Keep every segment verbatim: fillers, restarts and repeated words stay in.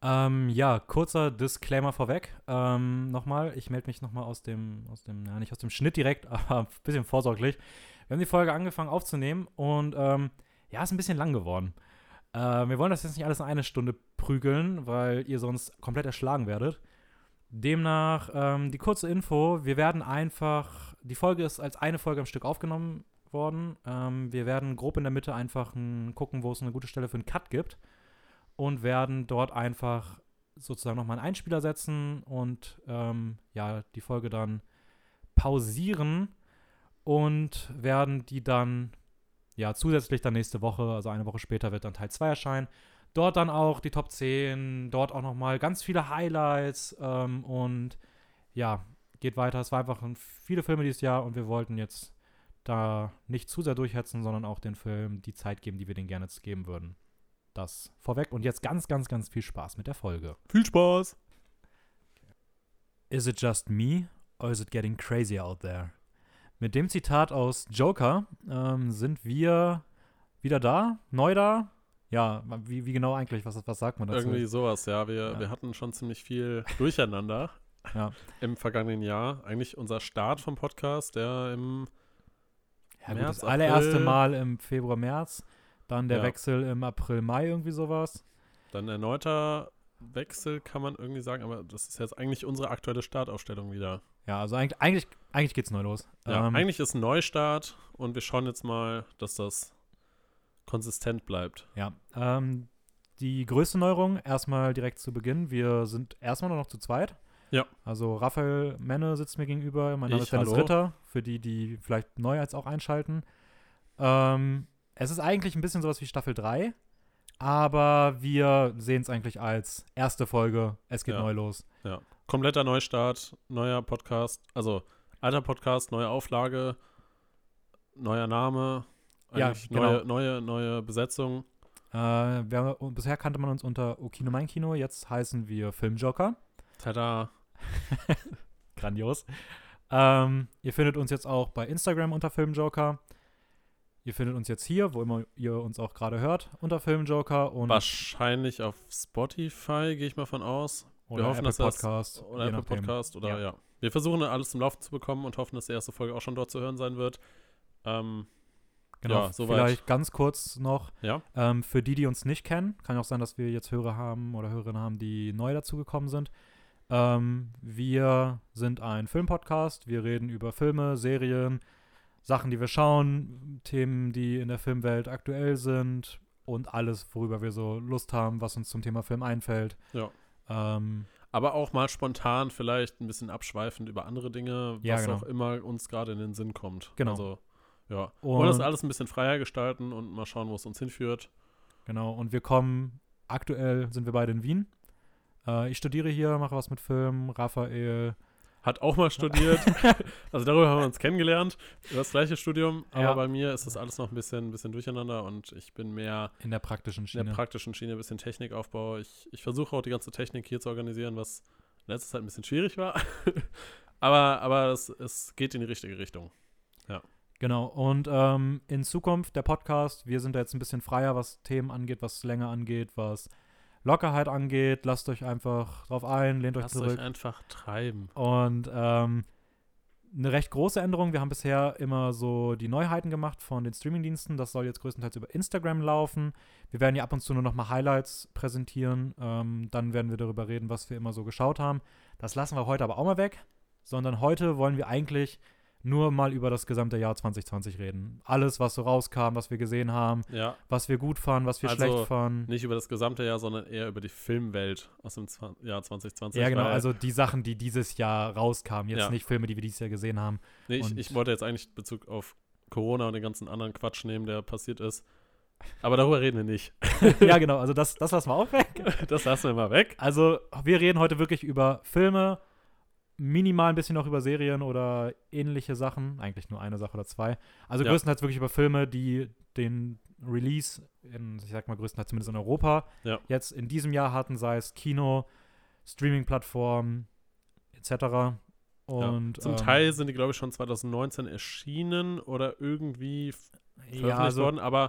Ähm, ja, kurzer Disclaimer vorweg. Ähm, nochmal, ich melde mich nochmal aus dem, aus dem, ja, nicht aus dem Schnitt direkt, aber ein bisschen vorsorglich. Wir haben die Folge angefangen aufzunehmen und ähm, ja, ist ein bisschen lang geworden. Äh, wir wollen das jetzt nicht alles in eine Stunde prügeln, weil ihr sonst komplett erschlagen werdet. Demnach ähm, die kurze Info, wir werden einfach, die Folge ist als eine Folge am Stück aufgenommen worden. Ähm, wir werden grob in der Mitte einfach ein, gucken, wo es eine gute Stelle für einen Cut gibt und werden dort einfach sozusagen nochmal einen Einspieler setzen und ähm, ja, die Folge dann pausieren und werden die dann ja zusätzlich dann nächste Woche, also eine Woche später wird dann Teil zwei erscheinen. Dort dann auch die Top zehn, dort auch nochmal ganz viele Highlights ähm, und ja, geht weiter. Es war einfach ein, viele Filme dieses Jahr und wir wollten jetzt da nicht zu sehr durchhetzen, sondern auch den Film die Zeit geben, die wir denen gerne geben würden. Das vorweg und jetzt ganz, ganz, ganz viel Spaß mit der Folge. Viel Spaß! Is it just me or is it getting crazy out there? Mit dem Zitat aus Joker ähm, sind wir wieder da, neu da. Ja, wie, wie genau eigentlich? Was, was sagt man dazu? Irgendwie sowas, ja. Wir, Ja. wir hatten schon ziemlich viel Durcheinander Ja. im vergangenen Jahr. Eigentlich unser Start vom Podcast, der im Ja, gut, März, das allererste April. Mal im Februar, März. Dann der Ja. Wechsel im April, Mai, irgendwie sowas. dann erneuter Wechsel, kann man irgendwie sagen. Aber das ist jetzt eigentlich unsere aktuelle Startaufstellung wieder. Ja, also eigentlich, eigentlich, eigentlich geht's neu los. Ja, ähm, eigentlich ist ein Neustart und wir schauen jetzt mal, dass das konsistent bleibt. Ja, ähm, die größte Neuerung erstmal direkt zu Beginn. Wir sind erstmal nur noch zu zweit. Ja. Also Raphael Menne sitzt mir gegenüber. Mein Name Ich, ist Dennis hallo. Ritter, für die, die vielleicht neu als auch einschalten. Ähm, es ist eigentlich ein bisschen sowas wie Staffel drei, aber wir sehen es eigentlich als erste Folge. Es geht Ja. neu los. Ja. Kompletter Neustart, neuer Podcast, also alter Podcast, neue Auflage, neuer Name, Ja, eigentlich genau. neue, neue, neue Besetzung. Äh, wir, bisher kannte man uns unter Okino Mein Kino, jetzt heißen wir Filmjoker. Tada. Grandios. Ähm, ihr findet uns jetzt auch bei Instagram unter Filmjoker. Ihr findet uns jetzt hier, wo immer ihr uns auch gerade hört, unter Filmjoker und Wahrscheinlich auf Spotify, gehe ich mal von aus. oder wir hoffen, Apple dass das- Podcast. Oder je Apple nachdem. Podcast oder Ja. ja. Wir versuchen alles zum Laufen zu bekommen und hoffen, dass die erste Folge auch schon dort zu hören sein wird. Ähm, Genau, Ja, soweit. vielleicht ganz kurz noch, ja, ähm, für die, die uns nicht kennen, kann auch sein, dass wir jetzt Hörer haben oder Hörerinnen haben, die neu dazugekommen sind. Ähm, wir sind ein Filmpodcast, wir reden über Filme, Serien, Sachen, die wir schauen, Themen, die in der Filmwelt aktuell sind und alles, worüber wir so Lust haben, was uns zum Thema Film einfällt. Ja. Ähm, aber auch mal spontan vielleicht ein bisschen abschweifend über andere Dinge, Ja, was genau. auch immer uns gerade in den Sinn kommt. Genau. Also, ja. Wir Und- wollen das alles ein bisschen freier gestalten und mal schauen, wo es uns hinführt. Genau, und wir kommen, aktuell sind wir beide in Wien. Äh, ich studiere hier, mache was mit Film, Raphael. Hat auch mal studiert. Also darüber haben wir uns kennengelernt, über das gleiche Studium. Aber Ja. bei mir ist das alles noch ein bisschen, ein bisschen durcheinander und ich bin mehr In der praktischen in Schiene. der praktischen Schiene, ein bisschen Technikaufbau. Ich, ich versuche auch die ganze Technik hier zu organisieren, was in letzter Zeit ein bisschen schwierig war. aber aber es, es geht in die richtige Richtung. Genau, und ähm, in Zukunft der Podcast, wir sind da jetzt ein bisschen freier, was Themen angeht, was Länge angeht, was Lockerheit angeht. Lasst euch einfach drauf ein, lehnt euch Lasst zurück. euch einfach treiben. Und ähm, eine recht große Änderung, wir haben bisher immer so die Neuheiten gemacht von den Streamingdiensten. Das soll jetzt größtenteils über Instagram laufen. Wir werden ja ab und zu nur noch mal Highlights präsentieren. Ähm, dann werden wir darüber reden, was wir immer so geschaut haben. Das lassen wir heute aber auch mal weg. Sondern heute wollen wir eigentlich nur mal über das gesamte Jahr zwanzig zwanzig reden. Alles, was so rauskam, was wir gesehen haben, Ja, was wir gut fanden, was wir Also, schlecht fanden. nicht über das gesamte Jahr, sondern eher über die Filmwelt aus dem Zwan- Jahr zwanzig zwanzig. Ja, genau, weil- also die Sachen, die dieses Jahr rauskamen. Jetzt Ja. nicht Filme, die wir dieses Jahr gesehen haben. Nee, ich, und- ich wollte jetzt eigentlich Bezug auf Corona und den ganzen anderen Quatsch nehmen, der passiert ist. Aber darüber reden wir nicht. Ja, genau, also das, das lassen wir auch weg. Das lassen wir mal weg. Also wir reden heute wirklich über Filme, minimal ein bisschen noch über Serien oder ähnliche Sachen. Eigentlich nur eine Sache oder zwei. Also Ja. größtenteils wirklich über Filme, die den Release, in, ich sag mal größtenteils zumindest in Europa, Ja. jetzt in diesem Jahr hatten, sei es Kino, Streaming-Plattformen et cetera. Und, Zum ähm, Teil sind die, glaube ich, schon zwanzig neunzehn erschienen oder irgendwie f- ja, veröffentlicht also, worden, aber,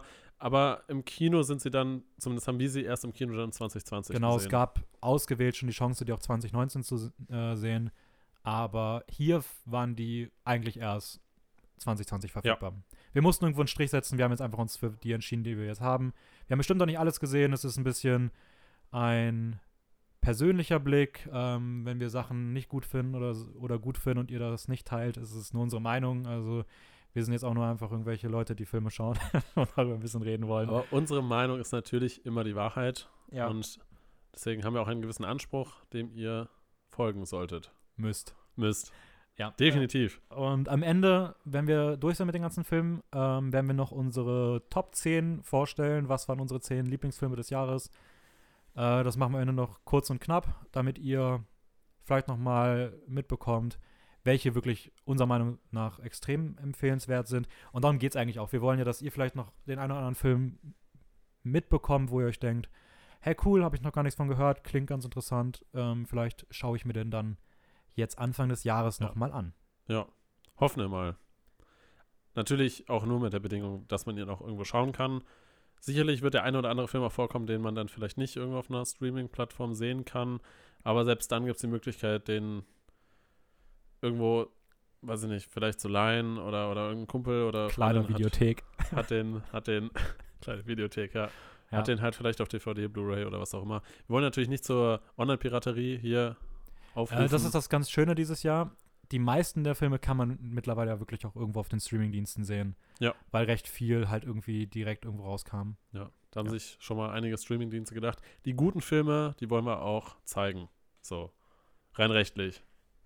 Aber im Kino sind sie dann, zumindest haben wir sie erst im Kino dann zwanzig zwanzig Genau, gesehen. es gab ausgewählt schon die Chance, die auch zwanzig neunzehn zu äh, sehen. Aber hier f- waren die eigentlich erst zwanzig zwanzig verfügbar. Wir mussten irgendwo einen Strich setzen. Wir haben jetzt einfach uns für die entschieden, die wir jetzt haben. Wir haben bestimmt noch nicht alles gesehen. Es ist ein bisschen ein persönlicher Blick. Ähm, wenn wir Sachen nicht gut finden oder, oder gut finden und ihr das nicht teilt, ist es nur unsere Meinung. Also wir sind jetzt auch nur einfach irgendwelche Leute, die Filme schauen und darüber ein bisschen reden wollen. Aber unsere Meinung ist natürlich immer die Wahrheit. Ja. Und deswegen haben wir auch einen gewissen Anspruch, dem ihr folgen solltet. Müsst. Müsst. Ja. Definitiv. Und am Ende, wenn wir durch sind mit den ganzen Filmen, ähm, werden wir noch unsere Top zehn vorstellen. Was waren unsere zehn Lieblingsfilme des Jahres? Äh, das machen wir am Ende noch kurz und knapp, damit ihr vielleicht noch mal mitbekommt, welche wirklich unserer Meinung nach extrem empfehlenswert sind. Und darum geht es eigentlich auch. Wir wollen ja, dass ihr vielleicht noch den einen oder anderen Film mitbekommt, wo ihr euch denkt, hey cool, habe ich noch gar nichts von gehört, klingt ganz interessant. Ähm, vielleicht schaue ich mir den dann jetzt Anfang des Jahres Ja. noch mal an. Ja, hoffen wir mal. Natürlich auch nur mit der Bedingung, dass man ihn auch irgendwo schauen kann. Sicherlich wird der eine oder andere Film auch vorkommen, den man dann vielleicht nicht irgendwo auf einer Streaming-Plattform sehen kann. Aber selbst dann gibt es die Möglichkeit, den irgendwo, weiß ich nicht, vielleicht zu leihen oder, oder irgendein Kumpel oder Kleine Freundin Videothek. Hat, hat den, hat den, kleine Videothek, ja. Ja. Hat den halt vielleicht auf D V D, Blu-ray oder was auch immer. Wir wollen natürlich nicht zur Online-Piraterie hier aufrufen. Äh, das ist das ganz Schöne dieses Jahr. Die meisten der Filme kann man mittlerweile ja wirklich auch irgendwo auf den Streamingdiensten sehen. Ja. Weil recht viel halt irgendwie direkt irgendwo rauskam. Ja, da haben Ja. sich schon mal einige Streamingdienste gedacht. Die guten Filme, die wollen wir auch zeigen. So, rein rechtlich.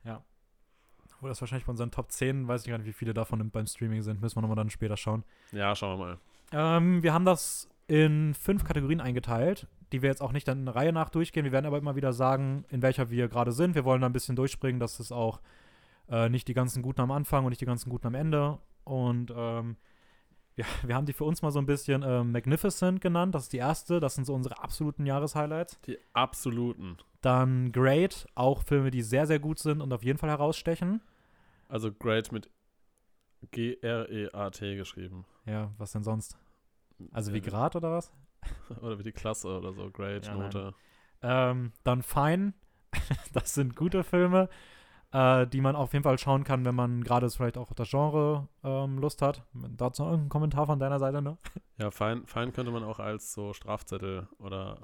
Obwohl das wahrscheinlich bei unseren Top zehn, weiß ich gar nicht, wie viele davon beim Streaming sind. Müssen wir nochmal dann später schauen. Ja, schauen wir mal. Ähm, wir haben das in fünf Kategorien eingeteilt, die wir jetzt auch nicht dann in der Reihe nach durchgehen. Wir werden aber immer wieder sagen, in welcher wir gerade sind. Wir wollen da ein bisschen durchspringen, dass es auch äh, nicht die ganzen Guten am Anfang und nicht die ganzen Guten am Ende. Und ähm, ja, wir haben die für uns mal so ein bisschen äh, Magnificent genannt. Das ist die erste. Das sind so unsere absoluten Jahreshighlights. Die absoluten. Dann Great, auch Filme, die sehr, sehr gut sind und auf jeden Fall herausstechen. Also Great mit G R E A T geschrieben. Ja, was denn sonst? Also wie Äh, Grad oder was? Oder wie die Klasse oder so. Great, Ja, Note. Ähm, dann Fine. Das sind gute Filme, äh, die man auf jeden Fall schauen kann, wenn man gerade vielleicht auch auf das Genre ähm, Lust hat. Dazu noch irgendein Kommentar von deiner Seite noch? Ja, fein, fein könnte man auch als so Strafzettel oder.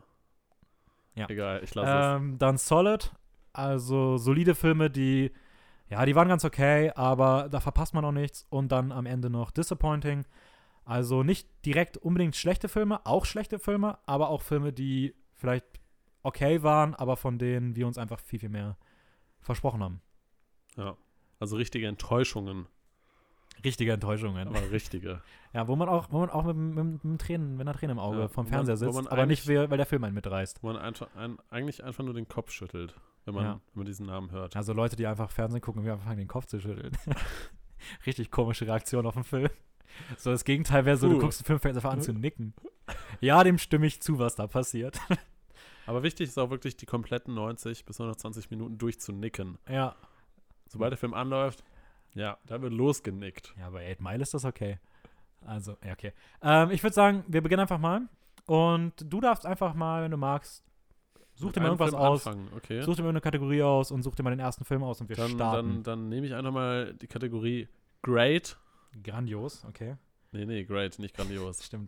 Ja. Egal, ich lasse Ähm, dann Solid. Also solide Filme, die, ja, die waren ganz okay, aber da verpasst man auch nichts. Und dann am Ende noch Disappointing. Also nicht direkt unbedingt schlechte Filme, auch schlechte Filme, aber auch Filme, die vielleicht okay waren, aber von denen wir uns einfach viel, viel mehr versprochen haben. es. Ja. Also richtige Enttäuschungen. Richtige Enttäuschungen. Aber richtige. Ja, wo man auch, wo man auch mit, mit, mit Tränen, mit einer Träne im Auge Ja, vom wo Fernseher man- wo sitzt, man aber nicht, eigentlich- weil weil der Film einen mitreißt. Wo man einfach, ein, eigentlich einfach nur den Kopf schüttelt, wenn man, Ja. wenn man diesen Namen hört. Also Leute, die einfach Fernsehen gucken und wir anfangen, den Kopf zu schütteln. Richtig komische Reaktion auf den Film. So, das Gegenteil wäre so, du Puh. guckst den Film, fängst einfach an zu nicken. Ja, dem stimme ich zu, was da passiert. Aber wichtig ist auch wirklich, die kompletten neunzig bis hundertzwanzig Minuten durchzunicken. Ja. Sobald der Film anläuft, ja, da wird losgenickt. Ja, bei eight Mile ist das okay. Also, ja, okay. Ähm, ich würde sagen, wir beginnen einfach mal. Und du darfst einfach mal, wenn du magst, such Mit dir mal einem irgendwas Film aus. Anfangen, okay. Such dir mal eine Kategorie aus und such dir mal den ersten Film aus und wir dann, starten. dann, dann nehme ich einfach mal die Kategorie Great. Grandios, okay. Nee, nee, Great, nicht grandios. Stimmt.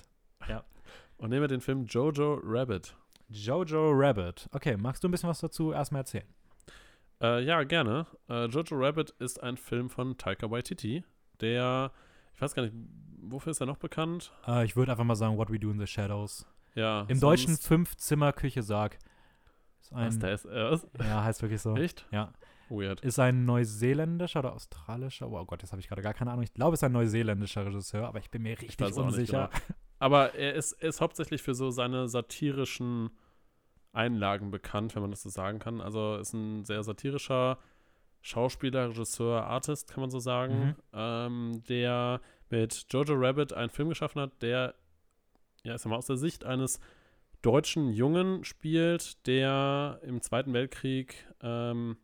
Und nehme den Film Jojo Rabbit. Jojo Rabbit. Okay, magst du ein bisschen was dazu erstmal erzählen? Äh, ja, gerne. Äh, Jojo Rabbit ist ein Film von Taika Waititi, der, ich weiß gar nicht, wofür ist er noch bekannt? Äh, ich würde einfach mal sagen, What We Do in the Shadows. Ja, Im sonst- Deutschen Fünf-Zimmer-Küche-Sarg. Ist Was, ein, der ist, äh, was? ja, heißt wirklich so. Echt? Ja. Weird. Ist ein neuseeländischer oder australischer, oh Gott, jetzt habe ich gerade gar keine Ahnung. Ich glaube, es ist ein neuseeländischer Regisseur, aber ich bin mir richtig weiß auch nicht unsicher. Aber er ist, er ist hauptsächlich für so seine satirischen Einlagen bekannt, wenn man das so sagen kann. Also ist ein sehr satirischer Schauspieler, Regisseur, Artist, kann man so sagen, Mhm. ähm, der mit Jojo Rabbit einen Film geschaffen hat, der, ja, ich sag mal, aus der Sicht eines deutschen Jungen spielt, der im Zweiten Weltkrieg ähm,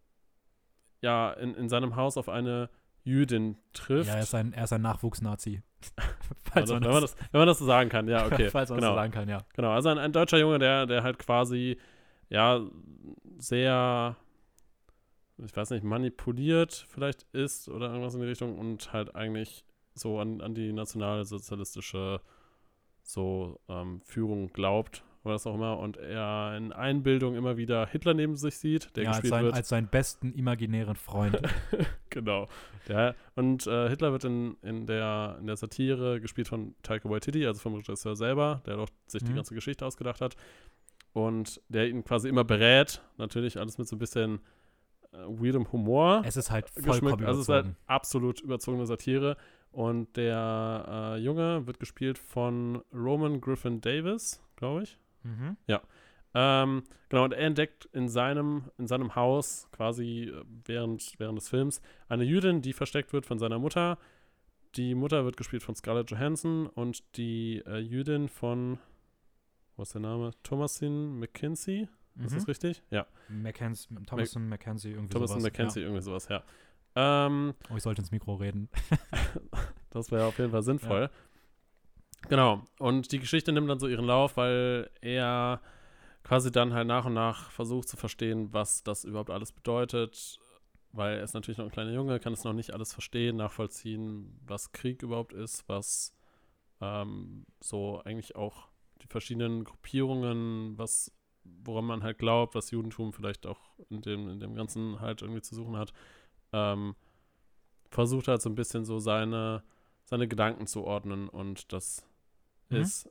ja, in, in seinem Haus auf eine Jüdin trifft. Ja, er ist ein, er ist ein Nachwuchs-Nazi. Falls man, das, wenn, man das, wenn man das so sagen kann, ja, okay. Falls man genau. das so sagen kann, ja. Genau, also ein, ein deutscher Junge, der, der halt quasi, ja, sehr, ich weiß nicht, manipuliert vielleicht ist oder irgendwas in die Richtung und halt eigentlich so an, an die nationalsozialistische so ähm, Führung glaubt oder was auch immer und er in Einbildung immer wieder Hitler neben sich sieht, der ja, gespielt als sein, wird. als seinen besten imaginären Freund. Genau. Der, und äh, Hitler wird in, in, der, in der Satire gespielt von Taika Waititi, also vom Regisseur selber, der doch sich mhm. die ganze Geschichte ausgedacht hat und der ihn quasi immer berät, natürlich alles mit so ein bisschen äh, weirdem Humor. Es ist halt vollkommen überzogen. Also es ist halt absolut überzogene Satire. Und der äh, Junge wird gespielt von Roman Griffin Davis, glaube ich. Mhm. Ja. Ähm, genau, und er entdeckt in seinem, in seinem Haus quasi während, während des Films eine Jüdin, die versteckt wird von seiner Mutter. Die Mutter wird gespielt von Scarlett Johansson und die äh, Jüdin von, was ist der Name? Thomasin McKenzie? Mhm. Ist das richtig? Ja. Mackenzie, Thomasin Mac- McKenzie, irgendwie Thomasin sowas. McKenzie, ja. irgendwie sowas, ja. Ähm, oh, ich sollte ins Mikro reden. Das wäre auf jeden Fall sinnvoll. Ja. Genau. Und die Geschichte nimmt dann so ihren Lauf, weil er quasi dann halt nach und nach versucht zu verstehen, was das überhaupt alles bedeutet. Weil er ist natürlich noch ein kleiner Junge, kann es noch nicht alles verstehen, nachvollziehen, was Krieg überhaupt ist, was ähm, so eigentlich auch die verschiedenen Gruppierungen, was woran man halt glaubt, was Judentum vielleicht auch in dem, in dem Ganzen halt irgendwie zu suchen hat. Ähm, versucht halt so ein bisschen so seine, seine Gedanken zu ordnen und das mhm. ist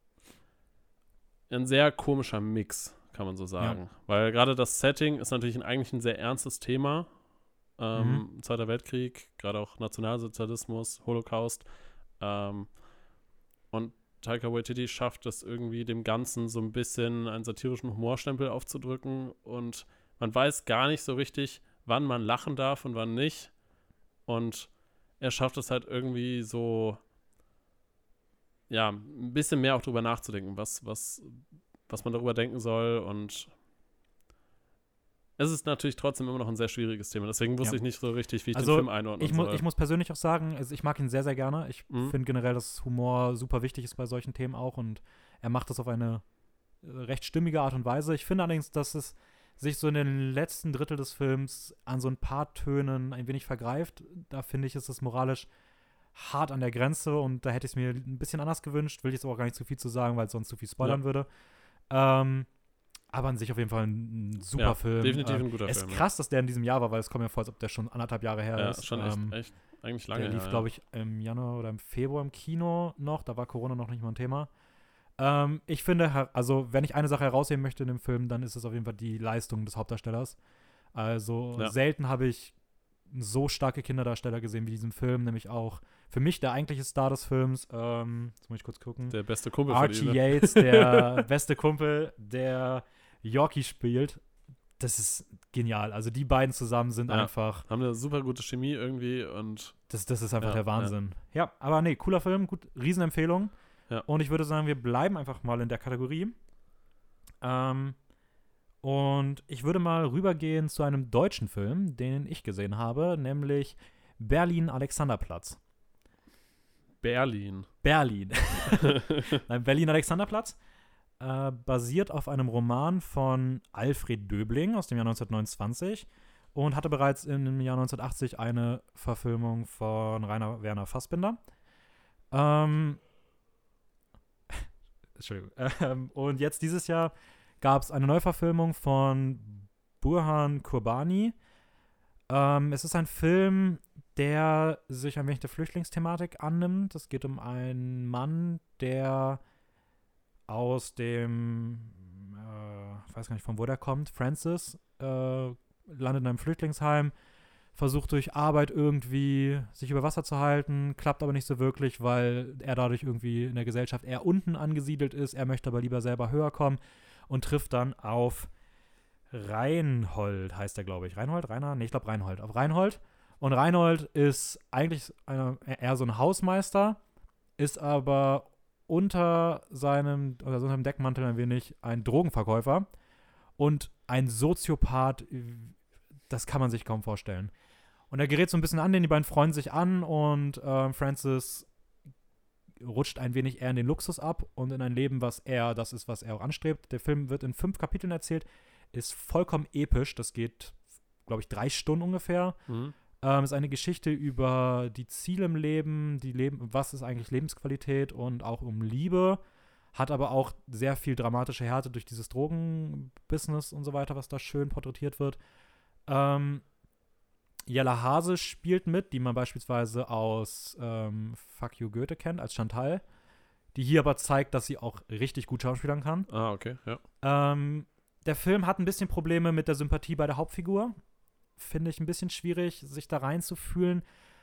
ein sehr komischer Mix, kann man so sagen. Ja. Weil gerade das Setting ist natürlich ein, eigentlich ein sehr ernstes Thema. Ähm, mhm. Zweiter Weltkrieg, gerade auch Nationalsozialismus, Holocaust. Ähm, und Taika Waititi schafft es irgendwie, dem Ganzen so ein bisschen einen satirischen Humorstempel aufzudrücken und man weiß gar nicht so richtig, wann man lachen darf und wann nicht. Und er schafft es halt irgendwie so, ja, ein bisschen mehr auch drüber nachzudenken, was, was, was man darüber denken soll. Und es ist natürlich trotzdem immer noch ein sehr schwieriges Thema. Deswegen wusste ja. ich nicht so richtig, wie ich also den Film einordnen ich mu- soll. Ich muss persönlich auch sagen, also ich mag ihn sehr, sehr gerne. Ich mhm. finde generell, dass Humor super wichtig ist bei solchen Themen auch. Und er macht das auf eine recht stimmige Art und Weise. Ich finde allerdings, dass es sich so in den letzten Drittel des Films an so ein paar Tönen ein wenig vergreift. Da finde ich, ist es moralisch hart an der Grenze und da hätte ich es mir ein bisschen anders gewünscht. Will ich jetzt aber auch gar nicht zu viel zu sagen, weil es sonst zu viel spoilern ja. würde. Ähm, aber an sich auf jeden Fall ein, ein super ja, Film. Definitiv ein guter es Film. Es ist krass, dass der in diesem Jahr war, weil es kommt mir vor, als ob der schon anderthalb Jahre her ja, ist. Ja, schon echt, ähm, echt, eigentlich lange Der lief, ja, glaube ich, im Januar oder im Februar im Kino noch. Da war Corona noch nicht mal ein Thema. Ähm, ich finde, also wenn ich eine Sache herausheben möchte in dem Film, dann ist es auf jeden Fall die Leistung des Hauptdarstellers. Also ja. selten habe ich so starke Kinderdarsteller gesehen wie diesen Film, nämlich auch für mich der eigentliche Star des Films. Ähm, jetzt muss ich kurz gucken. Der beste Kumpel Archie von ihm, ne? Yates, der beste Kumpel, der Yorkie spielt. Das ist genial. Also die beiden zusammen sind ja, einfach. Haben eine super gute Chemie irgendwie und. Das, das ist einfach ja, der Wahnsinn. Ja. ja, aber nee, cooler Film, gut, Riesenempfehlung. Ja. Und ich würde sagen, wir bleiben einfach mal in der Kategorie. Ähm, und ich würde mal rübergehen zu einem deutschen Film, den ich gesehen habe, nämlich Berlin-Alexanderplatz. Berlin. Berlin. Nein, Berlin-Alexanderplatz. Äh, basiert auf einem Roman von Alfred Döbling aus dem Jahr neunzehnhundertneunundzwanzig und hatte bereits im Jahr neunzehnhundertachtzig eine Verfilmung von Rainer Werner Fassbinder. Ähm, Entschuldigung. Ähm, und jetzt dieses Jahr gab es eine Neuverfilmung von Burhan Kurbani. Ähm, es ist ein Film, der sich ein wenig der Flüchtlingsthematik annimmt. Es geht um einen Mann, der aus dem, äh, ich weiß gar nicht, von wo der kommt, Francis, äh, landet in einem Flüchtlingsheim, versucht durch Arbeit irgendwie sich über Wasser zu halten, klappt aber nicht so wirklich, weil er dadurch irgendwie in der Gesellschaft eher unten angesiedelt ist. Er möchte aber lieber selber höher kommen und trifft dann auf Reinhold, heißt er, glaube ich. Reinhold? Rainer? Nee, ich glaube Reinhold. Auf Reinhold. Und Reinhold ist eigentlich eine, eher so ein Hausmeister, ist aber unter seinem, oder so einem Deckmantel ein wenig ein Drogenverkäufer und ein Soziopath, das kann man sich kaum vorstellen. Und er gerät so ein bisschen an, denn die beiden freunden sich an und äh, Francis rutscht ein wenig eher in den Luxus ab und in ein Leben, was er, das ist, was er auch anstrebt. Der Film wird in fünf Kapiteln erzählt, ist vollkommen episch. Das geht, glaube ich, drei Stunden ungefähr. Mhm. Ähm, ist eine Geschichte über die Ziele im Leben, die Leben, was ist eigentlich Lebensqualität und auch um Liebe. Hat aber auch sehr viel dramatische Härte durch dieses Drogenbusiness und so weiter, was da schön porträtiert wird. Ähm, Jella Hase spielt mit, die man beispielsweise aus ähm, Fuck You Goethe kennt, als Chantal. Die hier aber zeigt, dass sie auch richtig gut schauspielern kann. Ah, okay, ja. Ähm, der Film hat ein bisschen Probleme mit der Sympathie bei der Hauptfigur. Finde ich ein bisschen schwierig, sich da reinzufühlen.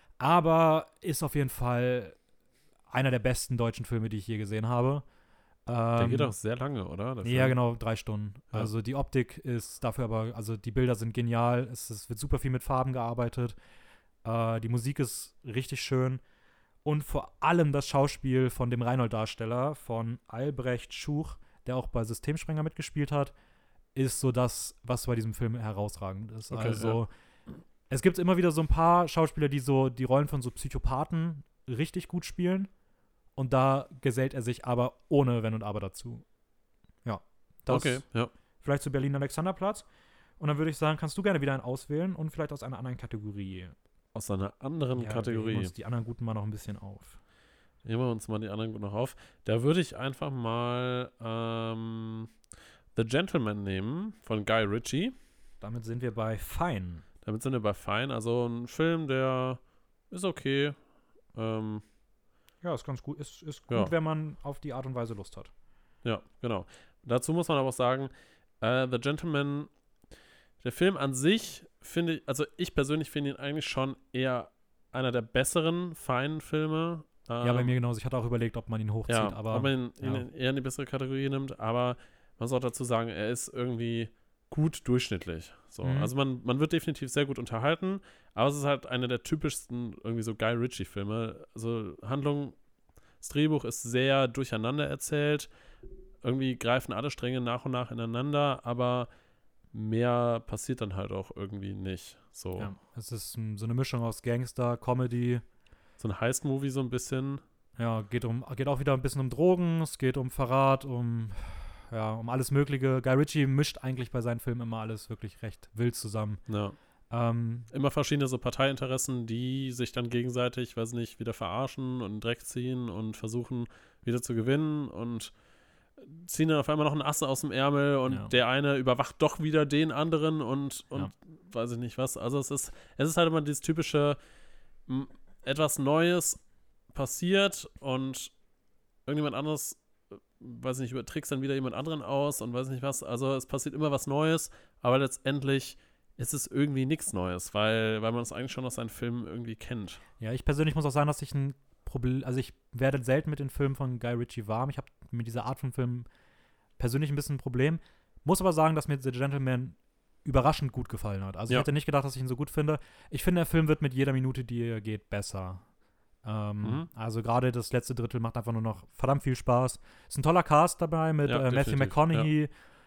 Aber ist auf jeden Fall einer der besten deutschen Filme, die ich je gesehen habe. Der Ähm, geht auch sehr lange, oder? Der ja, Film? genau, drei Stunden. Ja. Also die Optik ist dafür aber, also die Bilder sind genial. Es, es wird super viel mit Farben gearbeitet. Äh, die Musik ist richtig schön. Und vor allem das Schauspiel von dem Reinhold-Darsteller, von Albrecht Schuch, der auch bei Systemsprenger mitgespielt hat, ist so das, was bei diesem Film herausragend ist. Okay, also es gibt immer wieder so ein paar Schauspieler, die so die Rollen von so Psychopathen richtig gut spielen. Und da gesellt er sich aber ohne Wenn und Aber dazu. Ja. Das Okay, ja. vielleicht zu Berlin-Alexanderplatz. Und dann würde ich sagen, kannst du gerne wieder einen auswählen und vielleicht aus einer anderen Kategorie. Aus einer anderen Ja, Wir Kategorie. heben uns die anderen guten mal noch ein bisschen auf. Nehmen wir uns mal die anderen gut noch auf. Da würde ich einfach mal ähm, The Gentleman nehmen von Guy Ritchie. Damit sind wir bei Fine. Damit sind wir bei Fine. Also ein Film, der ist okay. Ähm, Ja, ist ganz gut. Ist, ist gut, Ja. wenn man auf die Art und Weise Lust hat. ja, genau. Dazu muss man aber auch sagen, äh, The Gentleman, der Film an sich finde ich, also ich persönlich finde ihn eigentlich schon eher einer der besseren Fine-Filme. Ähm, Ja, bei mir genauso. Ich hatte auch überlegt, ob man ihn hochzieht, Ja, aber ob man ihn, ja. ihn eher in die bessere Kategorie nimmt, aber man muss auch dazu sagen, er ist irgendwie gut durchschnittlich. So. Mhm. Also man, man wird definitiv sehr gut unterhalten, aber es ist halt einer der typischsten irgendwie so Guy Ritchie-Filme. Also Handlung, das Drehbuch ist sehr durcheinander erzählt. Irgendwie greifen alle Stränge nach und nach ineinander, aber mehr passiert dann halt auch irgendwie nicht. So, ja, es ist m, so eine Mischung aus Gangster, Comedy. so ein Heist-Movie so ein bisschen. Ja, geht, um, geht auch wieder ein bisschen um Drogen, es geht um Verrat, um, ja, um alles Mögliche. Guy Ritchie mischt eigentlich bei seinen Filmen immer alles wirklich recht wild zusammen. Ja. Ähm, Immer verschiedene so Parteiinteressen, die sich dann gegenseitig, weiß nicht, wieder verarschen und in den Dreck ziehen und versuchen wieder zu gewinnen und ziehen dann auf einmal noch einen Ass aus dem Ärmel und Ja. der eine überwacht doch wieder den anderen und, und Ja. weiß ich nicht was. Also es ist, es ist halt immer dieses typische, m, etwas Neues passiert und irgendjemand anderes, äh, weiß nicht, übertrickst dann wieder jemand anderen aus und weiß nicht was. Also es passiert immer was Neues, aber letztendlich ist es irgendwie nichts Neues, weil, weil man es eigentlich schon aus seinen Filmen irgendwie kennt. ja, ich persönlich muss auch sagen, dass ich ein Problem, also ich werde selten mit den Filmen von Guy Ritchie warm. Ich habe mit dieser Art von Film persönlich ein bisschen ein Problem. Muss aber sagen, dass mir The Gentleman überraschend gut gefallen hat. Also Ja. ich hätte nicht gedacht, dass ich ihn so gut finde. Ich finde, der Film wird mit jeder Minute, die er geht, besser. Ähm, Mhm. Also gerade das letzte Drittel macht einfach nur noch verdammt viel Spaß. Ist ein toller Cast dabei mit Ja, äh, Matthew definitiv, McConaughey,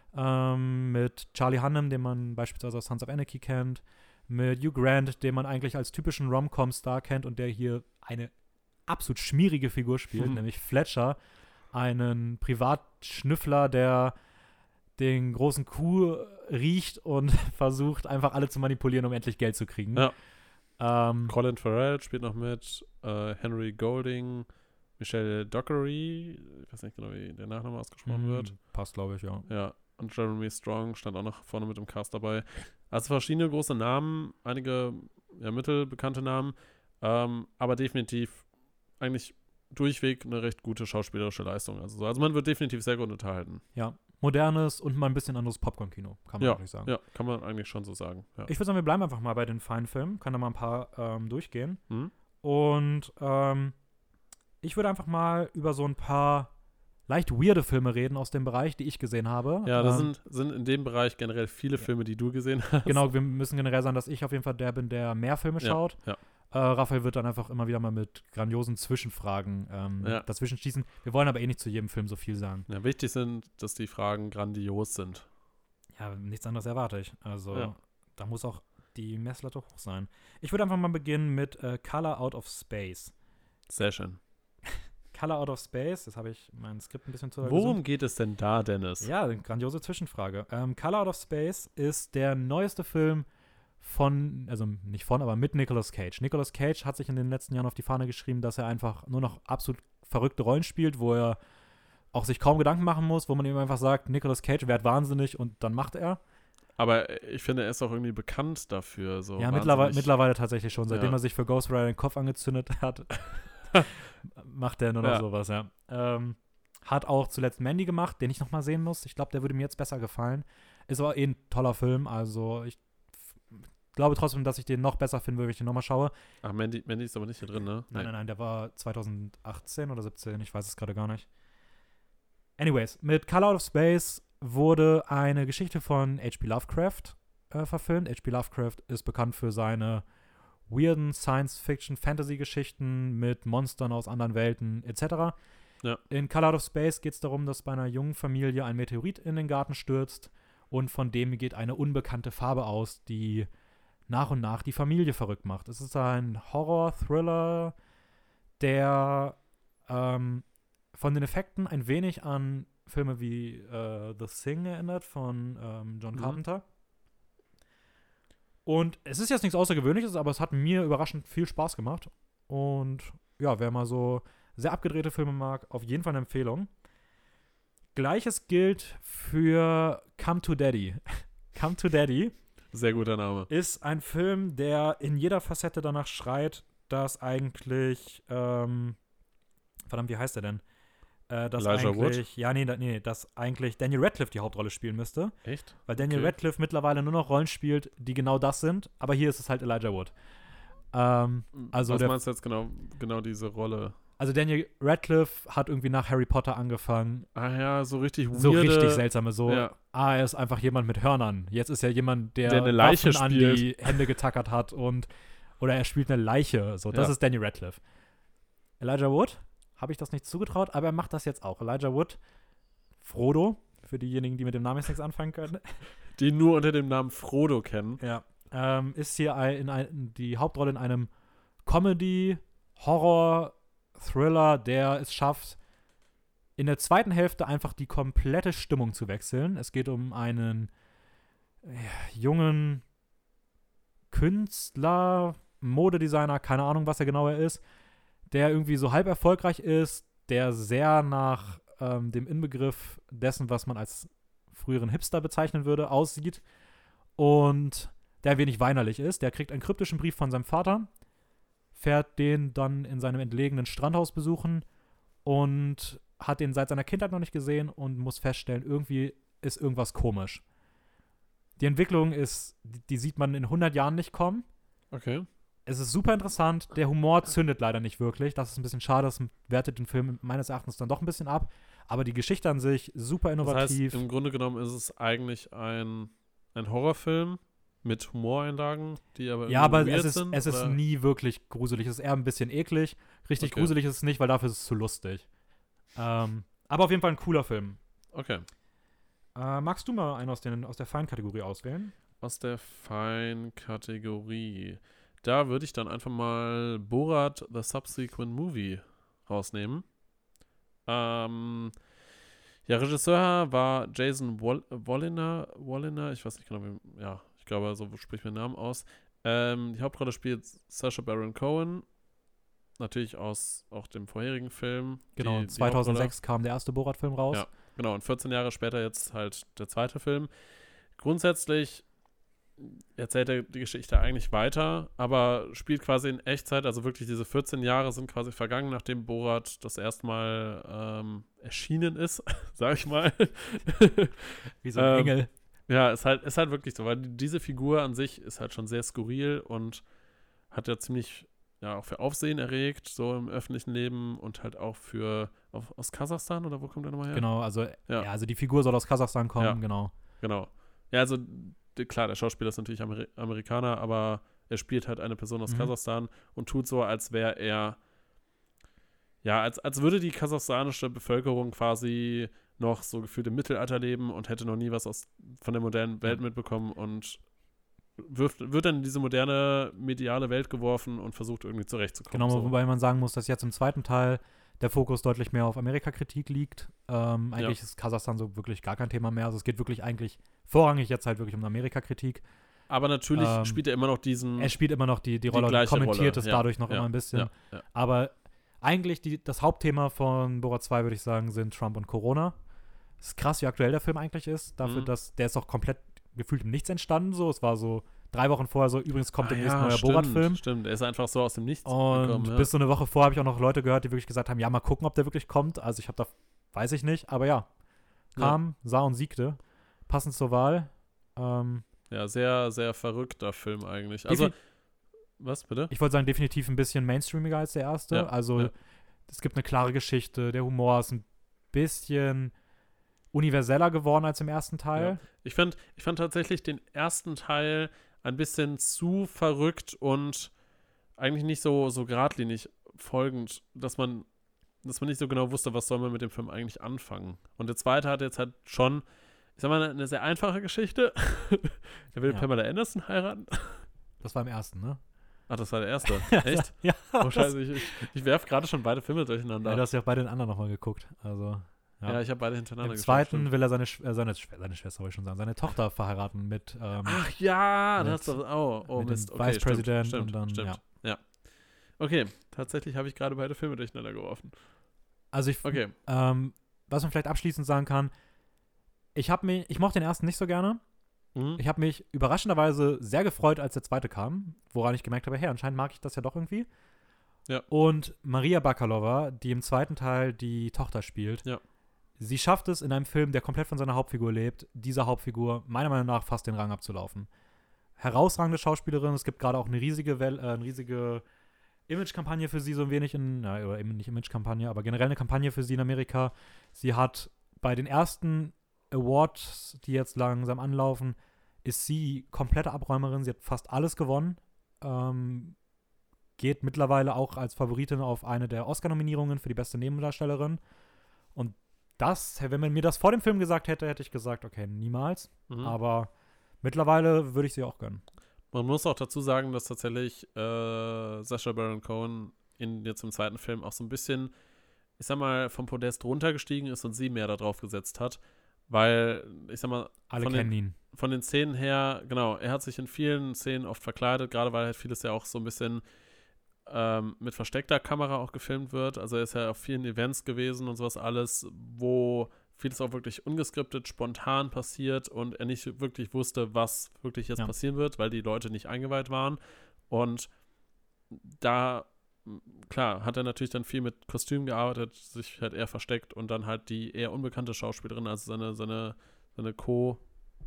ähm, mit Charlie Hunnam, den man beispielsweise aus Sons of Anarchy kennt, mit Hugh Grant, den man eigentlich als typischen Rom-Com-Star kennt und der hier eine absolut schmierige Figur spielt, Mhm. nämlich Fletcher, einen Privatschnüffler, der den großen Kuh riecht und versucht, einfach alle zu manipulieren, um endlich Geld zu kriegen. Ja. Ähm, Colin Farrell spielt noch mit, äh, Henry Golding, Michelle Dockery, ich weiß nicht genau, wie der Nachname ausgesprochen mh, wird. Passt, glaube ich, ja. Ja, und Jeremy Strong stand auch noch vorne mit im Cast dabei. Also verschiedene große Namen, einige ja, mittelbekannte Namen, ähm, aber definitiv eigentlich durchweg eine recht gute schauspielerische Leistung. Also, so. also man wird definitiv sehr gut unterhalten. Ja, modernes und mal ein bisschen anderes Popcorn-Kino, kann man Ja, wirklich sagen. Ja, kann man eigentlich schon so sagen. Ja. Ich würde sagen, wir bleiben einfach mal bei den feinen Filmen, kann da mal ein paar ähm, durchgehen. Hm? Und ähm, ich würde einfach mal über so ein paar leicht weirde Filme reden aus dem Bereich, die ich gesehen habe. Ja, das ähm, sind, sind in dem Bereich generell viele Filme, die du gesehen hast. Genau, wir müssen generell sagen, dass ich auf jeden Fall der bin, der mehr Filme Ja, schaut. ja. Äh, Raphael wird dann einfach immer wieder mal mit grandiosen Zwischenfragen ähm, Ja. dazwischen schießen. Wir wollen aber eh nicht zu jedem Film so viel sagen. Ja, wichtig sind, dass die Fragen grandios sind. Ja, nichts anderes erwarte ich. Also, Ja. da muss auch die Messlatte hoch sein. Ich würde einfach mal beginnen mit äh, Color Out of Space. Sehr schön. Color Out of Space, das habe ich mein Skript ein bisschen zu Worum geht es denn da, Dennis? Ja, eine grandiose Zwischenfrage. Ähm, Color Out of Space ist der neueste Film von, also nicht von, aber mit Nicolas Cage. Nicolas Cage hat sich in den letzten Jahren auf die Fahne geschrieben, dass er einfach nur noch absolut verrückte Rollen spielt, wo er auch sich kaum Gedanken machen muss, wo man ihm einfach sagt, Nicolas Cage wird wahnsinnig und dann macht er. Aber ich finde, er ist auch irgendwie bekannt dafür. So ja, mittlerweile, mittlerweile tatsächlich schon. Seitdem ja. er sich für Ghost Rider den Kopf angezündet hat, macht er nur noch ja. sowas, ja. Ähm, hat auch zuletzt Mandy gemacht, den ich noch mal sehen muss. Ich glaube, der würde mir jetzt besser gefallen. Ist aber eh ein toller Film, also ich glaube trotzdem, dass ich den noch besser finden würde, wenn ich den nochmal schaue. Ach, Mandy, Mandy ist aber nicht hier drin, ne? Nein, nein, nein, der war zwanzig achtzehn oder siebzehn, ich weiß es gerade gar nicht. Anyways, mit Color Out of Space wurde eine Geschichte von H P Lovecraft äh, verfilmt. H P Lovecraft ist bekannt für seine weirden Science-Fiction-Fantasy-Geschichten mit Monstern aus anderen Welten et cetera. Ja. In Color Out of Space geht es darum, dass bei einer jungen Familie ein Meteorit in den Garten stürzt und von dem geht eine unbekannte Farbe aus, die nach und nach die Familie verrückt macht. Es ist ein Horror-Thriller, der ähm, von den Effekten ein wenig an Filme wie äh, The Thing erinnert von ähm, John Carpenter. Mhm. Und es ist jetzt nichts Außergewöhnliches, aber es hat mir überraschend viel Spaß gemacht. Und ja, wer mal so sehr abgedrehte Filme mag, auf jeden Fall eine Empfehlung. Gleiches gilt für Come to Daddy. Come to Daddy. Sehr guter Name. Ist ein Film, der in jeder Facette danach schreit, dass eigentlich, ähm, verdammt, wie heißt er denn? Äh, dass Elijah eigentlich, Wood? ja, nee, da, nee, dass eigentlich Daniel Radcliffe die Hauptrolle spielen müsste. Echt? Weil Daniel Okay. Radcliffe mittlerweile nur noch Rollen spielt, die genau das sind. Aber hier ist es halt Elijah Wood. Ähm, also Was der, meinst du jetzt genau, genau diese Rolle? Also Daniel Radcliffe hat irgendwie nach Harry Potter angefangen. Ah ja, so richtig weirde. So richtig seltsame, so, Ja. ah, er ist einfach jemand mit Hörnern. Jetzt ist er jemand, der, Der eine Leiche Waffen an spielt. die Hände getackert hat und, oder er spielt eine Leiche. So, das Ja. ist Daniel Radcliffe. Elijah Wood, habe ich das nicht zugetraut, aber er macht das jetzt auch. Elijah Wood, Frodo, für diejenigen, die mit dem Namen jetzt nichts anfangen können. Die nur unter dem Namen Frodo kennen. Ja. Ähm, ist hier ein, in ein, die Hauptrolle in einem Comedy, Horror, Thriller, der es schafft, in der zweiten Hälfte einfach die komplette Stimmung zu wechseln. Es geht um einen äh, jungen Künstler, Modedesigner, keine Ahnung, was er genau er ist, der irgendwie so halb erfolgreich ist, der sehr nach ähm, dem Inbegriff dessen, was man als früheren Hipster bezeichnen würde, aussieht und der ein wenig weinerlich ist. Der kriegt einen kryptischen Brief von seinem Vater, fährt den dann in seinem entlegenen Strandhaus besuchen und hat den seit seiner Kindheit noch nicht gesehen und muss feststellen, irgendwie ist irgendwas komisch. Die Entwicklung ist, die sieht man in hundert Jahren nicht kommen. Okay. Es ist super interessant. Der Humor zündet leider nicht wirklich. Das ist ein bisschen schade. Das wertet den Film meines Erachtens dann doch ein bisschen ab. Aber die Geschichte an sich super innovativ. Das heißt, im Grunde genommen ist es eigentlich ein, ein Horrorfilm mit Humoreinlagen, die aber Ja, aber weird es ist, sind, es ist oder? nie wirklich gruselig. Es ist eher ein bisschen eklig. Richtig Okay. gruselig ist es nicht, weil dafür ist es zu lustig. Ähm, aber auf jeden Fall ein cooler Film. Okay. Äh, magst du mal einen aus, den, aus der Feinkategorie auswählen? Aus der Feinkategorie. Da würde ich dann einfach mal Borat The Subsequent Movie rausnehmen. Ähm, ja, Regisseur war Jason Wol Wolliner, Wolliner, ich weiß nicht genau, wie, ja, ich glaube, so spricht mein Name aus. Ähm, die Hauptrolle spielt Sacha Baron Cohen, natürlich aus auch dem vorherigen Film. Genau, die, die zweitausendsechs kam der erste Borat-Film raus. Ja. Genau, und vierzehn Jahre später jetzt halt der zweite Film. Grundsätzlich erzählt er die Geschichte eigentlich weiter, aber spielt quasi in Echtzeit, also wirklich diese vierzehn Jahre sind quasi vergangen, nachdem Borat das erste Mal ähm, erschienen ist, sag ich mal. Wie so ein Ähm, Engel. Ja, ist halt, ist halt wirklich so, weil diese Figur an sich ist halt schon sehr skurril und hat ja ziemlich, ja, auch für Aufsehen erregt, so im öffentlichen Leben und halt auch für, auf, aus Kasachstan oder wo kommt der nochmal her? Genau, also, Ja. ja. also die Figur soll aus Kasachstan kommen, Ja. genau. Genau. Ja, also d- klar, der Schauspieler ist natürlich Ameri Amerikaner, aber er spielt halt eine Person aus Mhm. Kasachstan und tut so, als wäre er, ja, als, als würde die kasachstanische Bevölkerung quasi noch so gefühlt im Mittelalter leben und hätte noch nie was aus, von der modernen Welt Ja. mitbekommen und wirft, wird dann in diese moderne mediale Welt geworfen und versucht irgendwie zurechtzukommen. Genau, so. wobei man sagen muss, dass jetzt im zweiten Teil der Fokus deutlich mehr auf Amerikakritik liegt. Ähm, eigentlich Ja. ist Kasachstan so wirklich gar kein Thema mehr. Also es geht wirklich eigentlich vorrangig jetzt halt wirklich um Amerikakritik. Aber natürlich Ähm, spielt er immer noch diesen. Er spielt immer noch die, die Die Rolle und gleiche kommentiert Rolle, es ja, dadurch noch ja, immer ein bisschen. Ja, ja. Aber eigentlich die, das Hauptthema von Borat zwei, würde ich sagen, sind Trump und Corona. Es ist krass, wie aktuell der Film eigentlich ist. Dafür, Mhm. dass der ist auch komplett gefühlt im Nichts entstanden. So. Es war so drei Wochen vorher so, übrigens kommt Ah, demnächst ja, ein neuer stimmt, Borat-Film. Stimmt, er ist einfach so aus dem Nichts Und gekommen. Ja. bis so eine Woche vor habe ich auch noch Leute gehört, die wirklich gesagt haben, ja, mal gucken, ob der wirklich kommt. Also ich habe da, weiß ich nicht, aber ja, kam, sah und siegte. Passend zur Wahl. Ähm, Ja, sehr, sehr verrückter Film eigentlich. Also, Defi- was bitte? ich wollte sagen, definitiv ein bisschen mainstreamiger als der erste. Ja, also ja. es gibt eine klare Geschichte, der Humor ist ein bisschen universeller geworden als im ersten Teil. Ich fand, ich fand tatsächlich den ersten Teil ein bisschen zu verrückt und eigentlich nicht so, so geradlinig folgend, dass man, dass man nicht so genau wusste, was soll man mit dem Film eigentlich anfangen. Und der zweite hat jetzt halt schon, ich sag mal, eine, eine sehr einfache Geschichte. Der will Ja. Pamela Anderson heiraten. Das war im ersten, ne? Ach, das war der erste. Echt? Ja. Oh, scheiße, ich, ich, ich werfe gerade schon beide Filme durcheinander. Ja, du hast ja auch bei den anderen nochmal geguckt. Also, ja. Ja, ich habe beide hintereinander Im geschaut, zweiten stimmt. will er seine, Sch- äh, seine, Schw- seine Schwester, wollte ich schon sagen, seine Tochter verheiraten mit, ähm, Ach ja, mit- das ist doch, oh, oh mit dem Mist. Okay, Vice President stimmt, und dann, stimmt, ja. Okay, tatsächlich habe ich gerade beide Filme durcheinander geworfen. also ich, Okay. ähm, was man vielleicht abschließend sagen kann, ich habe mich, ich mochte den ersten nicht so gerne. Mhm. Ich habe mich überraschenderweise sehr gefreut, als der zweite kam, woran ich gemerkt habe, hey, anscheinend mag ich das ja doch irgendwie. Ja. Und Maria Bakalova, die im zweiten Teil die Tochter spielt, Ja. sie schafft es in einem Film, der komplett von seiner Hauptfigur lebt, dieser Hauptfigur meiner Meinung nach fast den Rang abzulaufen. Herausragende Schauspielerin, es gibt gerade auch eine riesige, Well- äh, eine riesige Image-Kampagne für sie, so ein wenig in, na, oder eben nicht Image-Kampagne, aber generell eine Kampagne für sie in Amerika. Sie hat bei den ersten Awards, die jetzt langsam anlaufen, ist sie komplette Abräumerin. Sie hat fast alles gewonnen. Ähm, geht mittlerweile auch als Favoritin auf eine der Oscar-Nominierungen für die beste Nebendarstellerin. Und das, wenn man mir das vor dem Film gesagt hätte, hätte ich gesagt, okay, niemals. Mhm. Aber mittlerweile würde ich sie auch gönnen. Man muss auch dazu sagen, dass tatsächlich äh, Sacha Baron Cohen in jetzt im zweiten Film auch so ein bisschen, ich sag mal, vom Podest runtergestiegen ist und sie mehr da drauf gesetzt hat. Weil, ich sag mal, Alle von kennen den, ihn. von den Szenen her, genau, er hat sich in vielen Szenen oft verkleidet, gerade weil halt vieles ja auch so ein bisschen ähm, mit versteckter Kamera auch gefilmt wird. Also er ist ja auf vielen Events gewesen und sowas alles, wo vieles auch wirklich ungeskriptet, spontan passiert und er nicht wirklich wusste, was wirklich jetzt Ja. passieren wird, weil die Leute nicht eingeweiht waren. Und da, klar, hat er natürlich dann viel mit Kostüm gearbeitet, sich halt eher versteckt und dann halt die eher unbekannte Schauspielerin, also seine, seine, seine Co-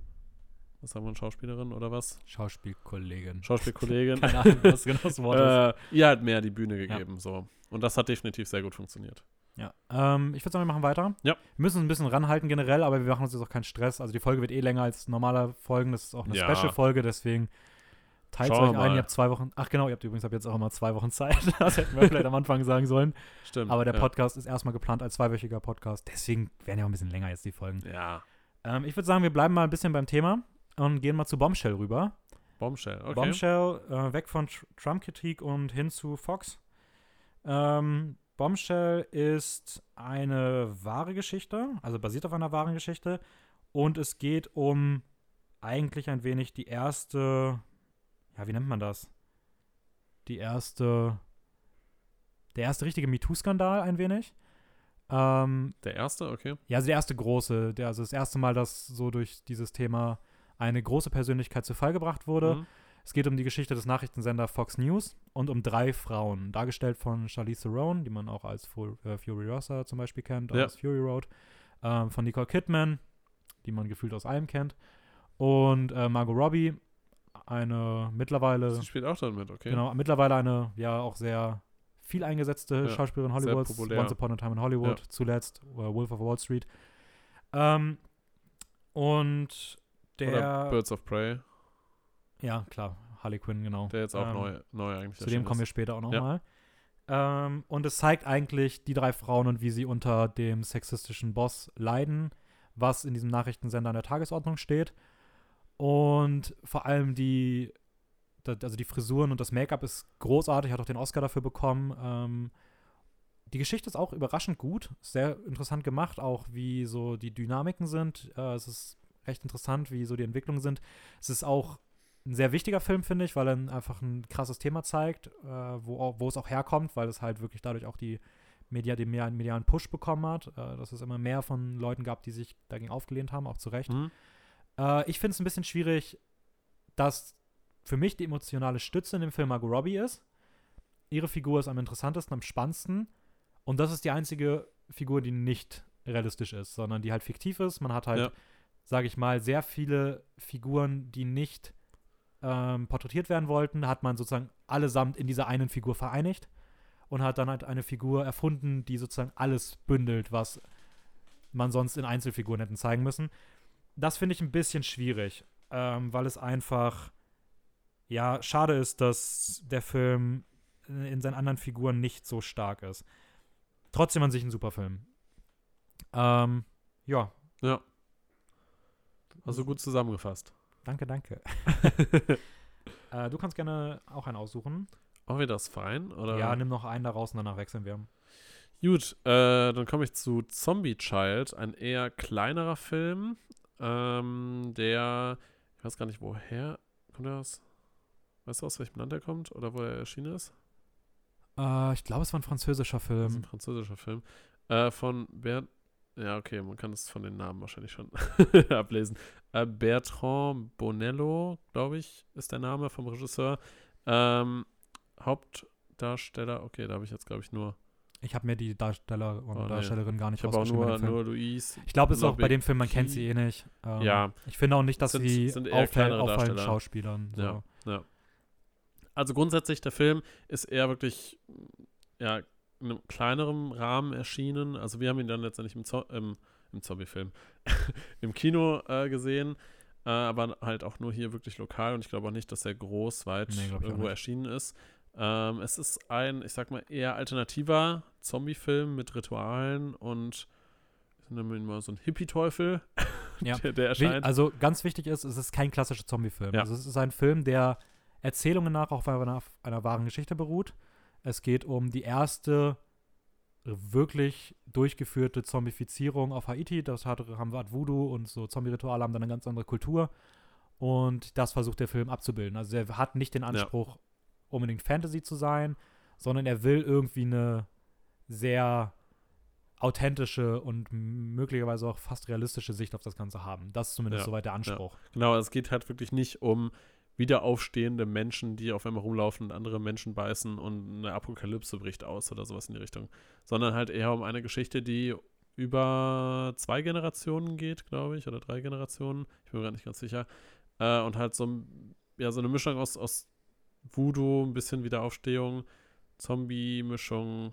was sagen wir, Schauspielerin oder was? Schauspielkollegin. Schauspielkollegin. Keine Ahnung, was genau das Wort ist. äh, ihr hat mehr die Bühne gegeben, so. Und das hat definitiv sehr gut funktioniert. Ja. Ähm, ich würde sagen, wir machen weiter. Ja. Wir müssen uns ein bisschen ranhalten generell, aber wir machen uns jetzt auch keinen Stress. Also die Folge wird eh länger als normale Folgen. Das ist auch eine Ja. Special-Folge, deswegen teilt es Schauen euch wir ein. mal. Ihr habt zwei Wochen, ach genau, ihr habt übrigens ab jetzt auch immer zwei Wochen Zeit. Das hätten wir vielleicht am Anfang sagen sollen. Stimmt. Aber der ja. Podcast ist erstmal geplant als zweiwöchiger Podcast. Deswegen werden ja auch ein bisschen länger jetzt die Folgen. Ja. Ähm, ich würde sagen, wir bleiben mal ein bisschen beim Thema und gehen mal zu Bombshell rüber. Bombshell, okay. Bombshell, äh, weg von Tr- Trump-Kritik und hin zu Fox. Ähm, Bombshell ist eine wahre Geschichte, also basiert auf einer wahren Geschichte. Und es geht um eigentlich ein wenig die erste, ja, wie nennt man das? Die erste, der erste richtige MeToo-Skandal ein wenig. Ähm, Der erste, okay. ja, also der erste große, der, also das erste Mal, dass so durch dieses Thema eine große Persönlichkeit zu Fall gebracht wurde. Mhm. Es geht um die Geschichte des Nachrichtensenders Fox News und um drei Frauen, dargestellt von Charlize Theron, die man auch als Fu- äh, Furiosa zum Beispiel kennt, Ja. aus Fury Road, ähm, von Nicole Kidman, die man gefühlt aus allem kennt, und äh, Margot Robbie, eine mittlerweile, Sie spielt auch dann mit, okay. genau, mittlerweile eine ja auch sehr viel eingesetzte Ja, Schauspielerin sehr Hollywoods, populär. Once Upon a Time in Hollywood, Ja. zuletzt äh, Wolf of Wall Street. Ähm, und der, Oder Birds of Prey, ja klar, Harley Quinn, genau. der jetzt auch Ähm, neu, neu eigentlich Zu dem kommen wir ist. später auch Ja. nochmal. Ähm, und es zeigt eigentlich die drei Frauen und wie sie unter dem sexistischen Boss leiden, was in diesem Nachrichtensender an der Tagesordnung steht. Und vor allem die, da- also die Frisuren und das Make-up ist großartig, hat auch den Oscar dafür bekommen. Ähm, die Geschichte ist auch überraschend gut, sehr interessant gemacht, auch wie so die Dynamiken sind. Äh, es ist recht interessant, wie so die Entwicklungen sind. Es ist auch ein sehr wichtiger Film, finde ich, weil er einfach ein krasses Thema zeigt, äh, wo, auch, wo es auch herkommt, weil es halt wirklich dadurch auch die Media, den medialen Push bekommen hat, äh, dass es immer mehr von Leuten gab, die sich dagegen aufgelehnt haben, auch zu Recht. Mhm. Äh, ich finde es ein bisschen schwierig, dass für mich die emotionale Stütze in dem Film Margot Robbie ist. Ihre Figur ist am interessantesten, am spannendsten. Und das ist die einzige Figur, die nicht realistisch ist, sondern die halt fiktiv ist. Man hat halt, Ja. sage ich mal, sehr viele Figuren, die nicht ähm, porträtiert werden wollten, hat man sozusagen allesamt in dieser einen Figur vereinigt und hat dann halt eine Figur erfunden, die sozusagen alles bündelt, was man sonst in Einzelfiguren hätten zeigen müssen. Das finde ich ein bisschen schwierig, ähm, weil es einfach, ja, schade ist, dass der Film in seinen anderen Figuren nicht so stark ist. Trotzdem an sich ein super Film. Ähm, ja. Ja. Also gut zusammengefasst. Danke, danke. äh, du kannst gerne auch einen aussuchen. Auch wieder das fein, oder? Ja, nimm noch einen daraus und danach wechseln wir. Gut, äh, dann komme ich zu Zombie Child, ein eher kleinerer Film, ähm, der, ich weiß gar nicht woher, kommt der aus, weißt du aus welchem Land er kommt oder wo er erschienen ist? Äh, ich glaube, es war ein französischer Film. Das ist ein französischer Film. Äh, von Bert, ja, okay, man kann es von den Namen wahrscheinlich schon ablesen. Äh, Bertrand Bonello, glaube ich, ist der Name vom Regisseur. Ähm, Hauptdarsteller, okay, da habe ich jetzt, glaube ich, nur. Ich habe mir die Darsteller und Oh, nee. Darstellerin gar nicht Ich habe auch rausgeschrieben bei nur, dem Film. nur Louise. Ich glaube, es ist auch bei dem Film, man Lobecki. kennt sie eh nicht. Ähm, Ja. Ich finde auch nicht, dass Sind- sie sind eher auffällt, kleinere auffallen Darsteller. Schauspielern. So. Ja, ja. Also grundsätzlich, der Film ist eher wirklich, ja, in einem kleineren Rahmen erschienen. Also wir haben ihn dann letztendlich im, Zo im, im Zombie-Film im Kino äh, gesehen, äh, aber halt auch nur hier wirklich lokal und ich glaube auch nicht, dass er groß weit Nee, glaub ich auch irgendwo nicht. erschienen ist. Ähm, es ist ein, ich sag mal, eher alternativer Zombie-Film mit Ritualen und ich nenne ihn mal so ein Hippie-Teufel, Ja. der, der Wie- erscheint. Also ganz wichtig ist, es ist kein klassischer Zombie-Film. Ja. Also es ist ein Film, der Erzählungen nach auf einer, auf einer wahren Geschichte beruht. Es geht um die erste wirklich durchgeführte Zombifizierung auf Haiti. Das hat, haben wir Voodoo und so Zombie-Rituale haben dann eine ganz andere Kultur. Und das versucht der Film abzubilden. Also er hat nicht den Anspruch, unbedingt Fantasy zu sein, sondern er will irgendwie eine sehr authentische und möglicherweise auch fast realistische Sicht auf das Ganze haben. Das ist zumindest Ja, soweit der Anspruch. Genau, es geht halt wirklich nicht um wieder aufstehende Menschen, die auf einmal rumlaufen und andere Menschen beißen und eine Apokalypse bricht aus oder sowas in die Richtung, sondern halt eher um eine Geschichte, die über zwei Generationen geht, glaube ich, oder drei Generationen, ich bin mir gar nicht ganz sicher, äh, und halt so, ein- ja, so eine Mischung aus, aus Voodoo, ein bisschen Wiederaufstehung, Zombie-Mischung,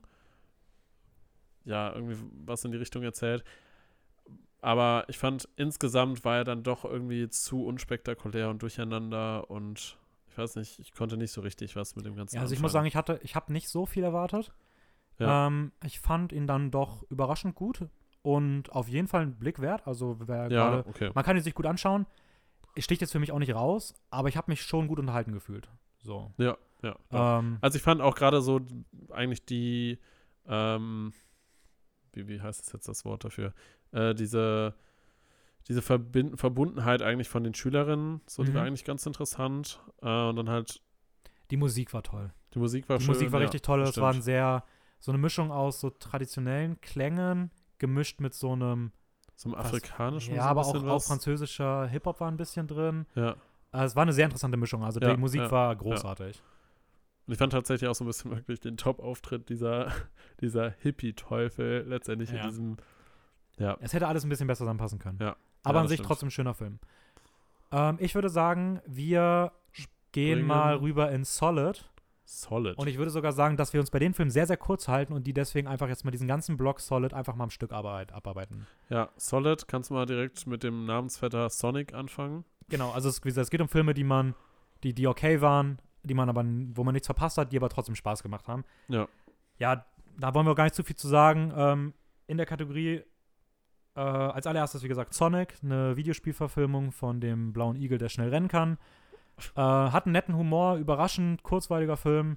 ja, irgendwie was in die Richtung erzählt. Aber ich fand, insgesamt war er dann doch irgendwie zu unspektakulär und durcheinander und ich weiß nicht, ich konnte nicht so richtig was mit dem Ganzen Ja, also ich anfangen. muss sagen, ich hatte, ich habe nicht so viel erwartet. Ja. Ähm, ich fand ihn dann doch überraschend gut und auf jeden Fall einen Blick wert. Also wer ja, gerade, okay. man kann ihn sich gut anschauen. Es sticht jetzt für mich auch nicht raus, aber ich habe mich schon gut unterhalten gefühlt. So. Ja, ja. ja. Ähm, Also ich fand auch gerade so eigentlich die, ähm, wie, wie heißt es jetzt das Wort dafür? Äh, diese, diese Verbind Verbundenheit eigentlich von den Schülerinnen, so die Mhm. war eigentlich ganz interessant. Äh, und dann halt, die Musik war toll. die Musik war Die schön. Musik war ja, richtig toll. das Es war ein stimmt. sehr, so eine Mischung aus so traditionellen Klängen, gemischt mit so einem So im fast- afrikanischen ja, so ein aber auch, bisschen auch was. französischer Hip-Hop war ein bisschen drin. Ja. Äh, es war eine sehr interessante Mischung. Also Ja, die Musik ja, war großartig. Und ich fand tatsächlich auch so ein bisschen wirklich den Top-Auftritt dieser, dieser Hippie-Teufel letztendlich Ja. in diesem, ja, Es hätte alles ein bisschen besser zusammenpassen können. Ja. Aber Ja, an das sich stimmt. trotzdem ein schöner Film. Ähm, ich würde sagen, wir gehen Springen. mal rüber in Solid. solid. Und ich würde sogar sagen, dass wir uns bei den Filmen sehr, sehr kurz halten und die deswegen einfach jetzt mal diesen ganzen Block Solid einfach mal am Stück arbeit, abarbeiten. Ja, Solid, kannst du mal direkt mit dem Namensvetter Sonic anfangen? Genau, also es, wie gesagt, es geht um Filme, die man, die, die okay waren, die man aber, wo man nichts verpasst hat, die aber trotzdem Spaß gemacht haben. Ja. Ja, da wollen wir gar nicht zu viel zu sagen. Ähm, in der Kategorie äh, als allererstes, wie gesagt, Sonic, eine Videospielverfilmung von dem blauen Igel, der schnell rennen kann. Äh, hat einen netten Humor, überraschend kurzweiliger Film.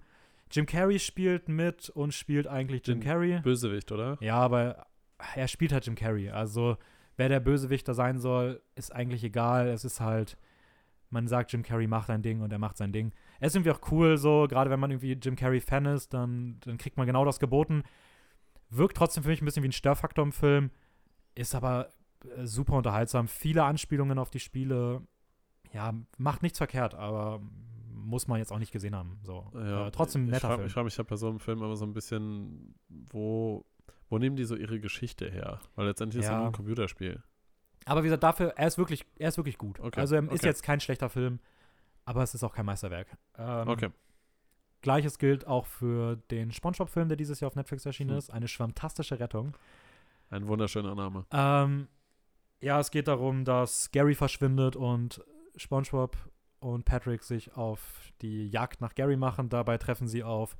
Jim Carrey spielt mit und spielt eigentlich Jim Den Carrey. Bösewicht, oder? Ja, aber er spielt halt Jim Carrey. Also, wer der Bösewichter sein soll, ist eigentlich egal. Es ist halt, man sagt, Jim Carrey macht ein Ding und er macht sein Ding. Er ist irgendwie auch cool, so, gerade wenn man irgendwie Jim Carrey-Fan ist, dann, dann kriegt man genau das geboten. Wirkt trotzdem für mich ein bisschen wie ein Störfaktor im Film, ist aber äh, super unterhaltsam. Viele Anspielungen auf die Spiele. Ja, macht nichts verkehrt, aber muss man jetzt auch nicht gesehen haben. So. Ja, äh, trotzdem ein netter ich frag, Film. Ich frage mich ja bei so einem Film immer so ein bisschen, wo, wo nehmen die so ihre Geschichte her? Weil letztendlich ist es Ja. nur ein Computerspiel. Aber wie gesagt, dafür, er ist wirklich, er ist wirklich gut. Okay, Also er ist okay. jetzt kein schlechter Film, aber es ist auch kein Meisterwerk. Ähm, Okay. Gleiches gilt auch für den SpongeBob-Film, der dieses Jahr auf Netflix erschienen Hm. ist. Eine schwantastische Rettung. Ein wunderschöner Name. Ähm, ja, es geht darum, dass Gary verschwindet und SpongeBob und Patrick sich auf die Jagd nach Gary machen. Dabei treffen sie auf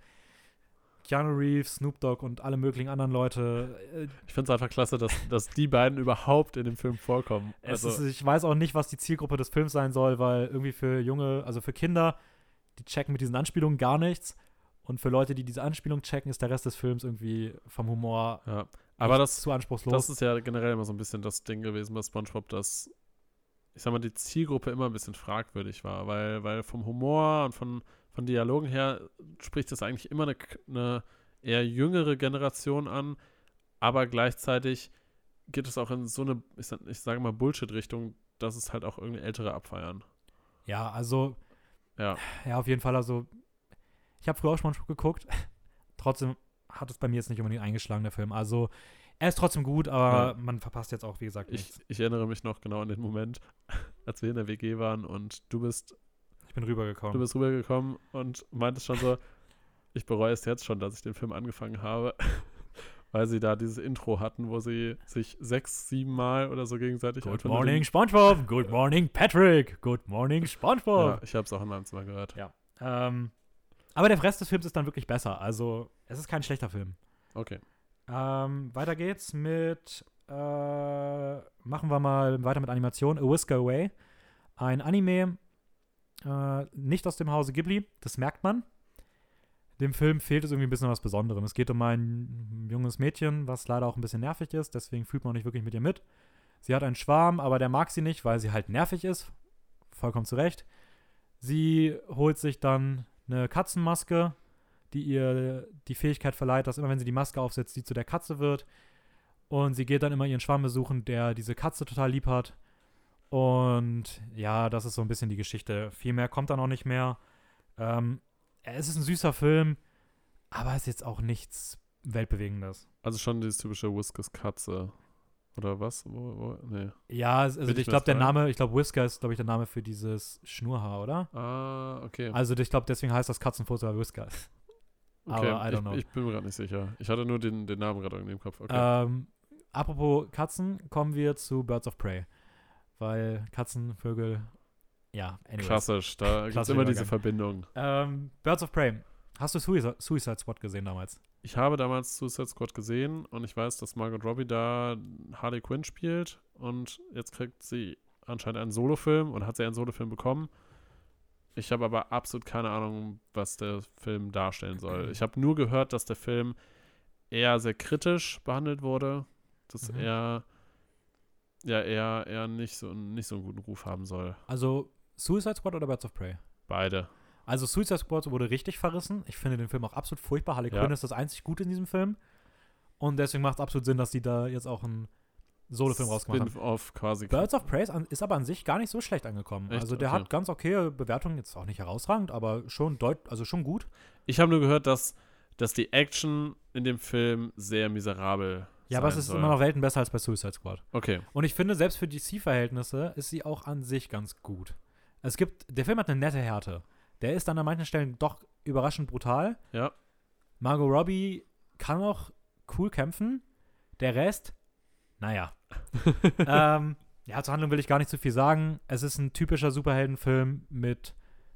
Keanu Reeves, Snoop Dogg und alle möglichen anderen Leute. Äh, Ich finde es einfach klasse, dass, dass die beiden überhaupt in dem Film vorkommen. Es Also, ist, ich weiß auch nicht, was die Zielgruppe des Films sein soll, weil irgendwie für junge, also für Kinder, die checken mit diesen Anspielungen gar nichts. Und für Leute, die diese Anspielung checken, ist der Rest des Films irgendwie vom Humor ja. Aber nicht das, zu anspruchslos. das ist ja generell immer so ein bisschen das Ding gewesen bei SpongeBob, dass, ich sag mal, die Zielgruppe immer ein bisschen fragwürdig war, weil, weil vom Humor und von, von Dialogen her spricht das eigentlich immer eine, eine eher jüngere Generation an, aber gleichzeitig geht es auch in so eine, ich, sag, ich sage mal, Bullshit-Richtung, dass es halt auch irgendwie Ältere abfeiern. Ja, also, Ja, ja, auf jeden Fall. Also, ich habe früher auch SpongeBob geguckt. Trotzdem hat es bei mir jetzt nicht unbedingt eingeschlagen, der Film. Also, er ist trotzdem gut, aber Ja. man verpasst jetzt auch, wie gesagt, ich, nichts. ich erinnere mich noch genau an den Moment, als wir in der W G waren und du bist Ich bin rübergekommen. Du bist rübergekommen und meintest schon so, ich bereue es jetzt schon, dass ich den Film angefangen habe, weil sie da dieses Intro hatten, wo sie sich sechs, sieben Mal oder so gegenseitig Good einfach nur morning, den- SpongeBob. Good morning, Patrick. Good morning, SpongeBob. Ja, ich habe es auch in meinem Zimmer gehört. Ja. Ähm, aber der Rest des Films ist dann wirklich besser. Also, es ist kein schlechter Film. Okay. Ähm, weiter geht's mit, äh, machen wir mal weiter mit Animation. A Whisker Away. Ein Anime, äh, nicht aus dem Hause Ghibli, das merkt man. Dem Film fehlt es irgendwie ein bisschen was Besonderem. Es geht um ein junges Mädchen, was leider auch ein bisschen nervig ist, deswegen fühlt man auch nicht wirklich mit ihr mit. Sie hat einen Schwarm, aber der mag sie nicht, weil sie halt nervig ist. Vollkommen zu Recht. Sie holt sich dann eine Katzenmaske, die ihr die Fähigkeit verleiht, dass immer, wenn sie die Maske aufsetzt, sie zu der Katze wird. Und sie geht dann immer ihren Schwarm besuchen, der diese Katze total lieb hat. Und ja, das ist so ein bisschen die Geschichte. Viel mehr kommt da noch nicht mehr. Ähm, es ist ein süßer Film, aber es ist jetzt auch nichts Weltbewegendes. Also schon dieses typische Whiskers Katze. Oder was? Wo, wo? Nee. Ja, es- also Bin ich ich mir glaube, das der dabei? Name, ich glaube, Whisker ist, glaube ich, der Name für dieses Schnurrhaar, oder? Ah, okay. Also ich glaube, deswegen heißt das Katzenfutter Whisker. okay. aber I don't know. Ich, ich bin mir gerade nicht sicher. Ich hatte nur den, den Namen gerade irgendwie im Kopf. Okay. Ähm, apropos Katzen, kommen wir zu Birds of Prey. Weil Katzen, Vögel, ja, anyways. Klassisch. Da gibt es Klassischer immer diese Übergang. Verbindung. Ähm, Birds of Prey. Hast du Suicide, Suicide Squad gesehen damals? Ich habe damals Suicide Squad gesehen und ich weiß, dass Margot Robbie da Harley Quinn spielt und jetzt kriegt sie anscheinend einen Solofilm und hat sie einen Solofilm bekommen. Ich habe aber absolut keine Ahnung, was der Film darstellen soll. Ich habe nur gehört, dass der Film eher sehr kritisch behandelt wurde, dass Mhm. er ja eher, eher nicht, so, nicht so einen guten Ruf haben soll. Also Suicide Squad oder Birds of Prey? Beide. Also Suicide Squad wurde richtig verrissen. Ich finde den Film auch absolut furchtbar. Harley Ja. Quinn ist das einzig Gute in diesem Film. Und deswegen macht es absolut Sinn, dass die da jetzt auch einen Solofilm rausgemacht haben. Spin-off quasi. Birds of Prey ist, an, ist aber an sich gar nicht so schlecht angekommen. Echt? Also der Okay. hat ganz okay Bewertungen, jetzt auch nicht herausragend, aber schon deut also schon gut. Ich habe nur gehört, dass, dass die Action in dem Film sehr miserabel Ja, aber es sein ist soll. immer noch Welten besser als bei Suicide Squad. Okay. Und ich finde, selbst für D C-Verhältnisse ist sie auch an sich ganz gut. Es gibt, der Film hat eine nette Härte. Der ist dann an manchen Stellen doch überraschend brutal. Ja. Margot Robbie kann auch cool kämpfen. Der Rest, naja. ähm, ja, zur Handlung will ich gar nicht zu viel sagen. Es ist ein typischer Superheldenfilm mit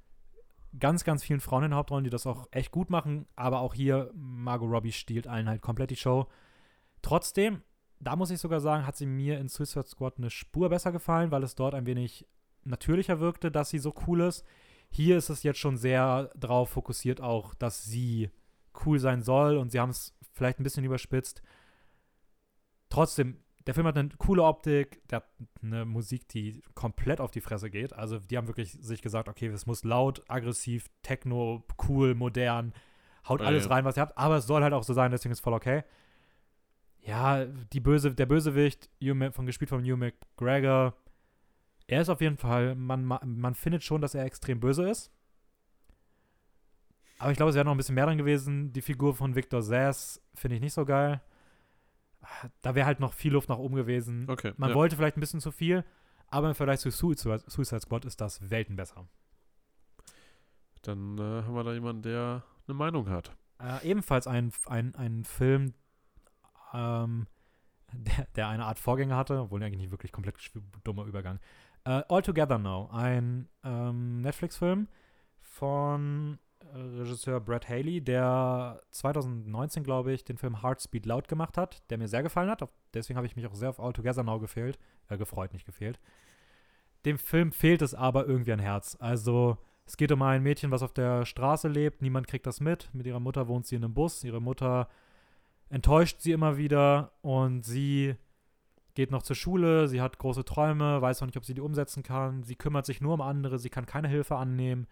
ganz, ganz vielen Frauen in den Hauptrollen, die das auch echt gut machen. Aber auch hier, Margot Robbie stiehlt allen halt komplett die Show. Trotzdem, da muss ich sogar sagen, hat sie mir in Suicide Squad eine Spur besser gefallen, weil es dort ein wenig natürlicher wirkte, dass sie so cool ist. Hier ist es jetzt schon sehr darauf fokussiert auch, dass sie cool sein soll und sie haben es vielleicht ein bisschen überspitzt. Trotzdem, der Film hat eine coole Optik, der hat eine Musik, die komplett auf die Fresse geht. Also die haben wirklich sich gesagt, okay, es muss laut, aggressiv, techno, cool, modern, haut Oh, alles ja. rein, was ihr habt, aber es soll halt auch so sein, deswegen ist voll okay. Ja, die Böse, der Bösewicht, Ewan- von gespielt von Hugh McGregor, er ist auf jeden Fall, man, man findet schon, dass er extrem böse ist. Aber ich glaube, es wäre noch ein bisschen mehr dran gewesen. Die Figur von Victor Zsasz finde ich nicht so geil. Da wäre halt noch viel Luft nach oben gewesen. Okay. Man ja. wollte vielleicht ein bisschen zu viel, aber im Vergleich zu Suicide Suicide Squad ist das Welten besser. Dann äh, haben wir da jemanden, der eine Meinung hat. Äh, ebenfalls ein, ein, ein Film, ähm, der, der eine Art Vorgänger hatte, obwohl eigentlich nicht wirklich komplett dummer Übergang. Äh, All Together Now, ein ähm, Netflix-Film von äh, Regisseur Brad Haley, der zwanzig neunzehn, glaube ich, den Film Heartbeat Loud gemacht hat, der mir sehr gefallen hat. Auf, deswegen habe ich mich auch sehr auf All Together Now gefehlt, äh, gefreut, nicht gefehlt. Dem Film fehlt es aber irgendwie ein Herz. Also es geht um ein Mädchen, was auf der Straße lebt. Niemand kriegt das mit. Mit ihrer Mutter wohnt sie in einem Bus. Ihre Mutter enttäuscht sie immer wieder und sie geht noch zur Schule. Sie hat große Träume, weiß noch nicht, ob sie die umsetzen kann. Sie kümmert sich nur um andere. Sie kann keine Hilfe annehmen.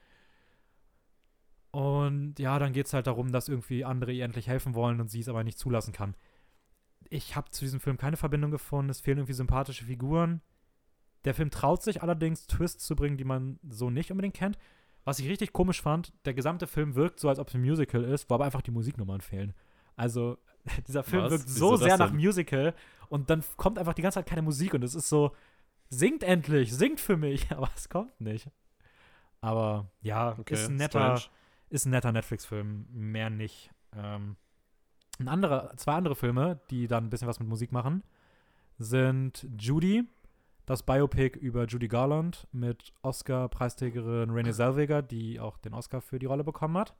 Und ja, dann geht es halt darum, dass irgendwie andere ihr endlich helfen wollen und sie es aber nicht zulassen kann. Ich habe zu diesem Film keine Verbindung gefunden. Es fehlen irgendwie sympathische Figuren. Der Film traut sich allerdings, Twists zu bringen, die man so nicht unbedingt kennt. Was ich richtig komisch fand, der gesamte Film wirkt so, als ob es ein Musical ist, wo aber einfach die Musiknummern fehlen. Also, dieser Film Was? wirkt Wieso so das sehr nach denn? Musical und dann kommt einfach die ganze Zeit keine Musik und es ist so, singt endlich, singt für mich, aber es kommt nicht. Aber ja, Okay, ist ein netter, strange. ist ein netter Netflix-Film, mehr nicht. Ähm, ein anderer, zwei andere Filme, die dann ein bisschen was mit Musik machen, sind Judy, das Biopic über Judy Garland mit Oscar-Preisträgerin Renée Zellweger, die auch den Oscar für die Rolle bekommen hat.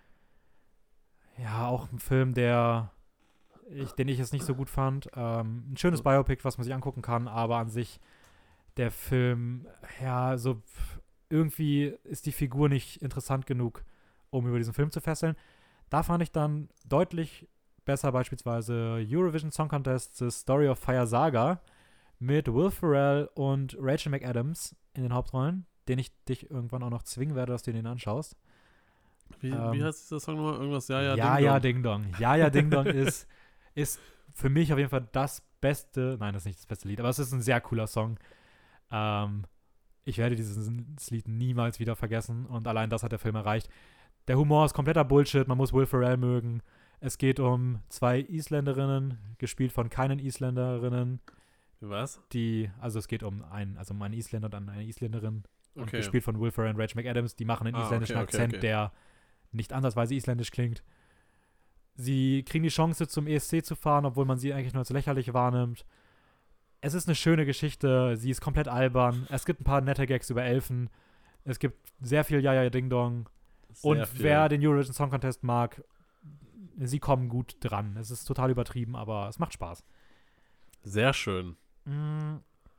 Ja, auch ein Film, der ich, den ich jetzt nicht so gut fand. Ähm, ein schönes Biopic, was man sich angucken kann, aber an sich der Film, ja, so irgendwie ist die Figur nicht interessant genug, um über diesen Film zu fesseln. Da fand ich dann deutlich besser beispielsweise Eurovision Song Contest The Story of Fire Saga mit Will Ferrell und Rachel McAdams in den Hauptrollen, den ich dich irgendwann auch noch zwingen werde, dass du den anschaust. Wie, Ähm, wie heißt dieser Song nochmal? Irgendwas? Ja, ja, Ja, Ding ja, Dong. Ding Dong. Ja, ja, Ding Dong ist, ist für mich auf jeden Fall das beste, nein, das ist nicht das beste Lied, aber es ist ein sehr cooler Song. Ähm, ich werde dieses Lied niemals wieder vergessen und allein das hat der Film erreicht. Der Humor ist kompletter Bullshit, man muss Will Ferrell mögen. Es geht um zwei Isländerinnen, gespielt von keinen Isländerinnen, Was? die, also es geht um einen, also um einen Isländer und eine Isländerin, und Okay. gespielt von Will Ferrell und Rachel McAdams, die machen einen Ah, isländischen okay, okay, Akzent, okay. der nicht ansatzweise isländisch klingt. Sie kriegen die Chance, zum E S C zu fahren, obwohl man sie eigentlich nur als lächerlich wahrnimmt. Es ist eine schöne Geschichte, sie ist komplett albern. Es gibt ein paar nette Gags über Elfen. Es gibt sehr viel Jaja Ding Dong. Sehr Und viel. wer den Eurovision Song Contest mag, sie kommen gut dran. Es ist total übertrieben, aber es macht Spaß. Sehr schön. Mm.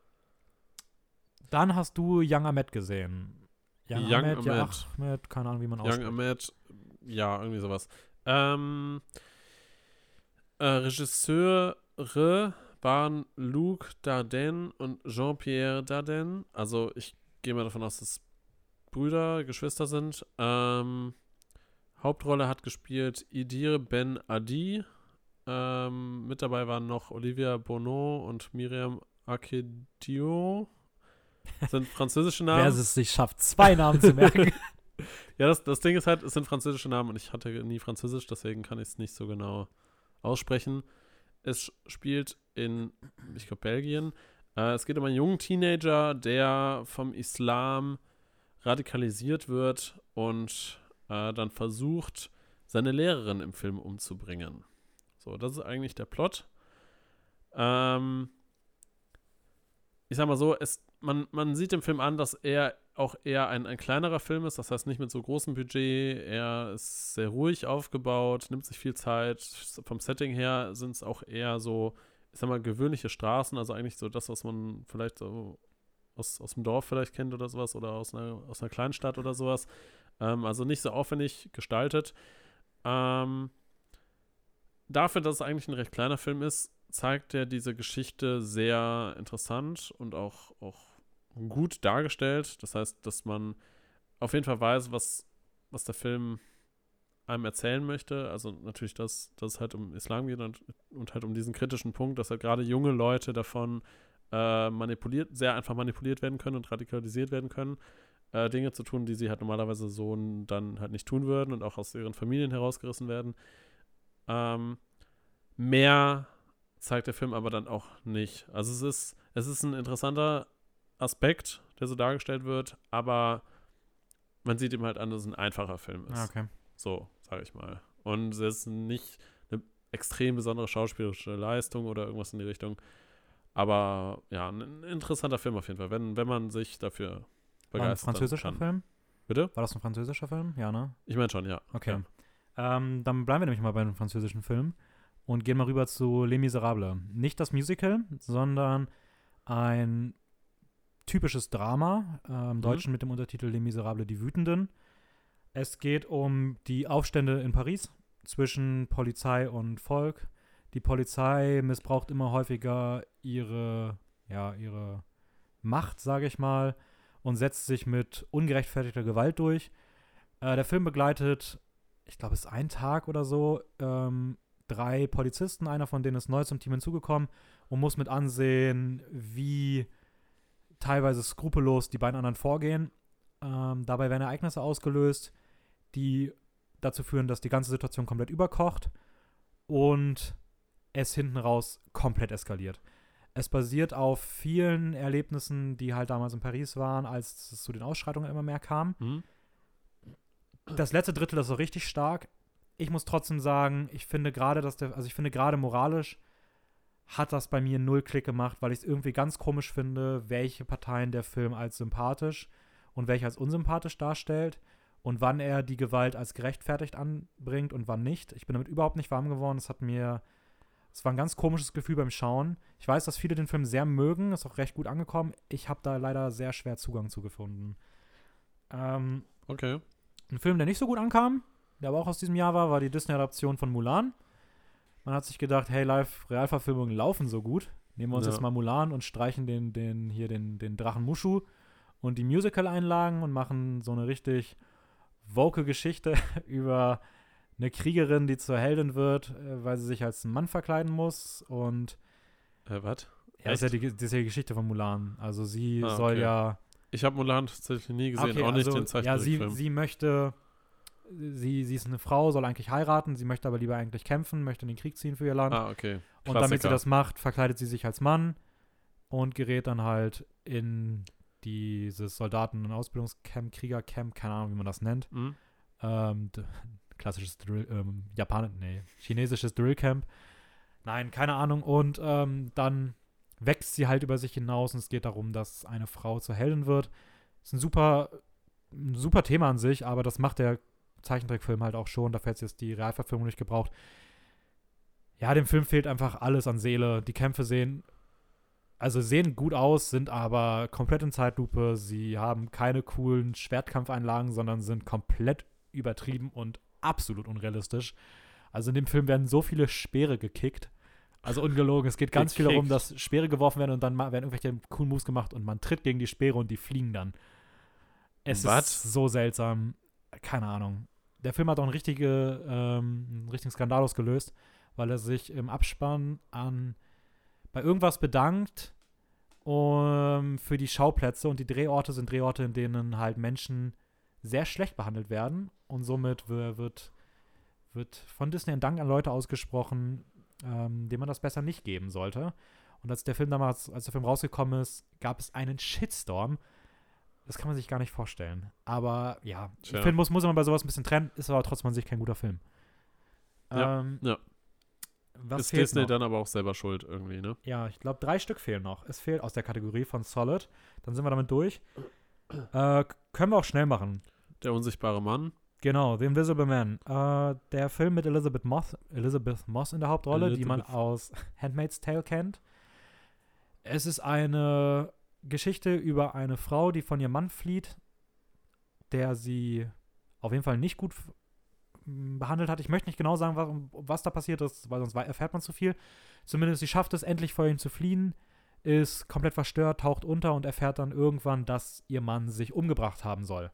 Dann hast du Young Ahmed gesehen. Young, Young Ahmed, ja, Ahmed. Ahmed, keine Ahnung, wie man Young ausspricht. Ahmed, ja, irgendwie sowas. Ähm, äh, Regisseure waren Luc Dardenne und Jean-Pierre Dardenne. Also ich gehe mal davon aus, dass Brüder, Geschwister sind. Ähm, Hauptrolle hat gespielt Idir Ben Adi. Ähm, mit dabei waren noch Olivia Bono und Miriam Akedio. Sind französische Namen. Wer es sich schafft, zwei Namen zu merken. Ja, das, das Ding ist halt, es sind französische Namen und ich hatte nie Französisch, deswegen kann ich es nicht so genau aussprechen. Es spielt in, ich glaube, Belgien. Äh, es geht um einen jungen Teenager, der vom Islam radikalisiert wird und äh, dann versucht, seine Lehrerin im Film umzubringen. So, das ist eigentlich der Plot. Ähm, ich sag mal so, es, man, man sieht im Film an, dass er auch eher ein, ein kleinerer Film ist, das heißt nicht mit so großem Budget, er ist sehr ruhig aufgebaut, nimmt sich viel Zeit, vom Setting her sind es auch eher so, ich sag mal, gewöhnliche Straßen, also eigentlich so das, was man vielleicht so aus, aus dem Dorf vielleicht kennt oder sowas oder aus einer, aus einer Kleinstadt oder sowas. Ähm, also nicht so aufwendig gestaltet. Ähm, dafür, dass es eigentlich ein recht kleiner Film ist, zeigt er diese Geschichte sehr interessant und auch, auch gut dargestellt. Das heißt, dass man auf jeden Fall weiß, was, was der Film einem erzählen möchte. Also natürlich, dass, dass es halt um Islam geht und, und halt um diesen kritischen Punkt, dass halt gerade junge Leute davon äh, manipuliert, sehr einfach manipuliert werden können und radikalisiert werden können, äh, Dinge zu tun, die sie halt normalerweise so dann halt nicht tun würden und auch aus ihren Familien herausgerissen werden. Ähm, mehr zeigt der Film aber dann auch nicht. Also es ist, es ist ein interessanter Aspekt, der so dargestellt wird, aber man sieht ihm halt an, dass es ein einfacher Film ist. Ah, okay. So, sage ich mal. Und es ist nicht eine extrem besondere schauspielerische Leistung oder irgendwas in die Richtung. Aber ja, ein interessanter Film auf jeden Fall, wenn, wenn man sich dafür begeistern kann. War ein französischer Film? Bitte? War das ein französischer Film? Ja, ne? Ich meine schon, ja. Okay. Ja. Ähm, dann bleiben wir nämlich mal bei einem französischen Film und gehen mal rüber zu Les Miserables. Nicht das Musical, sondern ein typisches Drama, äh, im Mhm. Deutschen mit dem Untertitel Les Miserables, die Wütenden. Es geht um die Aufstände in Paris zwischen Polizei und Volk. Die Polizei missbraucht immer häufiger ihre, ja, ihre Macht, sage ich mal, und setzt sich mit ungerechtfertigter Gewalt durch. Äh, der Film begleitet, ich glaube, es ist ein Tag oder so, ähm, drei Polizisten. Einer von denen ist neu zum Team hinzugekommen und muss mit ansehen, wie teilweise skrupellos die beiden anderen vorgehen. Ähm, dabei werden Ereignisse ausgelöst, die dazu führen, dass die ganze Situation komplett überkocht und es hinten raus komplett eskaliert. Es basiert auf vielen Erlebnissen, die halt damals in Paris waren, als es zu den Ausschreitungen immer mehr kam. Mhm. Das letzte Drittel ist so richtig stark. Ich muss trotzdem sagen, ich finde gerade, dass der, also ich finde gerade moralisch hat das bei mir null Klick gemacht, weil ich es irgendwie ganz komisch finde, welche Parteien der Film als sympathisch und welche als unsympathisch darstellt und wann er die Gewalt als gerechtfertigt anbringt und wann nicht. Ich bin damit überhaupt nicht warm geworden. Es hat mir, es war ein ganz komisches Gefühl beim Schauen. Ich weiß, dass viele den Film sehr mögen, ist auch recht gut angekommen. Ich habe da leider sehr schwer Zugang zu gefunden. Ähm, Okay. ein Film, der nicht so gut ankam, der aber auch aus diesem Jahr war, war die Disney-Adaption von Mulan. Man hat sich gedacht, hey, Live-Realverfilmungen laufen so gut. Nehmen wir uns Ja. jetzt mal Mulan und streichen den, den, hier den, den Drachen Mushu und die Musical-Einlagen und machen so eine richtig woke Geschichte über eine Kriegerin, die zur Heldin wird, äh, weil sie sich als Mann verkleiden muss. Und Äh, was? ja, das ist ja die, das ist ja die Geschichte von Mulan. Also sie Ah, soll okay. ja Ich habe Mulan tatsächlich nie gesehen, Okay, auch nicht also, den ja, sie, Zeichentrickfilm. sie möchte, sie, sie ist eine Frau, soll eigentlich heiraten, sie möchte aber lieber eigentlich kämpfen, möchte in den Krieg ziehen für ihr Land. Ah, okay. und damit sie Klassiker. das macht, verkleidet sie sich als Mann und gerät dann halt in dieses Soldaten- und Ausbildungscamp, Kriegercamp, keine Ahnung, wie man das nennt. Mhm. Ähm, d- klassisches Drill, ähm, Japan, nee, chinesisches Drillcamp. Nein, keine Ahnung. Und ähm, dann wächst sie halt über sich hinaus und es geht darum, dass eine Frau zur Heldin wird. Ist ein super, ein super Thema an sich, aber das macht der Zeichentrickfilm halt auch schon. Dafür hätte es jetzt die Realverfilmung nicht gebraucht. Ja, dem Film fehlt einfach alles an Seele. Die Kämpfe sehen, also sehen gut aus, sind aber komplett in Zeitlupe. Sie haben keine coolen Schwertkampfeinlagen, sondern sind komplett übertrieben und absolut unrealistisch. Also in dem Film werden so viele Speere gekickt. Also ungelogen. Es geht ganz viel darum, Gekickt. dass Speere geworfen werden und dann ma- werden irgendwelche coolen Moves gemacht und man tritt gegen die Speere und die fliegen dann. Es Was? ist so seltsam. Keine Ahnung. Der Film hat auch einen, richtige, ähm, einen richtigen Skandal ausgelöst, weil er sich im Abspann an bei irgendwas bedankt um, für die Schauplätze und die Drehorte sind Drehorte, in denen halt Menschen sehr schlecht behandelt werden und somit w- wird, wird von Disney ein Dank an Leute ausgesprochen, ähm, denen man das besser nicht geben sollte. Und als der Film damals, als der Film rausgekommen ist, gab es einen Shitstorm. Das kann man sich gar nicht vorstellen. Aber ja, Tja. ich finde, muss, muss man bei sowas ein bisschen trennen, ist aber trotzdem an sich kein guter Film. Ja, ähm, ja. Was Ist fehlt Disney noch? dann aber auch selber schuld irgendwie, ne? Ja, ich glaube, drei Stück fehlen noch. Es fehlt aus der Kategorie von Solid. Dann sind wir damit durch. Äh, k- können wir auch schnell machen. Der unsichtbare Mann. Genau, The Invisible Man. Äh, der Film mit Elizabeth Moss, Elizabeth Moss in der Hauptrolle, die man Elizabeth. aus Handmaid's Tale kennt. Es ist eine Geschichte über eine Frau, die von ihrem Mann flieht, der sie auf jeden Fall nicht gut f- m, behandelt hat. Ich möchte nicht genau sagen, was, was da passiert ist, weil sonst wei- erfährt man zu viel. Zumindest sie schafft es endlich vor ihm zu fliehen, ist komplett verstört, taucht unter und erfährt dann irgendwann, dass ihr Mann sich umgebracht haben soll.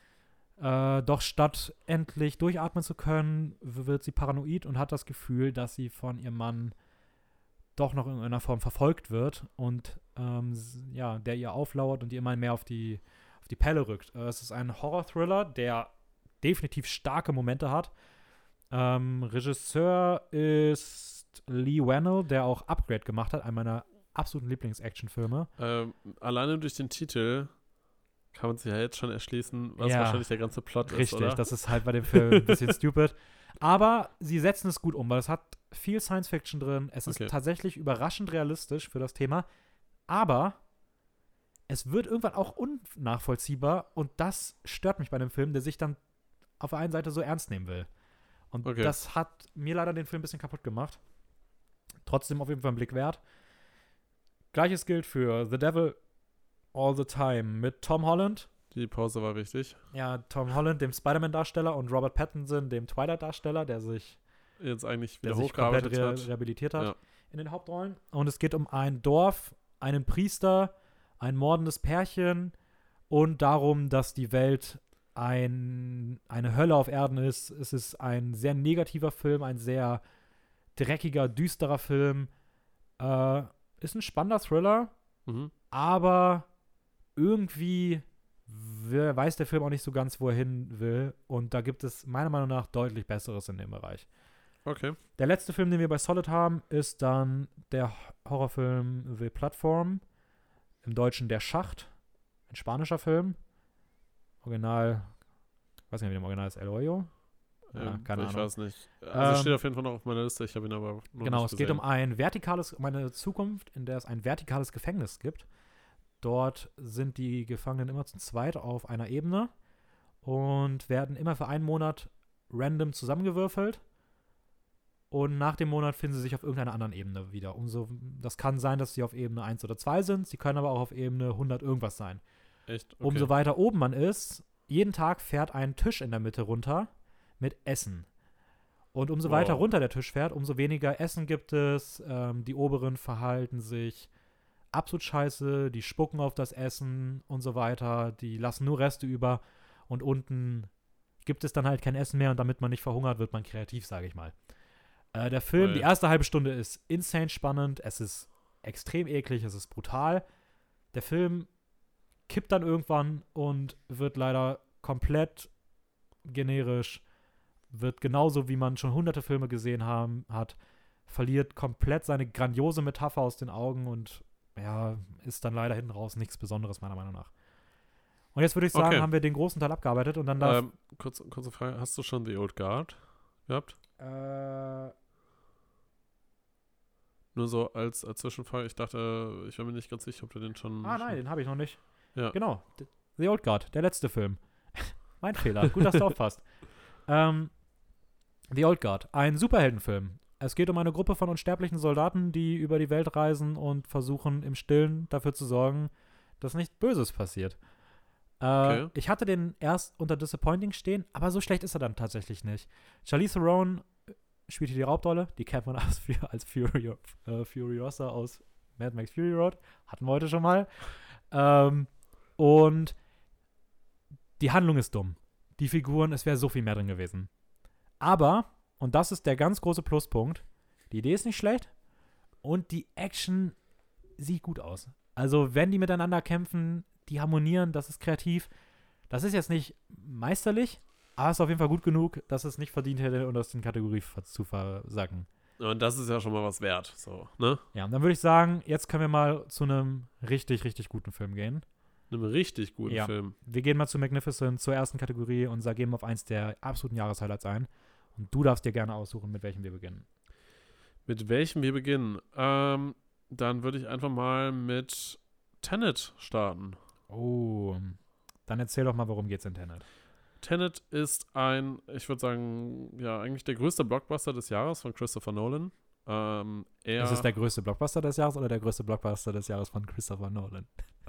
Äh, doch statt endlich durchatmen zu können, w- wird sie paranoid und hat das Gefühl, dass sie von ihrem Mann doch noch in irgendeiner Form verfolgt wird und ähm, s- ja, der ihr auflauert und ihr immer mehr auf die, auf die Pelle rückt. Äh, es ist ein Horror-Thriller, der definitiv starke Momente hat. Ähm, Regisseur ist Lee Wannell, der auch Upgrade gemacht hat, einer meiner absoluten Lieblings-Action-Filme. Ähm, alleine durch den Titel kann man sich ja jetzt schon erschließen, was Ja, wahrscheinlich der ganze Plot ist, Richtig, oder? das ist halt bei dem Film ein bisschen stupid. Aber sie setzen es gut um, weil es hat viel Science-Fiction drin. Es ist Okay. tatsächlich überraschend realistisch für das Thema. Aber es wird irgendwann auch unnachvollziehbar und das stört mich bei dem Film, der sich dann auf der einen Seite so ernst nehmen will. Und Okay. das hat mir leider den Film ein bisschen kaputt gemacht. Trotzdem auf jeden Fall einen Blick wert. Gleiches gilt für The Devil All the Time mit Tom Holland. Die Pause war wichtig. Ja, Tom Holland, dem Spider-Man-Darsteller, und Robert Pattinson, dem Twilight-Darsteller, der sich, Jetzt eigentlich der wieder sich komplett hochgearbeitet re hat. rehabilitiert hat Ja. in den Hauptrollen. Und es geht um ein Dorf, einen Priester, ein mordendes Pärchen und darum, dass die Welt ein, eine Hölle auf Erden ist. Es ist ein sehr negativer Film, ein sehr dreckiger, düsterer Film. Äh, ist ein spannender Thriller, Mhm. aber irgendwie we- weiß der Film auch nicht so ganz, wo er hin will. Und da gibt es meiner Meinung nach deutlich Besseres in dem Bereich. Okay. Der letzte Film, den wir bei Solid haben, ist dann der Horrorfilm The Platform. Im Deutschen Der Schacht. Ein spanischer Film. Original, ich weiß nicht, wie der im Original ist, El Hoyo? Ja, Ähm, keine ich Ahnung. weiß nicht. Also Ähm, steht auf jeden Fall noch auf meiner Liste. Ich habe ihn aber noch Genau, nicht es geht um gesehen. ein vertikales, um eine Zukunft, in der es ein vertikales Gefängnis gibt. Dort sind die Gefangenen immer zu zweit auf einer Ebene und werden immer für einen Monat random zusammengewürfelt. Und nach dem Monat finden sie sich auf irgendeiner anderen Ebene wieder. Umso, das kann sein, dass sie auf Ebene eins oder zwei sind. Sie können aber auch auf Ebene hundert irgendwas sein. Echt? Okay. Umso weiter oben man ist, jeden Tag fährt ein Tisch in der Mitte runter mit Essen. Und umso Wow. weiter runter der Tisch fährt, umso weniger Essen gibt es. Ähm, die Oberen verhalten sich absolut scheiße, die spucken auf das Essen und so weiter. Die lassen nur Reste über. Und unten gibt es dann halt kein Essen mehr. Und damit man nicht verhungert, wird man kreativ, sage ich mal. Äh, der Film, Ui. die erste halbe Stunde ist insane spannend. Es ist extrem eklig, es ist brutal. Der Film kippt dann irgendwann und wird leider komplett generisch, wird genauso, wie man schon hunderte Filme gesehen haben, hat, verliert komplett seine grandiose Metapher aus den Augen und ja, ist dann leider hinten raus nichts Besonderes, meiner Meinung nach. Und jetzt würde ich sagen, Okay. haben wir den großen Teil abgearbeitet und dann darf Ähm, kurz, kurze Frage. Hast du schon The Old Guard gehabt? äh, Nur so als, als Zwischenfrage. Ich dachte, ich war mir nicht ganz sicher, ob du den schon. Ah, nein, schon den habe ich noch nicht. Ja. Genau. D- The Old Guard, der letzte Film. Mein Fehler. Gut, dass du aufpasst. Ähm, The Old Guard, ein Superheldenfilm. Es geht um eine Gruppe von unsterblichen Soldaten, die über die Welt reisen und versuchen im Stillen dafür zu sorgen, dass nichts Böses passiert. Äh, Okay. Ich hatte den erst unter Disappointing stehen, aber so schlecht ist er dann tatsächlich nicht. Charlize Theron spielt hier die Hauptrolle. Die kennt man als, als Furio, äh, Furiosa aus Mad Max Fury Road. Hatten wir heute schon mal. Ähm, und die Handlung ist dumm. Die Figuren, es wäre so viel mehr drin gewesen. Aber, und das ist der ganz große Pluspunkt, die Idee ist nicht schlecht und die Action sieht gut aus. Also, wenn die miteinander kämpfen, die harmonieren, das ist kreativ. Das ist jetzt nicht meisterlich, aber es ist auf jeden Fall gut genug, dass es nicht verdient hätte, um das in Kategorie ver- zu versacken. Und das ist ja schon mal was wert. So, ne? Ja, und dann würde ich sagen, jetzt können wir mal zu einem richtig, richtig guten Film gehen. Einem richtig guten Ja. Film. Wir gehen mal zu Magnificent, zur ersten Kategorie und sa- gehen auf eins der absoluten Jahreshighlights ein. Und du darfst dir gerne aussuchen, mit welchem wir beginnen. Mit welchem wir beginnen? Ähm, dann würde ich einfach mal mit Tenet starten. Oh, dann erzähl doch mal, worum geht's in Tenet. Tenet ist ein, ich würde sagen, ja, eigentlich der größte Blockbuster des Jahres von Christopher Nolan. Ähm, er, Ist es der größte Blockbuster des Jahres oder der größte Blockbuster des Jahres von Christopher Nolan?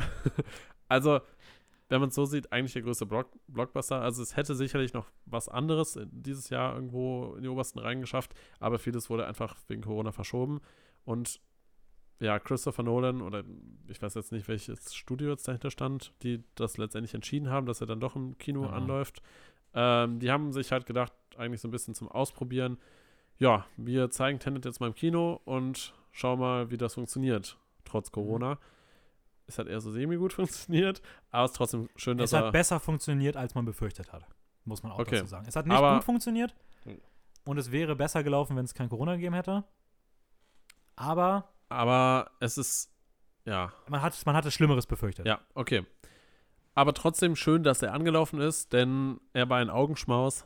also, wenn man es so sieht, eigentlich der größte Block, Blockbuster. Also es hätte sicherlich noch was anderes dieses Jahr irgendwo in die obersten Reihen geschafft, aber vieles wurde einfach wegen Corona verschoben. Und ja, Christopher Nolan, oder ich weiß jetzt nicht, welches Studio jetzt dahinter stand, die das letztendlich entschieden haben, dass er dann doch im Kino Aha. anläuft. Ähm, die haben sich halt gedacht, eigentlich so ein bisschen zum Ausprobieren, ja, wir zeigen Tenet jetzt mal im Kino und schauen mal, wie das funktioniert, trotz Corona. Mhm. Es hat eher so semi-gut funktioniert, aber es ist trotzdem schön, dass es hat er besser funktioniert, als man befürchtet hat, muss man auch okay. dazu sagen. Es hat nicht aber, gut funktioniert und es wäre besser gelaufen, wenn es kein Corona gegeben hätte. Aber Aber es ist, ja. Man hat, man hatte Schlimmeres befürchtet. Ja, okay. Aber trotzdem schön, dass er angelaufen ist, denn er war ein Augenschmaus.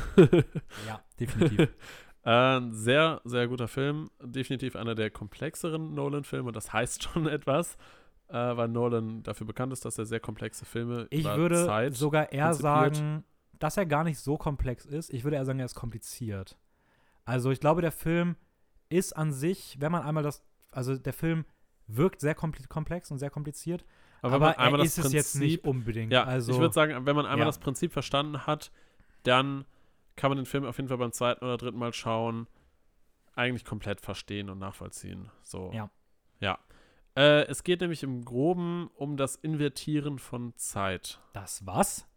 Ja, definitiv. äh, sehr, sehr guter Film. Definitiv einer der komplexeren Nolan-Filme. Das heißt schon etwas, äh, weil Nolan dafür bekannt ist, dass er sehr komplexe Filme Ich über würde Zeit sogar eher konzipiert. sagen, dass er gar nicht so komplex ist. Ich würde eher sagen, er ist kompliziert. Also ich glaube, der Film ist an sich, wenn man einmal das, also der Film wirkt sehr komplex und sehr kompliziert, aber, aber wenn man einmal er das ist Prinzip, es jetzt nicht unbedingt. Ja, also, ich würde sagen, wenn man einmal ja. das Prinzip verstanden hat, dann kann man den Film auf jeden Fall beim zweiten oder dritten Mal schauen, eigentlich komplett verstehen und nachvollziehen. So. Ja. Ja. Äh, es geht nämlich im Groben um das Invertieren von Zeit. Das was?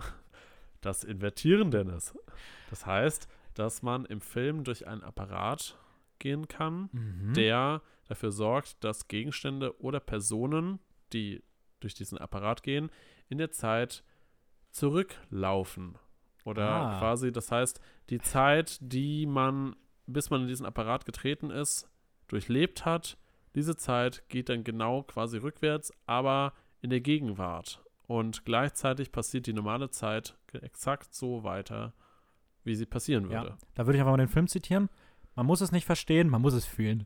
Das Invertieren, Dennis. Das heißt, dass man im Film durch einen Apparat gehen kann, Mhm. der dafür sorgt, dass Gegenstände oder Personen, die durch diesen Apparat gehen, in der Zeit zurücklaufen. Oder Ah. quasi, das heißt, die Zeit, die man, bis man in diesen Apparat getreten ist, durchlebt hat, diese Zeit geht dann genau quasi rückwärts, aber in der Gegenwart. Und gleichzeitig passiert die normale Zeit exakt so weiter, wie sie passieren würde. Ja, da würde ich einfach mal den Film zitieren. Man muss es nicht verstehen, man muss es fühlen.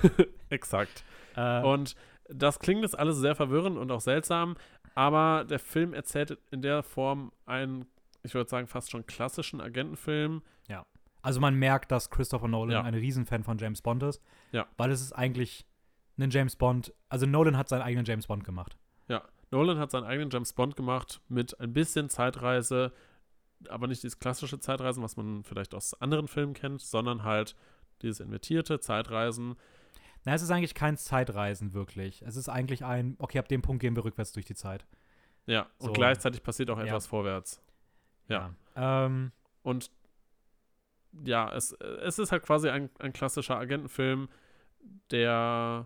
Exakt. Äh, Und das klingt jetzt alles sehr verwirrend und auch seltsam, aber der Film erzählt in der Form einen, ich würde sagen, fast schon klassischen Agentenfilm. Also man merkt, dass Christopher Nolan Ja. ein Riesenfan von James Bond ist. Ja. Weil es ist eigentlich ein James Bond, also Nolan hat seinen eigenen James Bond gemacht. Ja, Nolan hat seinen eigenen James Bond gemacht mit ein bisschen Zeitreise, aber nicht dieses klassische Zeitreisen, was man vielleicht aus anderen Filmen kennt, sondern halt dieses invertierte Zeitreisen. Na, es ist eigentlich kein Zeitreisen wirklich. Es ist eigentlich ein, okay, ab dem Punkt gehen wir rückwärts durch die Zeit. Ja, und So. gleichzeitig passiert auch Ja. etwas vorwärts. Ja. Ja. Ähm, Und ja, es, es ist halt quasi ein, ein klassischer Agentenfilm, der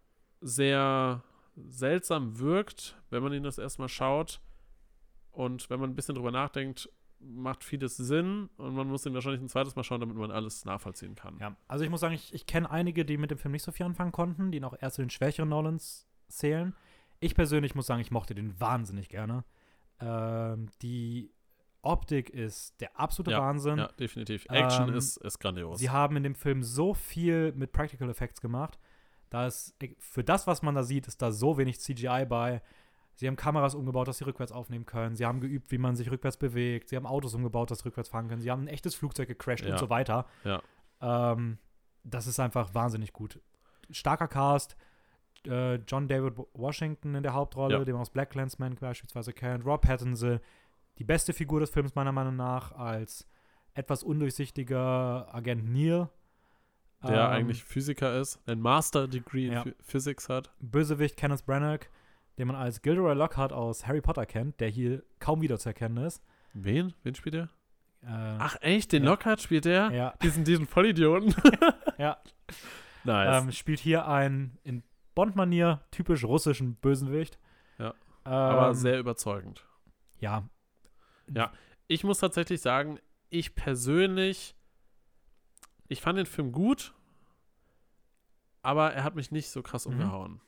sehr seltsam wirkt, wenn man ihn das erstmal schaut. Und wenn man ein bisschen drüber nachdenkt, macht vieles Sinn. Und man muss ihn wahrscheinlich ein zweites Mal schauen, damit man alles nachvollziehen kann. ja. Also ich muss sagen, ich, ich kenne einige, die mit dem Film nicht so viel anfangen konnten, die noch erst zu den schwächeren Nolans zählen. Ich persönlich muss sagen, ich mochte den wahnsinnig gerne. Ähm, die Optik ist der absolute Ja, Wahnsinn. Ja, definitiv. Action Ähm, ist, ist grandios. Sie haben in dem Film so viel mit Practical Effects gemacht, dass für das, was man da sieht, ist da so wenig C G I bei. Sie haben Kameras umgebaut, dass sie rückwärts aufnehmen können. Sie haben geübt, wie man sich rückwärts bewegt. Sie haben Autos umgebaut, dass sie rückwärts fahren können. Sie haben ein echtes Flugzeug gecrashed Ja. und so weiter. Ja. Ähm, das ist einfach wahnsinnig gut. Starker Cast. Äh, John David Washington in der Hauptrolle, Ja. den man aus BlacKkKlansman beispielsweise kennt. Rob Pattinson, die beste Figur des Films meiner Meinung nach, als etwas undurchsichtiger Agent Neil. Der Ähm, eigentlich Physiker ist, ein Master-Degree Ja. in Phy- Physics hat. Bösewicht Kenneth Branagh, den man als Gilderoy Lockhart aus Harry Potter kennt, der hier kaum wiederzuerkennen ist. Wen? Wen spielt er? Äh, Ach echt? Den ja. Lockhart spielt er? ja, Diesen, diesen Vollidioten? ja. Nice. Ähm, spielt hier einen in Bond-Manier typisch russischen Bösewicht. Ja. Ähm, Aber sehr überzeugend. Ja. Ja. Ich muss tatsächlich sagen, ich persönlich, ich fand den Film gut, aber er hat mich nicht so krass Mhm. umgehauen.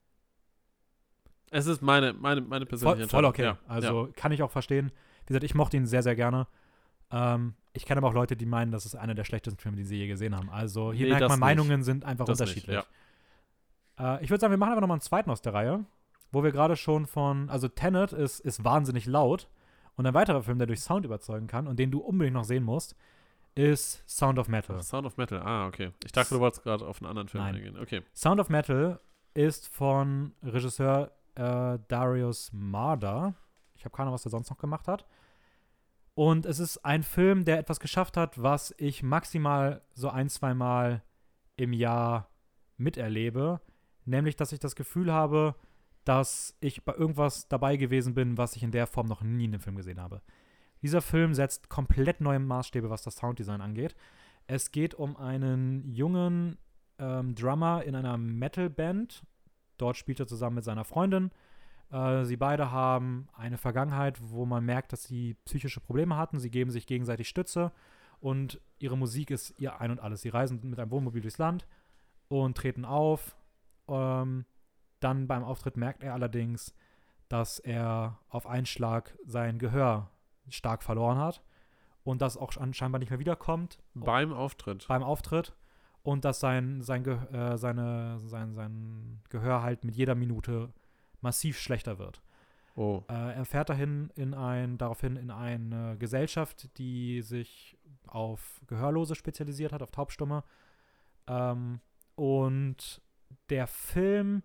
Es ist meine, meine, meine persönliche Voll, voll Entscheidung. okay. Ja. Also kann ich auch verstehen. Wie gesagt, ich mochte ihn sehr, sehr gerne. Ähm, ich kenne aber auch Leute, die meinen, das ist einer der schlechtesten Filme, die sie je gesehen haben. Also hier Nee, merkt das man, nicht. Meinungen sind einfach Das nicht, unterschiedlich. Äh, ich würde sagen, wir machen einfach nochmal einen zweiten aus der Reihe, wo wir gerade schon von, also Tenet ist, ist wahnsinnig laut und ein weiterer Film, der durch Sound überzeugen kann und den du unbedingt noch sehen musst, ist Sound of Metal. Ach, Sound of Metal, ah, okay. Ich dachte, du wolltest gerade auf einen anderen Film Nein. eingehen. Okay. Sound of Metal ist von Regisseur äh, Darius Marder. Ich habe keine Ahnung, was der sonst noch gemacht hat. Und es ist ein Film, der etwas geschafft hat, was ich maximal so ein, zwei Mal im Jahr miterlebe. Nämlich, dass ich das Gefühl habe, dass ich bei irgendwas dabei gewesen bin, was ich in der Form noch nie in einem Film gesehen habe. Dieser Film setzt komplett neue Maßstäbe, was das Sounddesign angeht. Es geht um einen jungen ähm, Drummer in einer Metalband. Dort spielt er zusammen mit seiner Freundin. Äh, sie beide haben eine Vergangenheit, wo man merkt, dass sie psychische Probleme hatten. Sie geben sich gegenseitig Stütze und ihre Musik ist ihr Ein und Alles. Sie reisen mit einem Wohnmobil durchs Land und treten auf. Ähm, dann beim Auftritt merkt er allerdings, dass er auf einen Schlag sein Gehör stark verloren hat und das auch scheinbar nicht mehr wiederkommt. Beim Auftritt. Beim Auftritt. Und dass sein, sein, Ge- äh, seine, sein, sein Gehör halt mit jeder Minute massiv schlechter wird. Oh. Äh, er fährt dahin in ein, daraufhin in eine Gesellschaft, die sich auf Gehörlose spezialisiert hat, auf Taubstumme. Ähm, und der Film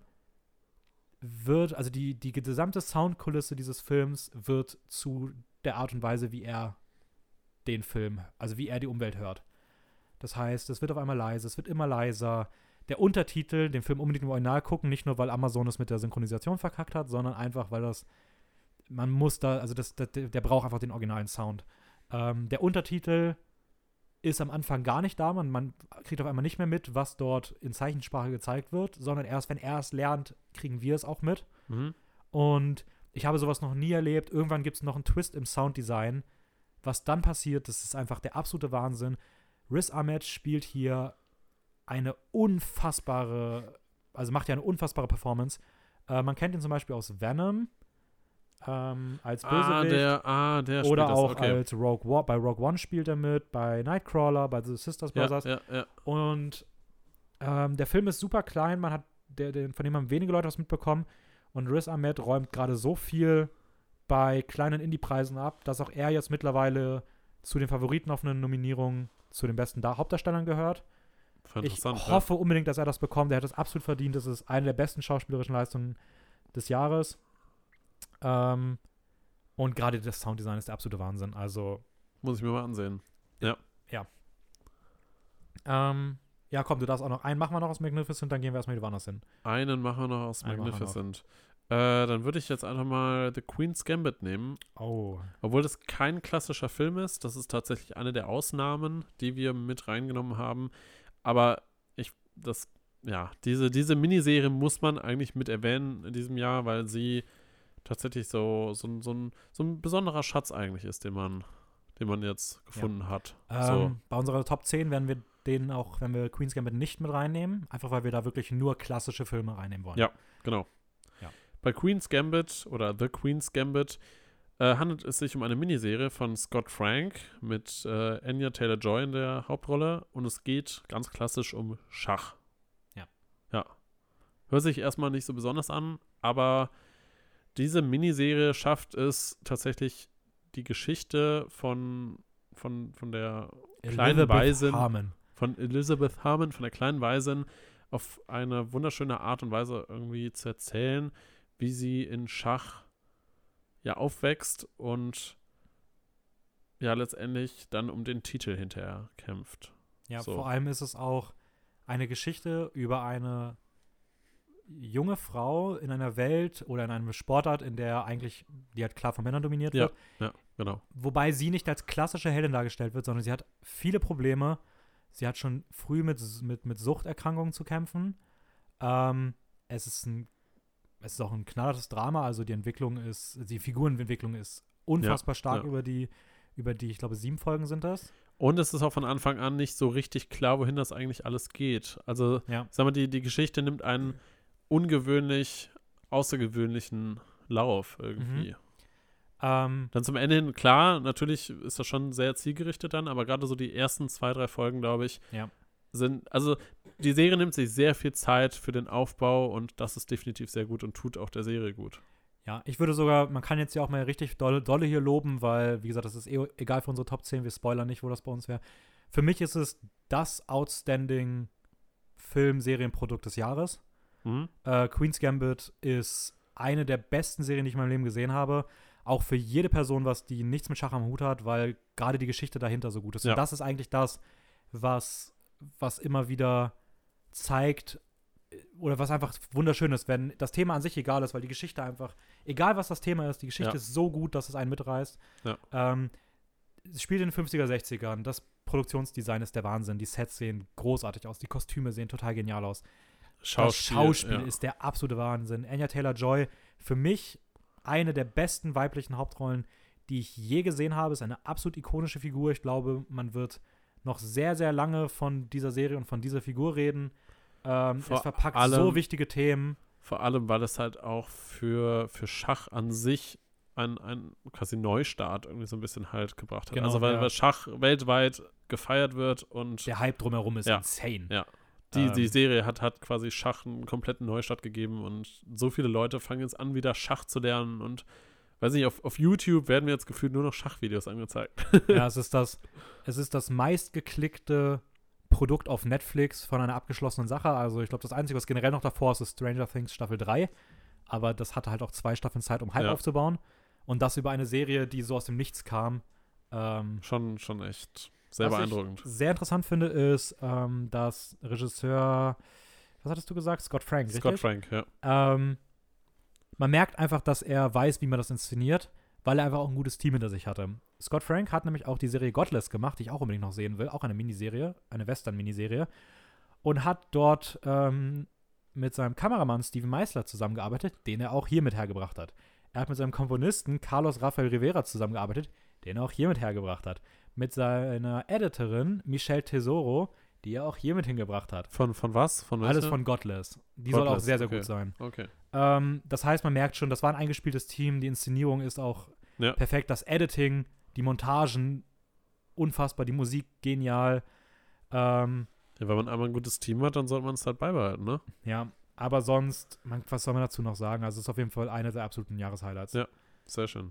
wird, also die, die gesamte Soundkulisse dieses Films wird zu der Art und Weise, wie er den Film, also wie er die Umwelt hört. Das heißt, es wird auf einmal leise, es wird immer leiser. Der Untertitel, den Film unbedingt im Original gucken, nicht nur, weil Amazon es mit der Synchronisation verkackt hat, sondern einfach, weil das, man muss da, also das, das der braucht einfach den originalen Sound. Ähm, der Untertitel ist am Anfang gar nicht da, man, man kriegt auf einmal nicht mehr mit, was dort in Zeichensprache gezeigt wird, sondern erst, wenn er es lernt, kriegen wir es auch mit. Mhm. Und ich habe sowas noch nie erlebt. Irgendwann gibt es noch einen Twist im Sounddesign. Was dann passiert, das ist einfach der absolute Wahnsinn. Riz Ahmed spielt hier eine unfassbare, also macht ja eine unfassbare Performance. Äh, man kennt ihn zum Beispiel aus Venom ähm, als Bösewicht. Ah, der, ah, der spielt oder das, auch okay. als Rogue One. Bei Rogue One spielt er mit, bei Nightcrawler, bei The Sisters Brothers. Ja, ja, ja. Und ähm, der Film ist super klein, man hat, der, der, von dem haben wenige Leute was mitbekommen. Und Riz Ahmed räumt gerade so viel bei kleinen Indie-Preisen ab, dass auch er jetzt mittlerweile zu den Favoriten auf eine Nominierung zu den besten da- Hauptdarstellern gehört. Ich hoffe ja. unbedingt, dass er das bekommt. Er hat es absolut verdient. Das ist eine der besten schauspielerischen Leistungen des Jahres. Ähm, und gerade das Sounddesign ist der absolute Wahnsinn. Also muss ich mir mal ansehen. Ja. Ja. Ähm, ja, komm, du darfst auch noch einen machen wir noch aus Magnificent, dann gehen wir erstmal woanders hin. Einen machen wir noch aus einen Magnificent. Äh, dann würde ich jetzt einfach mal The Queen's Gambit nehmen. Oh. Obwohl das kein klassischer Film ist. Das ist tatsächlich eine der Ausnahmen, die wir mit reingenommen haben. Aber ich, das, ja, diese, diese Miniserie muss man eigentlich mit erwähnen in diesem Jahr, weil sie tatsächlich so, so, so, ein, so ein besonderer Schatz eigentlich ist, den man, den man jetzt gefunden ja. hat. Ähm, so. Bei unserer Top zehn werden wir den auch, wenn wir Queen's Gambit nicht mit reinnehmen, einfach weil wir da wirklich nur klassische Filme reinnehmen wollen. Ja, genau. Ja. Bei Queen's Gambit oder The Queen's Gambit äh, handelt es sich um eine Miniserie von Scott Frank mit äh, Anya Taylor-Joy in der Hauptrolle und es geht ganz klassisch um Schach. Ja. Ja. Hört sich erstmal nicht so besonders an, aber diese Miniserie schafft es tatsächlich, die Geschichte von, von, von der kleinen Elizabeth Waisin, Harmon. von Elizabeth Harmon, von der kleinen Waisin, auf eine wunderschöne Art und Weise irgendwie zu erzählen, wie sie in Schach ja aufwächst und ja letztendlich dann um den Titel hinterher kämpft. Ja, so. Vor allem ist es auch eine Geschichte über eine junge Frau in einer Welt oder in einem Sportart, in der eigentlich, die halt klar von Männern dominiert ja, wird. Ja, genau. Wobei sie nicht als klassische Heldin dargestellt wird, sondern sie hat viele Probleme. Sie hat schon früh mit, mit, mit Suchterkrankungen zu kämpfen. Ähm, es ist ein Es ist auch ein knallhartes Drama, also die Entwicklung ist, die Figurenentwicklung ist unfassbar ja, stark ja. über die, über die, ich glaube, sieben Folgen sind das. Und es ist auch von Anfang an nicht so richtig klar, wohin das eigentlich alles geht. Also, ja. sag mal, die, die Geschichte nimmt einen ungewöhnlich, außergewöhnlichen Lauf irgendwie. Mhm. Ähm, dann zum Ende hin, klar, natürlich ist das schon sehr zielgerichtet dann, aber gerade so die ersten zwei, drei Folgen, glaube ich, ja. sind, also die Serie nimmt sich sehr viel Zeit für den Aufbau und das ist definitiv sehr gut und tut auch der Serie gut. Ja, ich würde sogar, man kann jetzt ja auch mal richtig dolle, dolle hier loben, weil, wie gesagt, das ist eh egal für unsere Top zehn, wir spoilern nicht, wo das bei uns wäre. Für mich ist es das outstanding Film-Serienprodukt des Jahres. Mhm. Äh, Queen's Gambit ist eine der besten Serien, die ich in meinem Leben gesehen habe. Auch für jede Person, was die nichts mit Schach am Hut hat, weil gerade die Geschichte dahinter so gut ist. Ja. Und das ist eigentlich das, was, was immer wieder zeigt, oder was einfach wunderschön ist, wenn das Thema an sich egal ist, weil die Geschichte einfach, egal was das Thema ist, die Geschichte Ja. ist so gut, dass es einen mitreißt. Ja. Ähm, es spielt in den fünfziger, sechzigern. Das Produktionsdesign ist der Wahnsinn. Die Sets sehen großartig aus. Die Kostüme sehen total genial aus. Schauspiel, das Schauspiel ja. ist der absolute Wahnsinn. Anya Taylor-Joy, für mich eine der besten weiblichen Hauptrollen, die ich je gesehen habe. Ist eine absolut ikonische Figur. Ich glaube, man wird noch sehr, sehr lange von dieser Serie und von dieser Figur reden. Ähm, Vor es verpackt allem- so wichtige Themen. Vor allem, weil es halt auch für, für Schach an sich ein, ein quasi Neustart irgendwie so ein bisschen halt gebracht hat. Genau, also weil, ja. weil Schach weltweit gefeiert wird und Der Hype drumherum ist Ja. insane. Ja. die, Ähm. die Serie hat, hat quasi Schach einen kompletten Neustart gegeben und so viele Leute fangen jetzt an, wieder Schach zu lernen und weiß nicht, auf, auf YouTube werden mir jetzt gefühlt nur noch Schachvideos angezeigt. Ja, es ist das, es ist das meistgeklickte Produkt auf Netflix von einer abgeschlossenen Sache. Also ich glaube, das Einzige, was generell noch davor ist, ist Stranger Things Staffel drei. Aber das hatte halt auch zwei Staffeln Zeit, um Hype Ja. aufzubauen. Und das über eine Serie, die so aus dem Nichts kam. Ähm, schon, schon echt sehr was beeindruckend. ich sehr interessant finde, ist, ähm, dass Regisseur, was hattest du gesagt? Scott Frank, Scott richtig? Frank, ja. Ähm, man merkt einfach, dass er weiß, wie man das inszeniert, weil er einfach auch ein gutes Team hinter sich hatte. Scott Frank hat nämlich auch die Serie Godless gemacht, die ich auch unbedingt noch sehen will, auch eine Miniserie, eine Western-Miniserie, und hat dort ähm, mit seinem Kameramann Steven Meisler zusammengearbeitet, den er auch hier mit hergebracht hat. Er hat mit seinem Komponisten Carlos Rafael Rivera zusammengearbeitet, den er auch hier mit hergebracht hat. Mit seiner Editorin Michelle Tesoro, die er auch hier mit hingebracht hat. Von, von was? Von Alles welcher? von Godless. Die soll auch Godless, sehr, sehr okay. gut sein. Okay. Ähm, das heißt, man merkt schon, das war ein eingespieltes Team, die Inszenierung ist auch Ja. perfekt, das Editing, die Montagen, unfassbar, die Musik genial. Ähm, Ja, wenn man einmal ein gutes Team hat, dann sollte man es halt beibehalten, ne? ja, aber sonst, man, was soll man dazu noch sagen? Also es ist auf jeden Fall eine der absoluten Jahreshighlights. Ja. Sehr schön.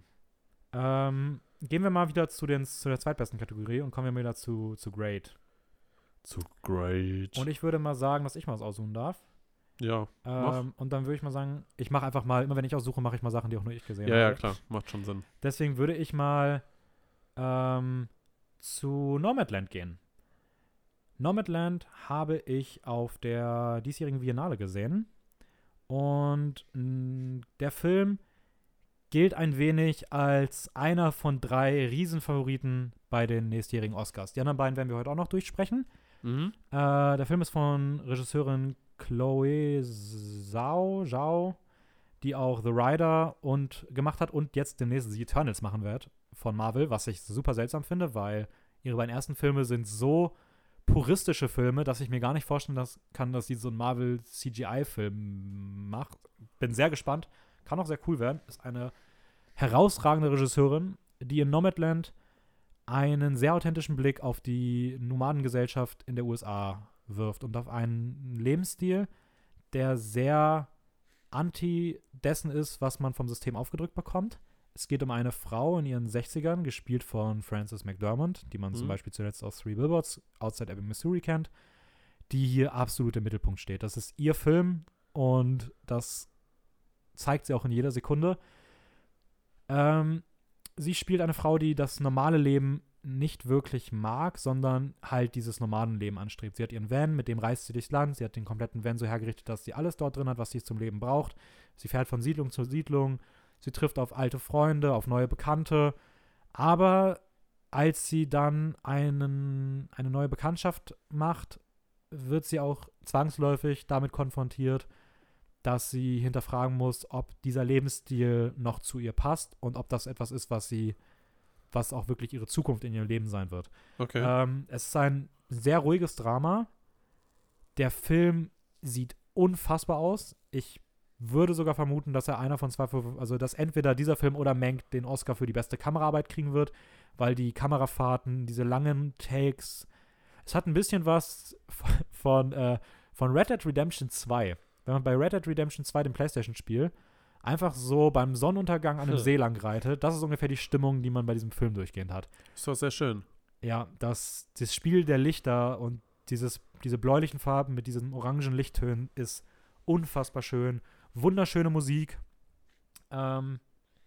Ähm, gehen wir mal wieder zu, den, zu der zweitbesten Kategorie und kommen wir wieder zu, zu Great. Zu great. Und ich würde mal sagen, dass ich mal was aussuchen darf. ja, Mach. Ähm, und dann würde ich mal sagen, ich mache einfach mal, immer wenn ich aussuche, mache ich mal Sachen, die auch nur ich gesehen ja, habe. ja, klar. Macht schon Sinn. Deswegen würde ich mal ähm, zu Nomadland gehen. Nomadland habe ich auf der diesjährigen Biennale gesehen. Und mh, der Film gilt ein wenig als einer von drei Riesenfavoriten bei den nächstjährigen Oscars. Die anderen beiden werden wir heute auch noch durchsprechen. Mhm. Äh, der Film ist von Regisseurin Chloe Zhao, Zhao, die auch The Rider und gemacht hat und jetzt demnächst The Eternals machen wird von Marvel, was ich super seltsam finde, weil ihre beiden ersten Filme sind so puristische Filme, dass ich mir gar nicht vorstellen dass, kann, dass sie so einen Marvel-C G I-Film macht. Bin sehr gespannt. Kann auch sehr cool werden. Ist eine herausragende Regisseurin, die in Nomadland einen sehr authentischen Blick auf die Nomadengesellschaft in der U S A wirft und auf einen Lebensstil, der sehr anti dessen ist, was man vom System aufgedrückt bekommt. Es geht um eine Frau in ihren sechzigern, gespielt von Frances McDormand, die man Mhm. zum Beispiel zuletzt aus Three Billboards Outside Ebbing, Missouri kennt, die hier absolut im Mittelpunkt steht. Das ist ihr Film und das zeigt sie auch in jeder Sekunde. Ähm, sie spielt eine Frau, die das normale Leben nicht wirklich mag, sondern halt dieses Nomadenleben anstrebt. Sie hat ihren Van, mit dem reist sie durchs Land. Sie hat den kompletten Van so hergerichtet, dass sie alles dort drin hat, was sie zum Leben braucht. Sie fährt von Siedlung zu Siedlung. Sie trifft auf alte Freunde, auf neue Bekannte. Aber als sie dann einen, eine neue Bekanntschaft macht, wird sie auch zwangsläufig damit konfrontiert, dass sie hinterfragen muss, ob dieser Lebensstil noch zu ihr passt und ob das etwas ist, was sie, was auch wirklich ihre Zukunft in ihrem Leben sein wird. Okay. Ähm, es ist ein sehr ruhiges Drama. Der Film sieht unfassbar aus. Ich würde sogar vermuten, dass er einer von zwei, also dass entweder dieser Film oder Mank den Oscar für die beste Kameraarbeit kriegen wird, weil die Kamerafahrten, diese langen Takes, es hat ein bisschen was von, äh, von Red Dead Redemption zwei. Wenn man bei Red Dead Redemption zwei, dem PlayStation-Spiel, einfach so beim Sonnenuntergang an einem Hm. See lang reitet, das ist ungefähr die Stimmung, die man bei diesem Film durchgehend hat. Ist doch sehr schön. ja, das, das Spiel der Lichter und dieses, diese bläulichen Farben mit diesen orangen Lichttönen ist unfassbar schön. Wunderschöne Musik. Ähm,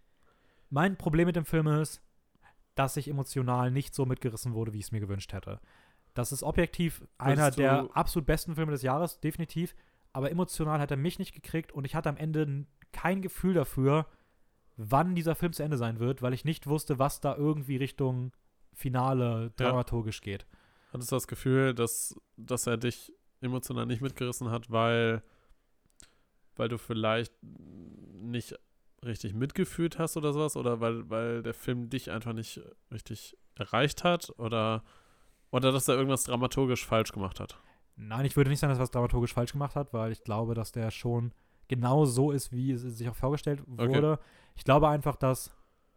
mein Problem mit dem Film ist, dass ich emotional nicht so mitgerissen wurde, wie ich es mir gewünscht hätte. Das ist objektiv einer der absolut besten Filme des Jahres, definitiv. Aber emotional hat er mich nicht gekriegt und ich hatte am Ende n- kein Gefühl dafür, wann dieser Film zu Ende sein wird, weil ich nicht wusste, was da irgendwie Richtung Finale dramaturgisch geht. Hattest du das Gefühl, dass, dass er dich emotional nicht mitgerissen hat, weil, weil du vielleicht nicht richtig mitgefühlt hast oder sowas? Oder weil, weil der Film dich einfach nicht richtig erreicht hat? Oder, oder dass er irgendwas dramaturgisch falsch gemacht hat? Nein, ich würde nicht sagen, dass er was dramaturgisch falsch gemacht hat, weil ich glaube, dass der schon genau so ist, wie es sich auch vorgestellt wurde. Okay. Ich glaube einfach, dass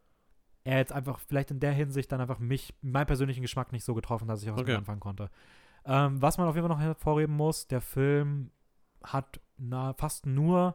er jetzt einfach vielleicht in der Hinsicht dann einfach mich, meinen persönlichen Geschmack nicht so getroffen hat, dass ich auch was Okay. mit anfangen konnte. Ähm, was man auf jeden Fall noch hervorheben muss, der Film hat na, fast nur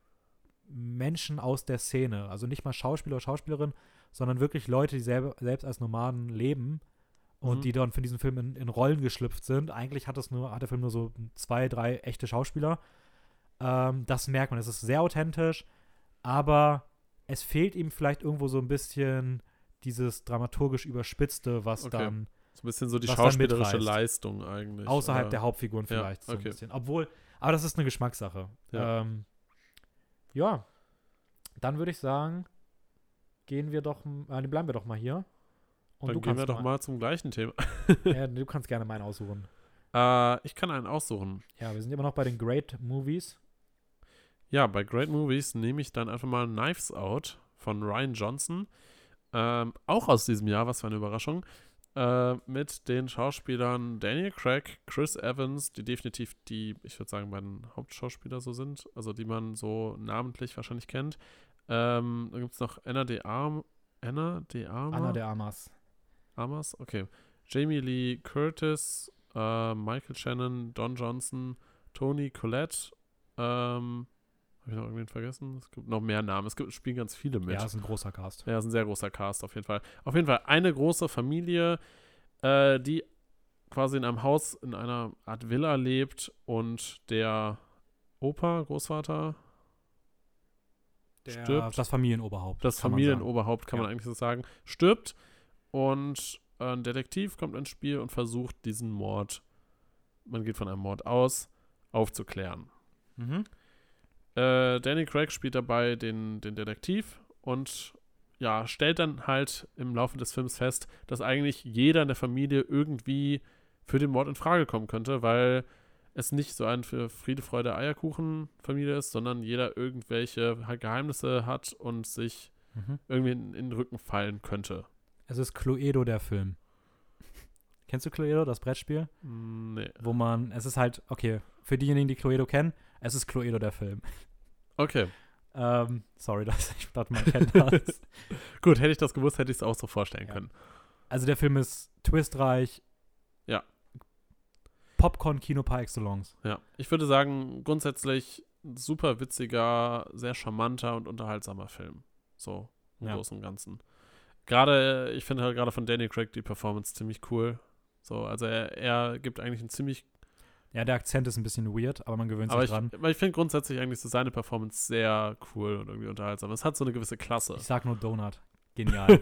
Menschen aus der Szene, also nicht mal Schauspieler oder Schauspielerin, sondern wirklich Leute, die selber, selbst als Nomaden leben und Mhm. die dann für diesen Film in, in Rollen geschlüpft sind. Eigentlich hat, es nur, hat der Film nur so zwei, drei echte Schauspieler. Ähm, das merkt man, es ist sehr authentisch, aber es fehlt ihm vielleicht irgendwo so ein bisschen dieses dramaturgisch Überspitzte, was Okay. dann So ein bisschen so die was dann schauspielerische mitreißt. Leistung eigentlich. außerhalb oder? der Hauptfiguren Ja, vielleicht so ein okay. bisschen. Obwohl, aber das ist eine Geschmackssache. Ja. Ähm, ja, dann würde ich sagen, gehen wir doch, äh, bleiben wir doch mal hier. Und Dann du gehen kannst wir doch mal zum gleichen Thema. Ja, du kannst gerne meinen aussuchen. Äh, ich kann einen aussuchen. Ja, wir sind immer noch bei den Great Movies. Ja, bei Great Movies nehme ich dann einfach mal Knives Out von Rian Johnson. Ähm, auch aus diesem Jahr, was für eine Überraschung. Äh, mit den Schauspielern Daniel Craig, Chris Evans, die definitiv die, ich würde sagen, beiden Hauptschauspieler so sind, also die man so namentlich wahrscheinlich kennt. Ähm, dann gibt es noch Anna de Arm Anna de Armas. Anna de Armas. Armas? Okay. Jamie Lee Curtis, äh, Michael Shannon, Don Johnson, Toni Collette, ähm, habe ich noch irgendwen vergessen? Es gibt noch mehr Namen. Es gibt, spielen ganz viele mit. Ja, ist ein großer Cast. Ja, ist ein sehr großer Cast auf jeden Fall. Auf jeden Fall eine große Familie, äh, die quasi in einem Haus in einer Art Villa lebt und der Opa, Großvater, Der, stirbt. Das Familienoberhaupt. Das kann man sagen. Familienoberhaupt, kann Ja. man eigentlich so sagen, stirbt und ein Detektiv kommt ins Spiel und versucht diesen Mord, man geht von einem Mord aus, aufzuklären. Mhm. Äh, Danny Craig spielt dabei den, den Detektiv und ja, stellt dann halt im Laufe des Films fest, dass eigentlich jeder in der Familie irgendwie für den Mord in Frage kommen könnte, weil es nicht so ein für Friede, Freude, Eierkuchen-Familie ist, sondern jeder irgendwelche Geheimnisse hat und sich Mhm. irgendwie in, in den Rücken fallen könnte. Es ist Cluedo, der Film. Kennst du Cluedo, das Brettspiel? Nee. Wo man, es ist halt, okay, für diejenigen, die Cluedo kennen, es ist Cluedo, der Film. Okay. Ähm, sorry, dass ich dachte, man kennt das. Gut, hätte ich das gewusst, hätte ich es auch so vorstellen Ja. können. Also der Film ist twistreich. Ja. Popcorn-Kino par excellence. Ja. Ich würde sagen, grundsätzlich ein super witziger, sehr charmanter und unterhaltsamer Film. So, im Ja. Großen und Ganzen. Gerade, ich finde halt gerade von Danny Craig die Performance ziemlich cool. So, also er, er gibt eigentlich einen ziemlich, Ja, der Akzent ist ein bisschen weird, aber man gewöhnt aber sich ich, dran. aber ich finde grundsätzlich eigentlich so seine Performance sehr cool und irgendwie unterhaltsam. Es hat so eine gewisse Klasse. Ich sag nur Donut. Genial.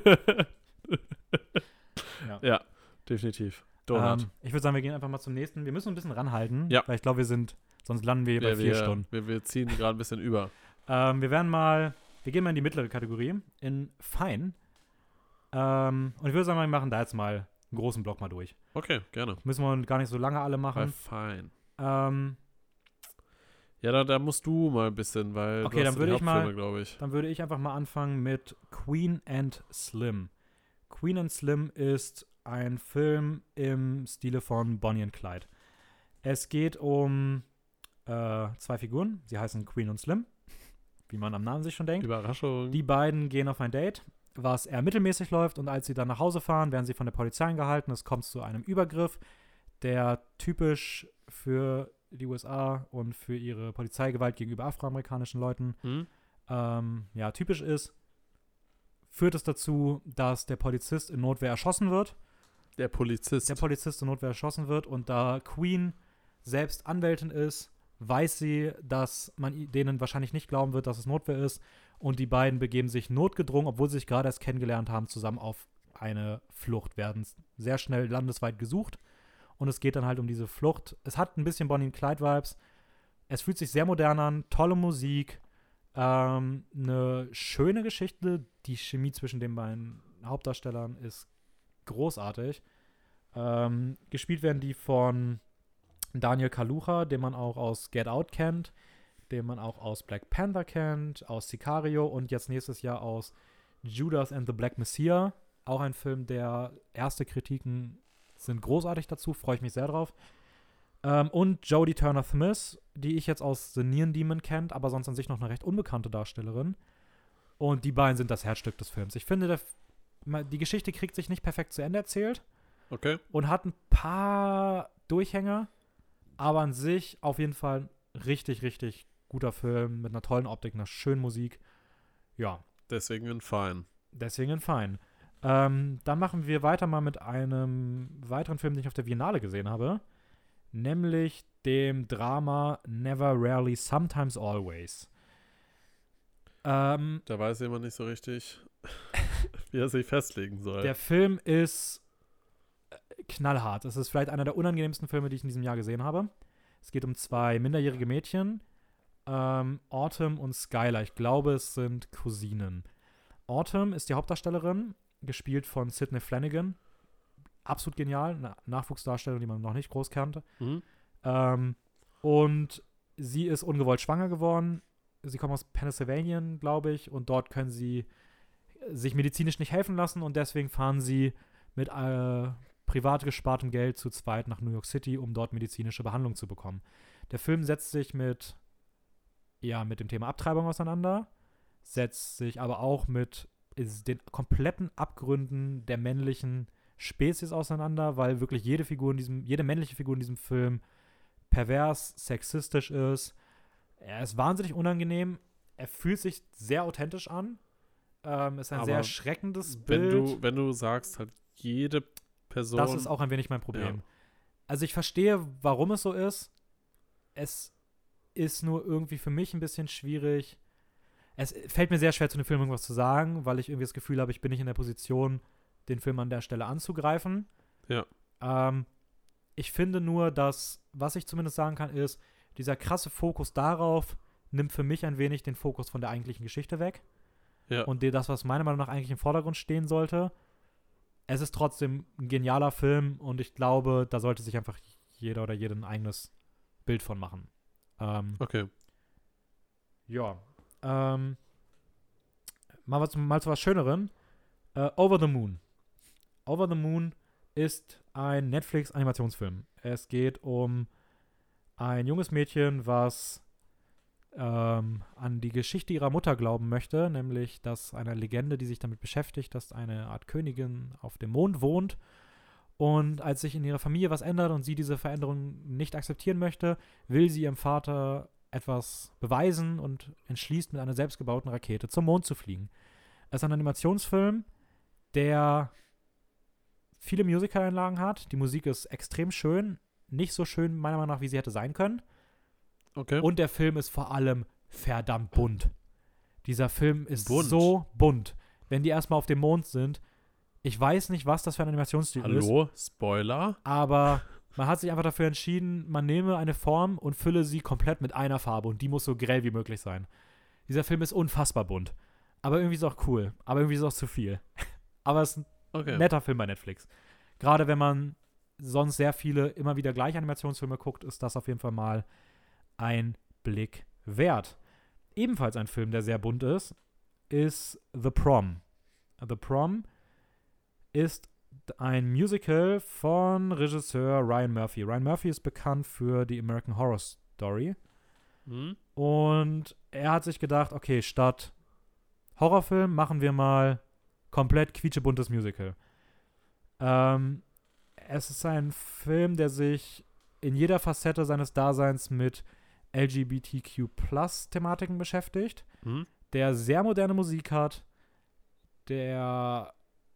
Ja. Ja, definitiv. Donut. Ähm, ich würde sagen, wir gehen einfach mal zum nächsten. Wir müssen ein bisschen ranhalten, Ja. weil ich glaube, wir sind, sonst landen wir hier bei wir, vier wir, Stunden. Wir, wir ziehen gerade ein bisschen über. Ähm, wir werden mal, wir gehen mal in die mittlere Kategorie, in Fein. Ähm, und ich würde sagen, wir machen da jetzt mal einen großen Block mal durch. Okay, gerne. Müssen wir gar nicht so lange alle Bei machen. Fein. Ähm, Ja, da, da musst du mal ein bisschen, weil Okay, du dann hast würde die ich mal- Hauptfilme, glaube ich. Dann würde ich einfach mal anfangen mit Queen and Slim. Queen and Slim ist ein Film im Stile von Bonnie and Clyde. Es geht um äh, zwei Figuren. Sie heißen Queen und Slim, wie man am Namen sich schon denkt. Überraschung. Die beiden gehen auf ein Date, was eher mittelmäßig läuft. Und als sie dann nach Hause fahren, werden sie von der Polizei angehalten. Es kommt zu einem Übergriff, der typisch für die U S A und für ihre Polizeigewalt gegenüber afroamerikanischen Leuten Hm? ähm, ja, typisch ist, führt es dazu, dass der Polizist in Notwehr erschossen wird Der Polizist. der Polizist zur Notwehr erschossen wird. Und da Queen selbst Anwältin ist, weiß sie, dass man i- denen wahrscheinlich nicht glauben wird, dass es Notwehr ist. Und die beiden begeben sich notgedrungen, obwohl sie sich gerade erst kennengelernt haben, zusammen auf eine Flucht, werden sehr schnell landesweit gesucht. Und es geht dann halt um diese Flucht. Es hat ein bisschen Bonnie und Clyde-Vibes. Es fühlt sich sehr modern an, tolle Musik, ähm, eine schöne Geschichte. Die Chemie zwischen den beiden Hauptdarstellern ist großartig. Ähm, gespielt werden die von Daniel Kaluuya, den man auch aus Get Out kennt, den man auch aus Black Panther kennt, aus Sicario und jetzt nächstes Jahr aus Judas and the Black Messiah. Auch ein Film, der erste Kritiken sind großartig dazu, freue ich mich sehr drauf. Ähm, und Jodie Turner-Smith, die ich jetzt aus The Neon Demon kennt, aber sonst an sich noch eine recht unbekannte Darstellerin. Und die beiden sind das Herzstück des Films. Ich finde, der, F- ma- die Geschichte kriegt sich nicht perfekt zu Ende erzählt Okay. und hat ein paar Durchhänger, aber an sich auf jeden Fall ein richtig, richtig guter Film mit einer tollen Optik, einer schönen Musik. Ja, Deswegen ein Fine. deswegen fein. Ähm, dann machen wir weiter mal mit einem weiteren Film, den ich auf der Biennale gesehen habe, nämlich dem Drama Never, Rarely, Sometimes, Always. Ähm, Da weiß jemand nicht so richtig, wie er sich festlegen soll. der Film ist äh, knallhart. Es ist vielleicht einer der unangenehmsten Filme, die ich in diesem Jahr gesehen habe. Es geht um zwei minderjährige Mädchen, ähm, Autumn und Skylar. Ich glaube, es sind Cousinen. Autumn ist die Hauptdarstellerin, gespielt von Sydney Flanagan. Absolut genial, eine Nachwuchsdarstellerin, die man noch nicht groß kannte. Mhm. Ähm, und sie ist ungewollt schwanger geworden. Sie kommt aus Pennsylvania, glaube ich, und dort können sie sich medizinisch nicht helfen lassen und deswegen fahren sie mit äh, privat gespartem Geld zu zweit nach New York City, um dort medizinische Behandlung zu bekommen. Der Film setzt sich mit, ja, mit dem Thema Abtreibung auseinander, setzt sich aber auch mit ist den kompletten Abgründen der männlichen Spezies auseinander, weil wirklich jede Figur in diesem, jede männliche Figur in diesem Film pervers, sexistisch ist. Er ist wahnsinnig unangenehm. Er fühlt sich sehr authentisch an. Ähm, ist ein Aber sehr schreckendes Wenn Bild. du, wenn du sagst, halt jede Person. Das ist auch ein wenig mein Problem. Ja. Also ich verstehe, warum es so ist. Es ist nur irgendwie für mich ein bisschen schwierig. Es fällt mir sehr schwer, zu dem Film irgendwas zu sagen, weil ich irgendwie das Gefühl habe, ich bin nicht in der Position, den Film an der Stelle anzugreifen. Ja. Ähm, ich finde nur, dass, was ich zumindest sagen kann, ist, dieser krasse Fokus darauf nimmt für mich ein wenig den Fokus von der eigentlichen Geschichte weg. Ja. Und die- das, was meiner Meinung nach eigentlich im Vordergrund stehen sollte. Es ist trotzdem ein genialer Film und ich glaube, da sollte sich einfach jeder oder jede ein eigenes Bild von machen. Ähm, Okay. ja. Ähm, mal, was, mal zu was Schönerem. Äh, Over the Moon. Over the Moon ist ein Netflix-Animationsfilm. Es geht um ein junges Mädchen, was ähm, an die Geschichte ihrer Mutter glauben möchte, nämlich, dass eine Legende, die sich damit beschäftigt, dass eine Art Königin auf dem Mond wohnt. Und als sich in ihrer Familie was ändert und sie diese Veränderung nicht akzeptieren möchte, will sie ihrem Vater etwas beweisen und entschließt, mit einer selbstgebauten Rakete zum Mond zu fliegen. Es ist ein Animationsfilm, der viele Musical-Einlagen hat. Die Musik ist extrem schön. Nicht so schön, meiner Meinung nach, wie sie hätte sein können. Okay. Und der Film ist vor allem verdammt bunt. Dieser Film ist Bunt? so bunt. Wenn die erstmal auf dem Mond sind, ich weiß nicht, was das für ein Animationsstil ist, Hallo? Spoiler? aber man hat sich einfach dafür entschieden, man nehme eine Form und fülle sie komplett mit einer Farbe und die muss so grell wie möglich sein. Dieser Film ist unfassbar bunt. Aber irgendwie ist es auch cool. Aber irgendwie ist es auch zu viel. Aber es ist ein Okay. netter Film bei Netflix. Gerade wenn man sonst sehr viele immer wieder gleiche Animationsfilme guckt, ist das auf jeden Fall mal ein Blick wert. Ebenfalls ein Film, der sehr bunt ist, ist The Prom. The Prom ist ein Musical von Regisseur Ryan Murphy. Ryan Murphy ist bekannt für die American Horror Story. Hm? Und er hat sich gedacht, okay, statt Horrorfilm machen wir mal komplett quietschebuntes Musical. Ähm, es ist ein Film, der sich in jeder Facette seines Daseins mit L G B T Q Plus Thematiken beschäftigt, Hm? der sehr moderne Musik hat, der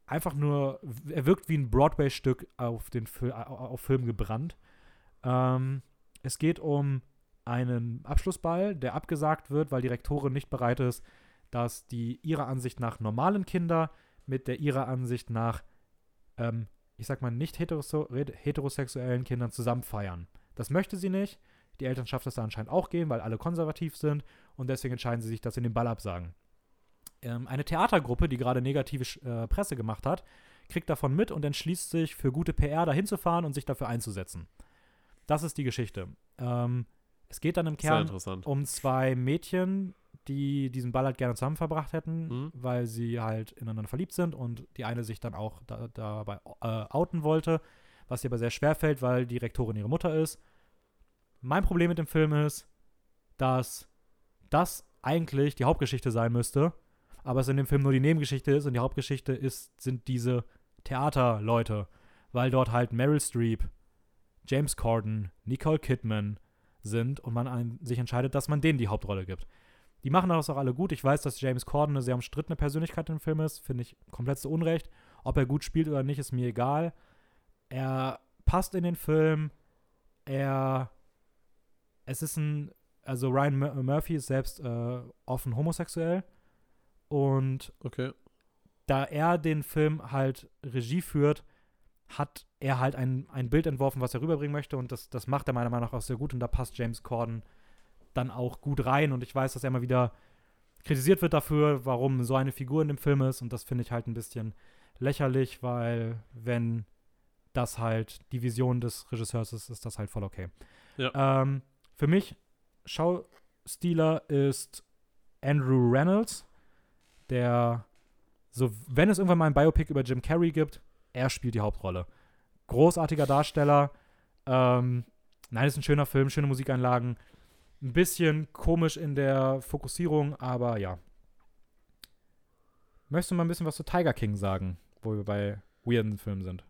einfach nur, er wirkt wie ein Broadway-Stück auf den Fil- auf Film gebrannt. Ähm, es geht um einen Abschlussball, der abgesagt wird, weil die Rektorin nicht bereit ist, dass die ihrer Ansicht nach normalen Kinder mit der ihrer Ansicht nach, ähm, ich sag mal, nicht heterose- heterosexuellen Kindern zusammen feiern. Das möchte sie nicht. Die Elternschaft ist da anscheinend auch gehen, weil alle konservativ sind und deswegen entscheiden sie sich, dass sie den Ball absagen. Ähm, eine Theatergruppe, die gerade negative äh, Presse gemacht hat, kriegt davon mit und entschließt sich, für gute P R dahin zu fahren und sich dafür einzusetzen. Das ist die Geschichte. Ähm, es geht dann im Kern um zwei Mädchen, die diesen Ball halt gerne zusammen verbracht hätten, mhm. weil sie halt ineinander verliebt sind und die eine sich dann auch da, dabei äh, outen wollte, was ihr aber sehr schwer fällt, weil die Rektorin ihre Mutter ist. Mein Problem mit dem Film ist, dass das eigentlich die Hauptgeschichte sein müsste, aber es in dem Film nur die Nebengeschichte ist und die Hauptgeschichte ist, sind diese Theaterleute, weil dort halt Meryl Streep, James Corden, Nicole Kidman sind und man ein, sich entscheidet, dass man denen die Hauptrolle gibt. Die machen das auch alle gut. Ich weiß, dass James Corden eine sehr umstrittene Persönlichkeit im Film ist, finde ich komplett zu Unrecht. Ob er gut spielt oder nicht, ist mir egal. Er passt in den Film, er Es ist ein, also Ryan Mur- Murphy ist selbst äh, offen homosexuell und okay. da er den Film halt Regie führt, hat er halt ein, ein Bild entworfen, was er rüberbringen möchte und das, das macht er meiner Meinung nach auch sehr gut und da passt James Corden dann auch gut rein und ich weiß, dass er immer wieder kritisiert wird dafür, warum so eine Figur in dem Film ist und das finde ich halt ein bisschen lächerlich, weil wenn das halt die Vision des Regisseurs ist, ist das halt voll okay. Ja. Ähm, Für mich, Schauspieler ist Andrew Reynolds, der, so wenn es irgendwann mal ein Biopic über Jim Carrey gibt, er spielt die Hauptrolle. Großartiger Darsteller. Ähm, nein, ist ein schöner Film, schöne Musikeinlagen. Ein bisschen komisch in der Fokussierung, aber ja. Möchtest du mal ein bisschen was zu Tiger King sagen, wo wir bei weirden Filmen sind?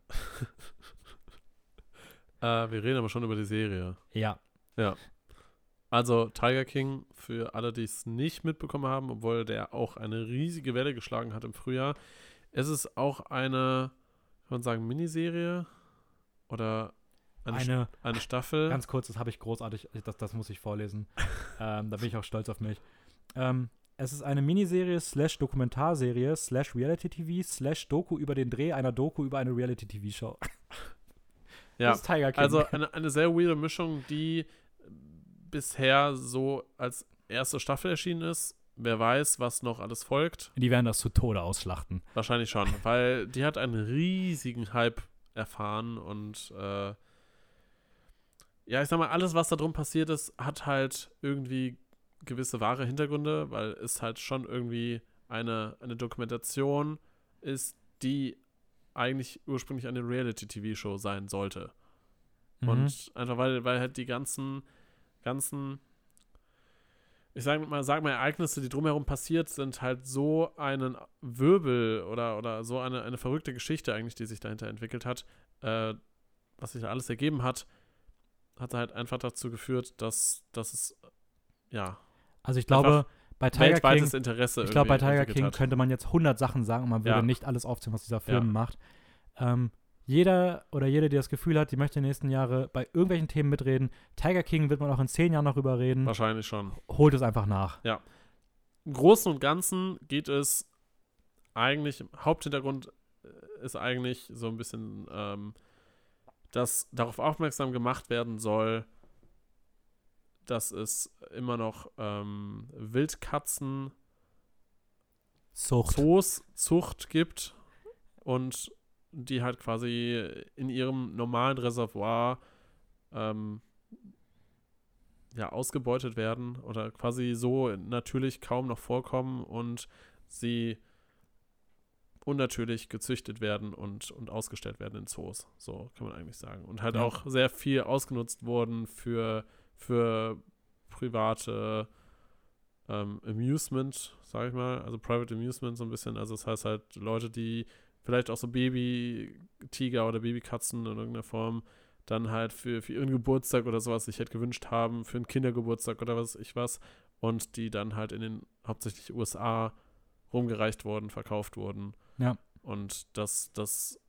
äh, wir reden aber schon über die Serie. Ja. Ja. Also Tiger King, für alle, die es nicht mitbekommen haben, obwohl der auch eine riesige Welle geschlagen hat im Frühjahr. Es ist auch eine, kann man sagen, Miniserie oder eine, eine, St- eine Staffel. Ganz kurz, das habe ich großartig, das, das muss ich vorlesen. ähm, da bin ich auch stolz auf mich. Ähm, es ist eine Miniserie slash Dokumentarserie slash Reality-T V slash Doku über den Dreh einer Doku über eine Reality-T V-Show. Ja, das ist Tiger King. Also eine, eine sehr weirde Mischung, die bisher so als erste Staffel erschienen ist. Wer weiß, was noch alles folgt. Die werden das zu Tode ausschlachten. Wahrscheinlich schon, weil die hat einen riesigen Hype erfahren und äh, ja, ich sag mal, alles, was da drum passiert ist, hat halt irgendwie gewisse wahre Hintergründe, weil es halt schon irgendwie eine, eine Dokumentation ist, die eigentlich ursprünglich eine Reality-T V-Show sein sollte. Mhm. Und einfach, weil, weil halt die ganzen ganzen, ich sag mal, sag mal, Ereignisse, die drumherum passiert sind, halt so einen Wirbel oder, oder so eine, eine verrückte Geschichte eigentlich, die sich dahinter entwickelt hat, äh, was sich da alles ergeben hat, hat halt einfach dazu geführt, dass, dass es, ja. Also ich glaube, bei Tiger King, Interesse ich glaube, bei Tiger King hat. könnte man jetzt hundert Sachen sagen und man würde ja. nicht alles aufzählen, was dieser Film ja. macht. Ähm, Jeder oder jede, die das Gefühl hat, die möchte in den nächsten Jahren bei irgendwelchen Themen mitreden, Tiger King wird man auch in zehn Jahren noch drüber reden. Wahrscheinlich schon. Holt es einfach nach. Ja. Im Großen und Ganzen geht es eigentlich, Haupthintergrund ist eigentlich so ein bisschen, ähm, dass darauf aufmerksam gemacht werden soll, dass es immer noch ähm, Wildkatzen Zucht. Zoos, Zucht gibt und die halt quasi in ihrem normalen Reservoir ähm, ja, ausgebeutet werden oder quasi so natürlich kaum noch vorkommen und sie unnatürlich gezüchtet werden und, und ausgestellt werden in Zoos. So kann man eigentlich sagen. Und halt ja. auch sehr viel ausgenutzt wurden für, für private ähm, Amusement, sag ich mal, also Private Amusement so ein bisschen. Also das heißt halt Leute, die vielleicht auch so Baby-Tiger oder Babykatzen in irgendeiner Form dann halt für, für ihren Geburtstag oder sowas sich halt gewünscht haben, für einen Kindergeburtstag oder was weiß ich was und die dann halt in den hauptsächlich U S A rumgereicht wurden, verkauft wurden. Ja. Und das, das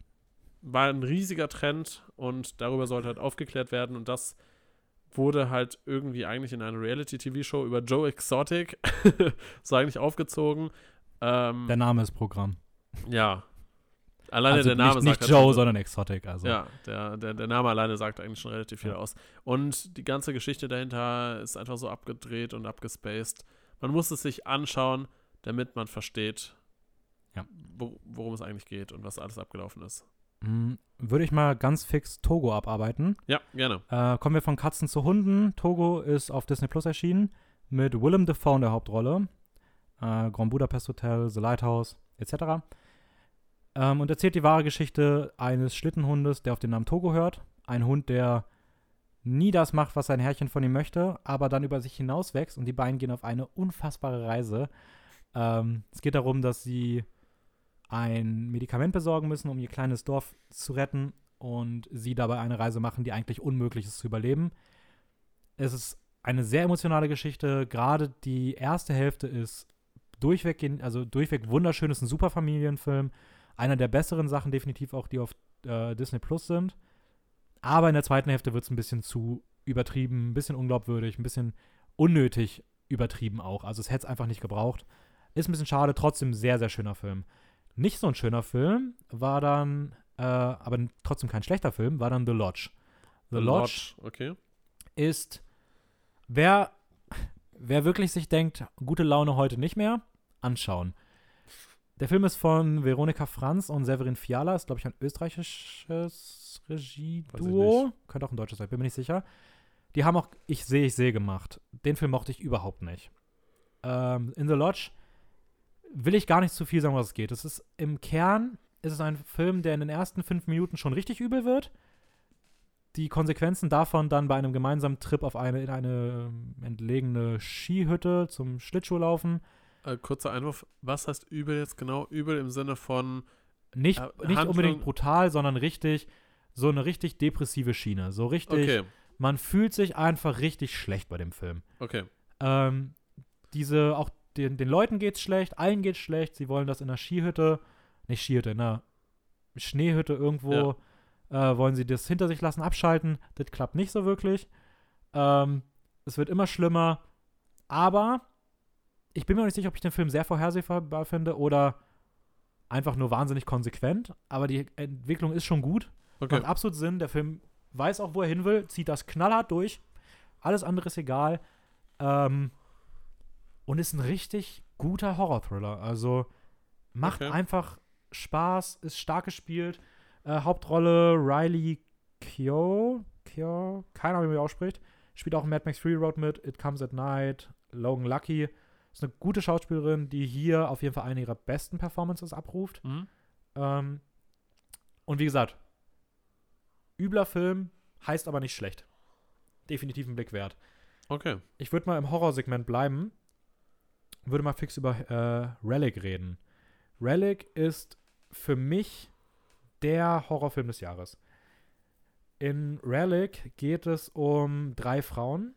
war ein riesiger Trend und darüber sollte halt aufgeklärt werden. Und das wurde halt irgendwie eigentlich in einer Reality-T V-Show über Joe Exotic so eigentlich aufgezogen. Ähm, Der Name ist Programm. Ja. Alleine also der Name nicht, sagt nicht halt Joe, schon, sondern Exotic. Also. Ja, der, der, der Name alleine sagt eigentlich schon relativ viel Ja. aus. Und die ganze Geschichte dahinter ist einfach so abgedreht und abgespaced. Man muss es sich anschauen, damit man versteht, ja. wo, worum es eigentlich geht und was alles abgelaufen ist. Mhm. Würde ich mal ganz fix Togo abarbeiten. Ja, gerne. Äh, kommen wir von Katzen zu Hunden. Togo ist auf Disney Plus erschienen mit Willem Dafoe in der Hauptrolle. Äh, Grand Budapest Hotel, The Lighthouse, et cetera. Ähm, und erzählt die wahre Geschichte eines Schlittenhundes, der auf den Namen Togo hört. Ein Hund, der nie das macht, was sein Herrchen von ihm möchte, aber dann über sich hinauswächst und die beiden gehen auf eine unfassbare Reise. Ähm, es geht darum, dass sie ein Medikament besorgen müssen, um ihr kleines Dorf zu retten und sie dabei eine Reise machen, die eigentlich unmöglich ist zu überleben. Es ist eine sehr emotionale Geschichte. Gerade die erste Hälfte ist durchweg, also durchweg wunderschön, ist ein super Familienfilm. Einer der besseren Sachen definitiv auch, die auf äh, Disney Plus sind. Aber in der zweiten Hälfte wird es ein bisschen zu übertrieben, ein bisschen unglaubwürdig, ein bisschen unnötig übertrieben auch. Also es hätte es einfach nicht gebraucht. Ist ein bisschen schade, trotzdem sehr, sehr schöner Film. Nicht so ein schöner Film war dann, äh, aber trotzdem kein schlechter Film, war dann The Lodge. The, The Lodge, Lodge, okay. ist, wer, wer wirklich sich denkt, gute Laune heute nicht mehr, anschauen. Der Film ist von Veronika Franz und Severin Fiala, ist, glaube ich, ein österreichisches Regieduo. Könnte auch ein deutsches sein, bin mir nicht sicher. Die haben auch Ich sehe, ich sehe gemacht. Den Film mochte ich überhaupt nicht. Ähm, in The Lodge will ich gar nicht zu viel sagen, was es geht. Es ist im Kern ist es ein Film, der in den ersten fünf Minuten schon richtig übel wird. Die Konsequenzen davon dann bei einem gemeinsamen Trip auf eine in eine entlegene Skihütte zum Schlittschuhlaufen. Äh, kurzer Einwurf, was heißt übel jetzt genau? Übel im Sinne von Nicht, äh, nicht Handlung- unbedingt brutal, sondern richtig, so eine richtig depressive Schiene. So richtig, Okay, man fühlt sich einfach richtig schlecht bei dem Film. okay. Ähm, diese, auch den, den Leuten geht's schlecht, allen geht's schlecht, sie wollen das in einer Skihütte, nicht Skihütte, in einer Schneehütte irgendwo, äh, wollen sie das hinter sich lassen, abschalten. Das klappt nicht so wirklich. Ähm, es wird immer schlimmer, aber ich bin mir noch nicht sicher, ob ich den Film sehr vorhersehbar finde oder einfach nur wahnsinnig konsequent, aber die Entwicklung ist schon gut. Okay. Macht absolut Sinn. Der Film weiß auch, wo er hin will, zieht das knallhart durch. Alles andere ist egal. Ähm, und ist ein richtig guter Horror-Thriller. Also macht Okay. einfach Spaß, ist stark gespielt. Äh, Hauptrolle Riley Keough, Keough, keine Ahnung, wie man die ausspricht. Spielt auch in Mad Max Fury Road mit, It Comes at Night, Logan Lucky. Ist eine gute Schauspielerin, die hier auf jeden Fall eine ihrer besten Performances abruft. Mhm. Ähm, und wie gesagt, übler Film, heißt aber nicht schlecht. Definitiv ein Blick wert. Okay. Ich würde mal im Horrorsegment bleiben. Würde mal fix über äh, Relic reden. Relic ist für mich der Horrorfilm des Jahres. In Relic geht es um drei Frauen.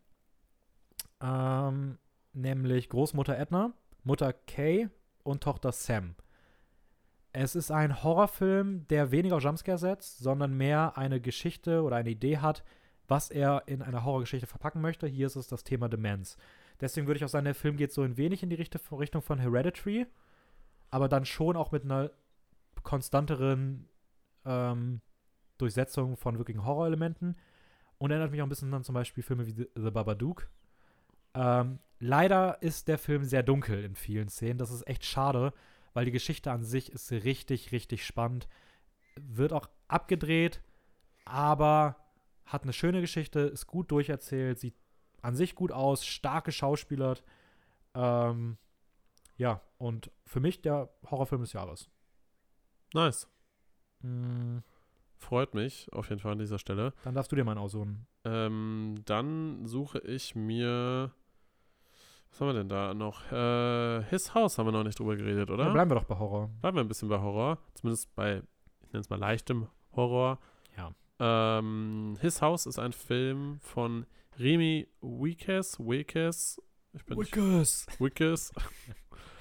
Ähm, nämlich Großmutter Edna, Mutter Kay und Tochter Sam. Es ist ein Horrorfilm, der weniger auf Jumpscare setzt, sondern mehr eine Geschichte oder eine Idee hat, was er in einer Horrorgeschichte verpacken möchte. Hier ist es das Thema Demenz. Deswegen würde ich auch sagen, der Film geht so ein wenig in die Richtung von Hereditary, aber dann schon auch mit einer konstanteren ähm, Durchsetzung von wirklichen Horrorelementen und erinnert mich auch ein bisschen an zum Beispiel Filme wie The, The Babadook. Ähm, leider ist der Film sehr dunkel in vielen Szenen. Das ist echt schade, weil die Geschichte an sich ist richtig, richtig spannend. Wird auch abgedreht, aber hat eine schöne Geschichte, ist gut durcherzählt, sieht an sich gut aus, stark geschauspielert. Ähm, ja, und für mich der Horrorfilm des Jahres. Nice. Mm, Freut mich auf jeden Fall an dieser Stelle. dann darfst du dir mal einen aussuchen. Ähm, dann suche ich mir. Was haben wir denn da noch? Äh, His House haben wir noch nicht drüber geredet, oder? Ja, bleiben wir doch bei Horror. Bleiben wir ein bisschen bei Horror. Zumindest bei, ich nenne es mal leichtem Horror. Ja. Ähm, His House ist ein Film von Remy Wiekes. Wiekes. Ich bin nicht. Wickes. Wickes.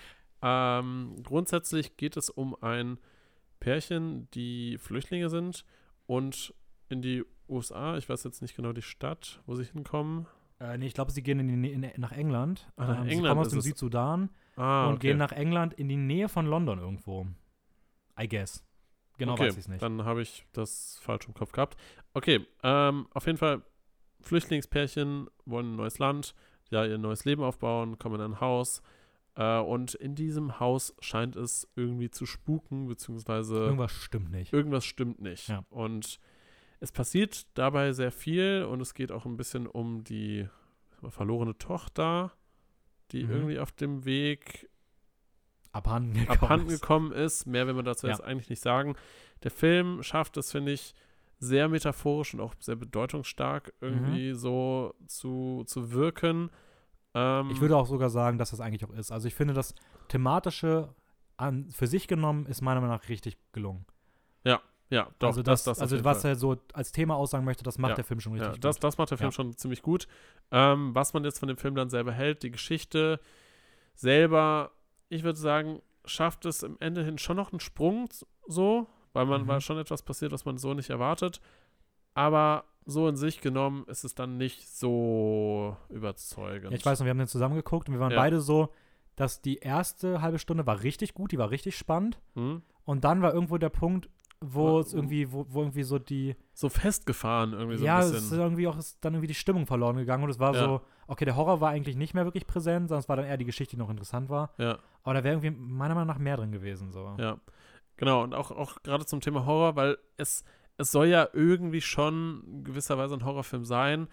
Ähm, grundsätzlich geht es um ein Pärchen, die Flüchtlinge sind und in die U S A, ich weiß jetzt nicht genau die Stadt, wo sie hinkommen. Äh, nee, ich glaube, sie gehen in die, in, nach England. Ah, nach ähm, sie England kommen aus ist dem es. Südsudan Ah, und okay. gehen nach England in die Nähe von London irgendwo. I guess. Genau okay, weiß ich es nicht. Dann habe ich das falsch im Kopf gehabt. Okay, ähm, auf jeden Fall, Flüchtlingspärchen wollen ein neues Land, ja, ihr neues Leben aufbauen, kommen in ein Haus. Äh, und in diesem Haus scheint es irgendwie zu spuken, beziehungsweise Irgendwas stimmt nicht. irgendwas stimmt nicht. Ja. Und es passiert dabei sehr viel und es geht auch ein bisschen um die verlorene Tochter, die Mhm. irgendwie auf dem Weg Abhanden gekommen. abhanden ist. gekommen ist. Mehr will man dazu Ja. jetzt eigentlich nicht sagen. Der Film schafft es, finde ich, sehr metaphorisch und auch sehr bedeutungsstark irgendwie Mhm. so zu, zu wirken. Ähm, Ich würde auch sogar sagen, dass das eigentlich auch ist. Also ich finde, das Thematische an, für sich genommen ist meiner Meinung nach richtig gelungen. ja, doch, also das, das, das auf also jeden was Fall. er so als Thema aussagen möchte, das macht Ja. der Film schon richtig Ja, das, gut. das macht der Film Ja. schon ziemlich gut. Ähm, was man jetzt von dem Film dann selber hält, die Geschichte selber, ich würde sagen, schafft es im Ende hin schon noch einen Sprung so, weil man Mhm. weil schon etwas passiert, was man so nicht erwartet. Aber so in sich genommen ist es dann nicht so überzeugend. Ja, ich weiß noch, wir haben den zusammen geguckt und wir waren Ja. beide so, dass die erste halbe Stunde war richtig gut, die war richtig spannend. Hm? Und dann war irgendwo der Punkt, wo Wo- es irgendwie, wo, wo irgendwie so die, So festgefahren irgendwie so ja, ein es ist bisschen. irgendwie auch ist dann irgendwie die Stimmung verloren gegangen und es war Ja. so, okay, der Horror war eigentlich nicht mehr wirklich präsent, sondern es war dann eher die Geschichte, die noch interessant war. Ja, Aber da wäre irgendwie meiner Meinung nach mehr drin gewesen. So. ja. Genau, und auch, auch gerade zum Thema Horror, weil es, es soll ja irgendwie schon in gewisser Weise ein Horrorfilm sein.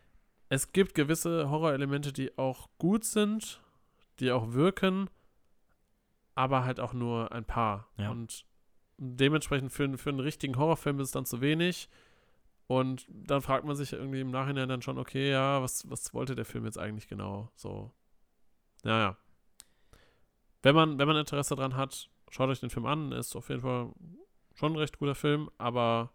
Es gibt gewisse Horrorelemente, die auch gut sind, die auch wirken, aber halt auch nur ein paar. Ja. Und dementsprechend für, für einen richtigen Horrorfilm ist es dann zu wenig. Und dann fragt man sich irgendwie im Nachhinein dann schon, okay, ja, was, was wollte der Film jetzt eigentlich genau? So. Naja. Wenn man, wenn man Interesse dran hat, schaut euch den Film an. Ist auf jeden Fall schon ein recht guter Film, aber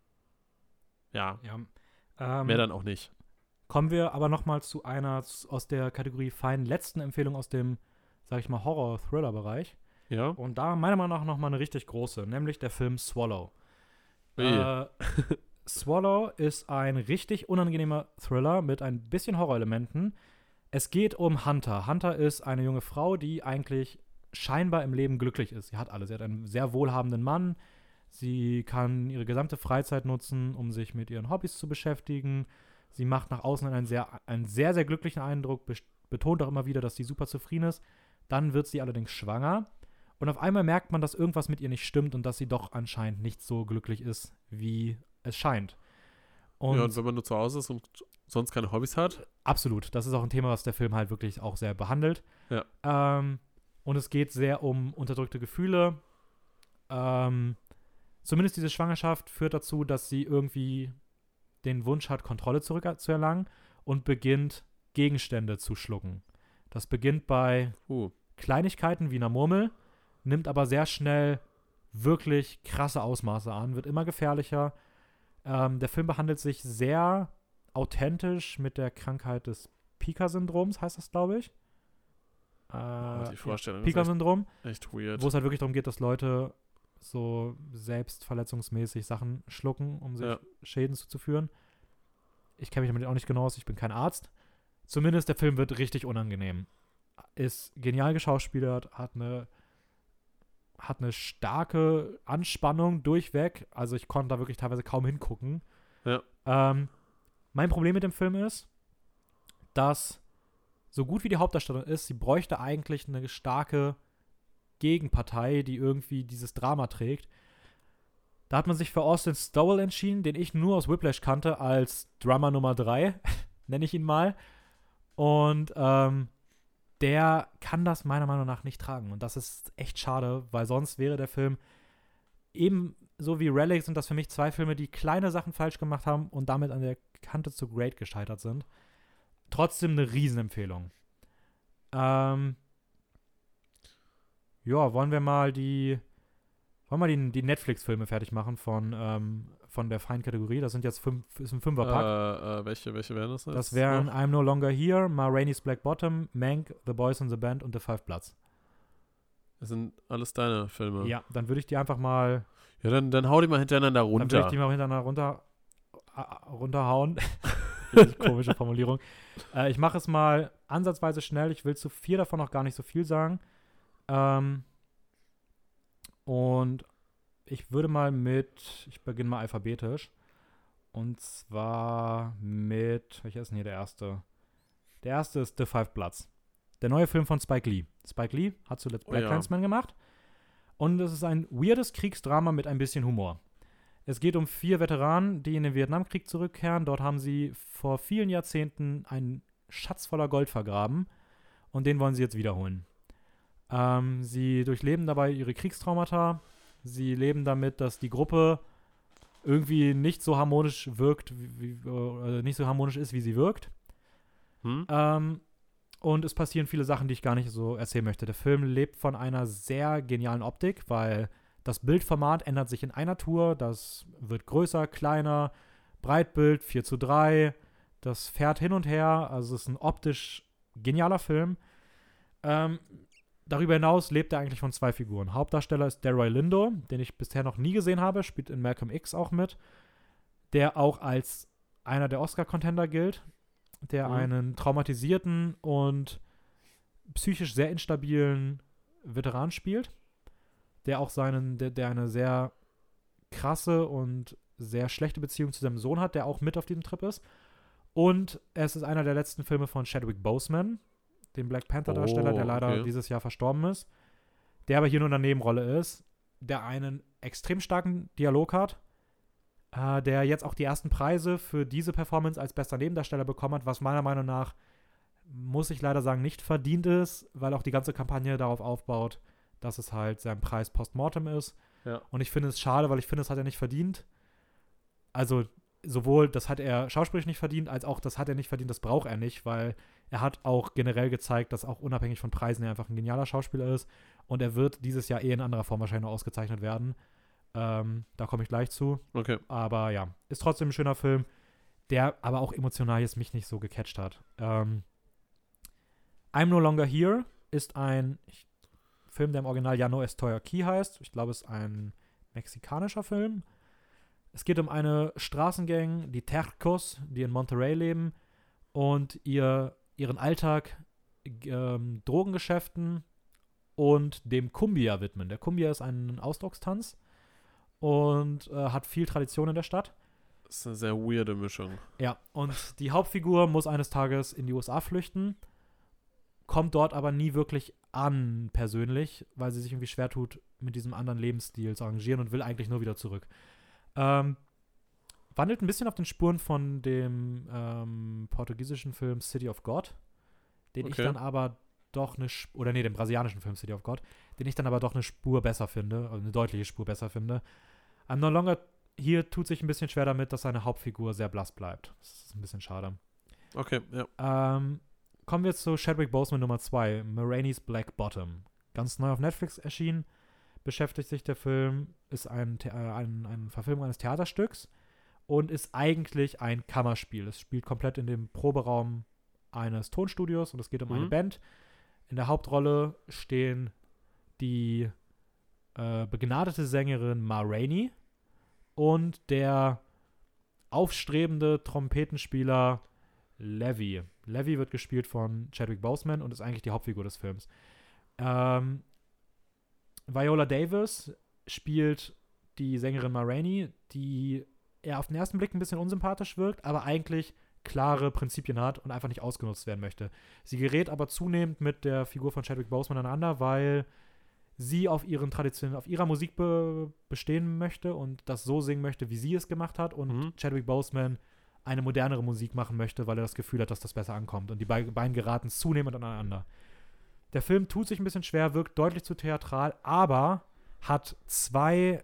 ja, Ja. Ähm, mehr dann auch nicht. Kommen wir aber nochmal zu einer z- aus der Kategorie feinen letzten Empfehlung aus dem, sag ich mal, Horror-Thriller-Bereich. Ja. Und da meiner Meinung nach nochmal eine richtig große, nämlich der Film Swallow. Ui. Äh, Swallow ist ein richtig unangenehmer Thriller mit ein bisschen Horrorelementen. Es geht um Hunter. Hunter ist eine junge Frau, die eigentlich scheinbar im Leben glücklich ist. Sie hat alles. Sie hat einen sehr wohlhabenden Mann. Sie kann ihre gesamte Freizeit nutzen, um sich mit ihren Hobbys zu beschäftigen. Sie macht nach außen einen sehr, einen sehr, sehr glücklichen Eindruck, bes- betont auch immer wieder, dass sie super zufrieden ist. Dann wird sie allerdings schwanger. Und auf einmal merkt man, dass irgendwas mit ihr nicht stimmt und dass sie doch anscheinend nicht so glücklich ist, wie es scheint. Und ja, und wenn man nur zu Hause ist und sonst keine Hobbys hat. absolut. Das ist auch ein Thema, was der Film halt wirklich auch sehr behandelt. Ja. Ähm, und es geht sehr um unterdrückte Gefühle. Ähm, zumindest diese Schwangerschaft führt dazu, dass sie irgendwie den Wunsch hat, Kontrolle zurückzuerlangen und beginnt, Gegenstände zu schlucken. Das beginnt bei Uh. Kleinigkeiten wie einer Murmel, nimmt aber sehr schnell wirklich krasse Ausmaße an, wird immer gefährlicher. Ähm, der Film behandelt sich sehr authentisch mit der Krankheit des Pika-Syndroms, heißt das, glaube ich. Äh, Oh, die Vorstellung ist Pika-Syndrom, echt, echt weird. wo es halt wirklich darum geht, dass Leute so selbstverletzungsmäßig Sachen schlucken, um sich Ja. Schäden zuzuführen. Ich kenne mich damit auch nicht genau aus, ich bin kein Arzt. Zumindest der Film wird richtig unangenehm. Ist genial geschauspielert, hat eine hat eine starke Anspannung durchweg. Also ich konnte da wirklich teilweise kaum hingucken. Ja. Ähm, mein Problem mit dem Film ist, dass so gut wie die Hauptdarstellerin ist, sie bräuchte eigentlich eine starke Gegenpartei, die irgendwie dieses Drama trägt. Da hat man sich für Austin Stowell entschieden, den ich nur aus Whiplash kannte als Drummer Nummer drei, nenne ich ihn mal. Und ähm, der kann das meiner Meinung nach nicht tragen. Und das ist echt schade, weil sonst wäre der Film eben so wie Relic sind das für mich zwei Filme, die kleine Sachen falsch gemacht haben und damit an der Kante zu Great gescheitert sind. Trotzdem eine Riesenempfehlung. Ähm, ja, wollen wir mal die wollen wir die, die Netflix-Filme fertig machen von, ähm, von der Fein-Kategorie. Das sind jetzt fünf, ist ein Fünferpack. Äh, äh, welche, welche wären das jetzt? Das wären noch? I'm No Longer Here, Ma Rainey's Black Bottom, Mank, The Boys in the Band und The Five Bloods. Das sind alles deine Filme. Ja, dann würde ich die einfach mal Ja, dann, dann hau die mal hintereinander Dann würde runter. ich die mal hintereinander runter, äh, runterhauen. Richtig komische Formulierung. Äh, ich mache es mal ansatzweise schnell. Ich will zu vier davon noch gar nicht so viel sagen. Ähm, und ich würde mal mit, ich beginne mal alphabetisch. Und zwar mit, welcher ist denn hier der erste? Der erste ist The Five Bloods. Der neue Film von Spike Lee. Spike Lee hat zuletzt Oh Black ja. Klansman gemacht. Und es ist ein weirdes Kriegsdrama mit ein bisschen Humor. Es geht um vier Veteranen, die in den Vietnamkrieg zurückkehren. Dort haben sie vor vielen Jahrzehnten einen Schatz voller Gold vergraben. Und den wollen sie jetzt wiederholen. Ähm, sie durchleben dabei ihre Kriegstraumata. Sie leben damit, dass die Gruppe irgendwie nicht so harmonisch wirkt, wie, wie, äh, nicht so harmonisch ist, wie sie wirkt. Hm? Ähm, und es passieren viele Sachen, die ich gar nicht so erzählen möchte. Der Film lebt von einer sehr genialen Optik, weil das Bildformat ändert sich in einer Tour. Das wird größer, kleiner, Breitbild, vier zu drei. Das fährt hin und her. Also es ist ein optisch genialer Film. Ähm, darüber hinaus lebt er eigentlich von zwei Figuren. Hauptdarsteller ist Delroy Lindo, den ich bisher noch nie gesehen habe, spielt in Malcolm X auch mit, der auch als einer der Oscar-Contender gilt, der Mhm. einen traumatisierten und psychisch sehr instabilen Veteran spielt, der auch seinen, der, der eine sehr krasse und sehr schlechte Beziehung zu seinem Sohn hat, der auch mit auf diesem Trip ist. Und es ist einer der letzten Filme von Chadwick Boseman, dem Black Panther-Darsteller, Oh, der leider okay. dieses Jahr verstorben ist, der aber hier nur in der Nebenrolle ist, der einen extrem starken Dialog hat, äh, der jetzt auch die ersten Preise für diese Performance als bester Nebendarsteller bekommen hat, was meiner Meinung nach, muss ich leider sagen, nicht verdient ist, weil auch die ganze Kampagne darauf aufbaut, dass es halt sein Preis postmortem ist. Ja. Und ich finde es schade, weil ich finde, das hat er nicht verdient. Also sowohl das hat er schauspielerisch nicht verdient, als auch das hat er nicht verdient, das braucht er nicht, weil er hat auch generell gezeigt, dass auch unabhängig von Preisen er einfach ein genialer Schauspieler ist. Und er wird dieses Jahr eh in anderer Form wahrscheinlich noch ausgezeichnet werden. Ähm, da komme ich gleich zu. Okay. Aber ja, ist trotzdem ein schöner Film, der aber auch emotional jetzt mich nicht so gecatcht hat. Ähm, I'm No Longer Here ist ein ich, Film, der im Original Ya No Estoy Aquí heißt. Ich glaube, es ist ein mexikanischer Film. Es geht um eine Straßengang, die Tercos, die in Monterrey leben und ihr, ihren Alltag ähm, Drogengeschäften und dem Cumbia widmen. Der Cumbia ist ein Ausdruckstanz und äh, hat viel Tradition in der Stadt. Das ist eine sehr weirde Mischung. Ja, und die Hauptfigur muss eines Tages in die U S A flüchten, kommt dort aber nie wirklich an persönlich, weil sie sich irgendwie schwer tut, mit diesem anderen Lebensstil zu arrangieren und will eigentlich nur wieder zurück. Ähm, wandelt ein bisschen auf den Spuren von dem ähm, portugiesischen Film City of God, den Okay. ich dann aber doch eine, Sp- oder nee, dem brasilianischen Film City of God, den ich dann aber doch eine Spur besser finde, also eine deutliche Spur besser finde. I'm No Longer Here tut sich ein bisschen schwer damit, dass seine Hauptfigur sehr blass bleibt. Das ist ein bisschen schade. Okay, ja. Ähm, kommen wir zu Chadwick Boseman Nummer zwei, Ma Rainey's Black Bottom. Ganz neu auf Netflix erschienen. Beschäftigt sich der Film, ist ein, The- äh, ein, ein Verfilmung eines Theaterstücks und ist eigentlich ein Kammerspiel. Es spielt komplett in dem Proberaum eines Tonstudios und es geht um eine Mhm. Band. In der Hauptrolle stehen die äh, begnadete Sängerin Ma Rainey und der aufstrebende Trompetenspieler Levy. Levy wird gespielt von Chadwick Boseman und ist eigentlich die Hauptfigur des Films. Ähm, Viola Davis spielt die Sängerin Ma Rainey, die eher auf den ersten Blick ein bisschen unsympathisch wirkt, aber eigentlich klare Prinzipien hat und einfach nicht ausgenutzt werden möchte. Sie gerät aber zunehmend mit der Figur von Chadwick Boseman aneinander, weil sie auf ihren Traditionen, auf ihrer Musik be- bestehen möchte und das so singen möchte, wie sie es gemacht hat und Mhm. Chadwick Boseman eine modernere Musik machen möchte, weil er das Gefühl hat, dass das besser ankommt und die be- beiden geraten zunehmend aneinander. Der Film tut sich ein bisschen schwer, wirkt deutlich zu theatral, aber hat zwei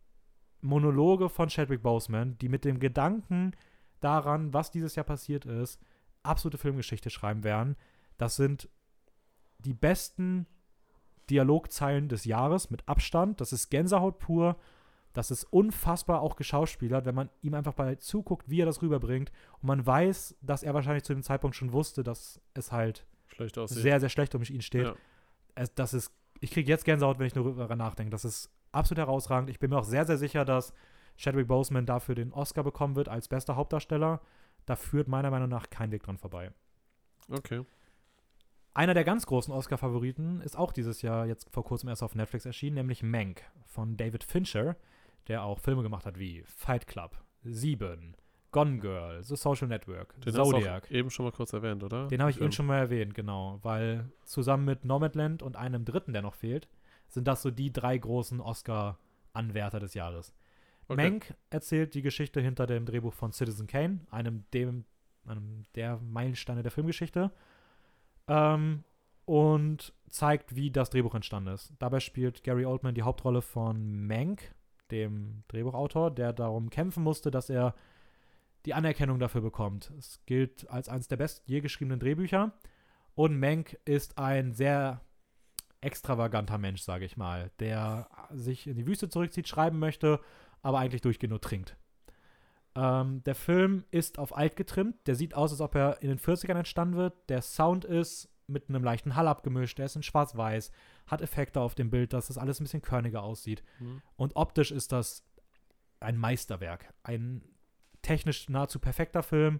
Monologe von Chadwick Boseman, die mit dem Gedanken daran, was dieses Jahr passiert ist, absolute Filmgeschichte schreiben werden. Das sind die besten Dialogzeilen des Jahres mit Abstand. Das ist Gänsehaut pur. Das ist unfassbar auch geschauspielert, wenn man ihm einfach bei zuguckt, wie er das rüberbringt. Und man weiß, dass er wahrscheinlich zu dem Zeitpunkt schon wusste, dass es halt Schlecht aussieht. sehr, sehr schlecht um ihn steht. Ja. Es, das ist ich kriege jetzt Gänsehaut, wenn ich nur darüber nachdenke. Das ist absolut herausragend. Ich bin mir auch sehr, sehr sicher, dass Chadwick Boseman dafür den Oscar bekommen wird als bester Hauptdarsteller. Da führt meiner Meinung nach kein Weg dran vorbei. Okay. Einer der ganz großen Oscar-Favoriten ist auch dieses Jahr jetzt vor kurzem erst auf Netflix erschienen, nämlich Mank von David Fincher, der auch Filme gemacht hat wie Fight Club, Sieben, Gone Girl, The Social Network, Den Zodiac. hast du auch eben schon mal kurz erwähnt, oder? Den habe ich Film. eben schon mal erwähnt, genau, weil zusammen mit Nomadland und einem dritten, der noch fehlt, sind das so die drei großen Oscar-Anwärter des Jahres. Okay. Mank erzählt die Geschichte hinter dem Drehbuch von Citizen Kane, einem, dem, einem der Meilensteine der Filmgeschichte, ähm, und zeigt, wie das Drehbuch entstanden ist. Dabei spielt Gary Oldman die Hauptrolle von Mank, dem Drehbuchautor, der darum kämpfen musste, dass er die Anerkennung dafür bekommt. Es gilt als eines der best je geschriebenen Drehbücher. Und Mank ist ein sehr extravaganter Mensch, sage ich mal, der sich in die Wüste zurückzieht, schreiben möchte, aber eigentlich durchgehend nur trinkt. Ähm, der Film ist auf alt getrimmt. Der sieht aus, als ob er in den vierzigern entstanden wird. Der Sound ist mit einem leichten Hall abgemischt. Der ist in schwarz-weiß, hat Effekte auf dem Bild, dass das alles ein bisschen körniger aussieht. Mhm. Und optisch ist das ein Meisterwerk. Ein technisch nahezu perfekter Film,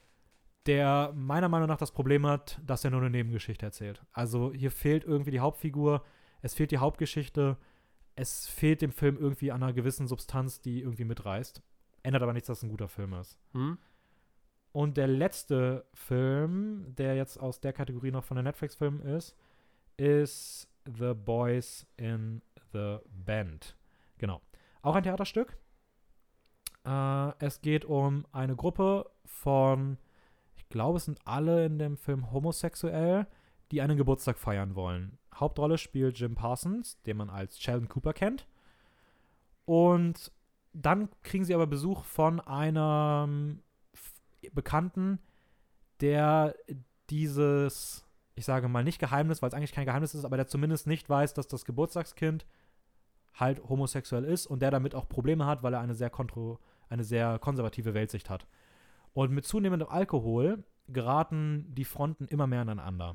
der meiner Meinung nach das Problem hat, dass er nur eine Nebengeschichte erzählt. Also hier fehlt irgendwie die Hauptfigur, es fehlt die Hauptgeschichte, es fehlt dem Film irgendwie an einer gewissen Substanz, die irgendwie mitreißt. Ändert aber nichts, dass es ein guter Film ist. Mhm. Und der letzte Film, der jetzt aus der Kategorie noch von der Netflix-Film ist, ist The Boys in the Band. Genau. Auch ein Theaterstück. Äh, es geht um eine Gruppe von, ich glaube, es sind alle in dem Film homosexuell, die einen Geburtstag feiern wollen. Hauptrolle spielt Jim Parsons, den man als Sheldon Cooper kennt. Und dann kriegen sie aber Besuch von einem Bekannten, der dieses, ich sage mal nicht Geheimnis, weil es eigentlich kein Geheimnis ist, aber der zumindest nicht weiß, dass das Geburtstagskind halt homosexuell ist und der damit auch Probleme hat, weil er eine sehr, kontro- eine sehr konservative Weltsicht hat. Und mit zunehmendem Alkohol geraten die Fronten immer mehr aneinander.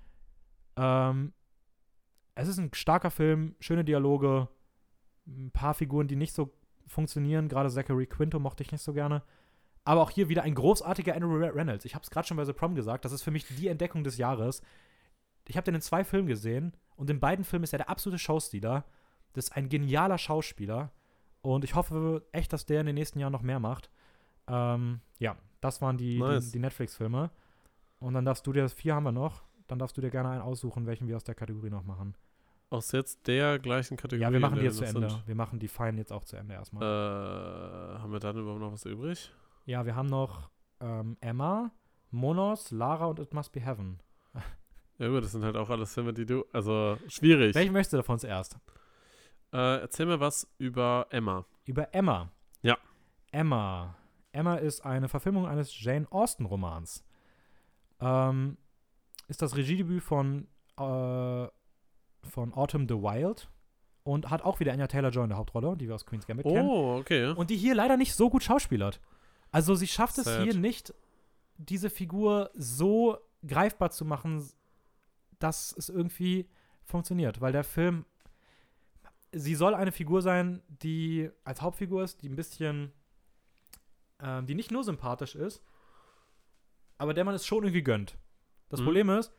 Ähm, es ist ein starker Film, schöne Dialoge, ein paar Figuren, die nicht so funktionieren, gerade Zachary Quinto mochte ich nicht so gerne. Aber auch hier wieder ein großartiger Andrew Reynolds. Ich habe es gerade schon bei The Prom gesagt, das ist für mich die Entdeckung des Jahres. Ich habe den in zwei Filmen gesehen und in beiden Filmen ist er der absolute Showstealer. Das ist ein genialer Schauspieler und ich hoffe echt, dass der in den nächsten Jahren noch mehr macht. Ähm, ja, das waren die, nice. die, die Netflix-Filme. Und dann darfst du dir, vier haben wir noch, dann darfst du dir gerne einen aussuchen, welchen wir aus der Kategorie noch machen. Aus jetzt der gleichen Kategorie? Ja, wir machen die der jetzt zu wir Ende. sind. Wir machen die Feinen jetzt auch zu Ende erstmal. Äh, haben wir dann überhaupt noch was übrig? Ja, wir haben noch ähm, Emma, Monos, Lara und It Must Be Heaven. Ja gut, das sind halt auch alles Filme, die du, also schwierig. Welchen möchtest du davon zuerst? Äh, erzähl mir was über Emma. Über Emma. Ja. Emma. Emma ist eine Verfilmung eines Jane Austen-Romans. Ähm, ist das Regiedebüt von, äh, von Autumn the Wild und hat auch wieder Anya Taylor-Joy in der Hauptrolle, die wir aus Queen's Gambit kennen. Oh, okay. Und die hier leider nicht so gut schauspielert. Also sie schafft es Sad. hier nicht, diese Figur so greifbar zu machen, dass es irgendwie funktioniert. Weil der Film, sie soll eine Figur sein, die als Hauptfigur ist, die ein bisschen, ähm, die nicht nur sympathisch ist, aber der man es schon irgendwie gönnt. Das Mhm. Problem ist,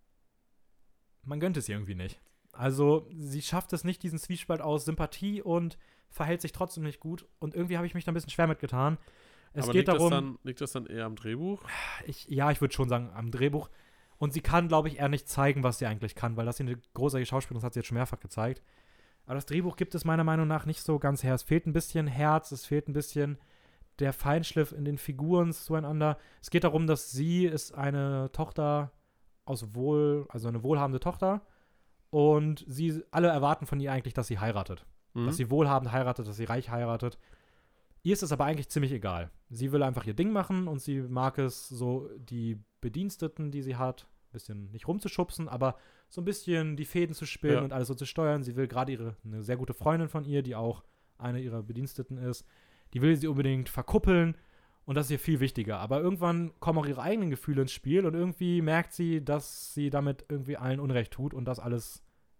man gönnt es ihr irgendwie nicht. Also sie schafft es nicht, diesen Zwiespalt aus Sympathie und verhält sich trotzdem nicht gut. Und irgendwie habe ich mich da ein bisschen schwer mitgetan. Es Aber geht liegt, darum, das dann, liegt das dann eher am Drehbuch? ich, ja, ich würde schon sagen, am Drehbuch. Und sie kann, glaube ich, eher nicht zeigen, was sie eigentlich kann, weil das sie eine großartige Schauspielerin ist, hat sie jetzt schon mehrfach gezeigt. Aber das Drehbuch gibt es meiner Meinung nach nicht so ganz her. Es fehlt ein bisschen Herz, es fehlt ein bisschen der Feinschliff in den Figuren zueinander. Es geht darum, dass sie ist eine Tochter aus Wohl, also eine wohlhabende Tochter. Und sie, alle erwarten von ihr eigentlich, dass sie heiratet. Mhm. Dass sie wohlhabend heiratet, dass sie reich heiratet. Ihr ist es aber eigentlich ziemlich egal. Sie will einfach ihr Ding machen und sie mag es, so die Bediensteten, die sie hat, ein bisschen nicht rumzuschubsen, aber so ein bisschen die Fäden zu spinnen Ja. und alles so zu steuern. Sie will gerade ihre, eine sehr gute Freundin von ihr, die auch eine ihrer Bediensteten ist, die will sie unbedingt verkuppeln und das ist ihr viel wichtiger. Aber irgendwann kommen auch ihre eigenen Gefühle ins Spiel und irgendwie merkt sie, dass sie damit irgendwie allen Unrecht tut und das alles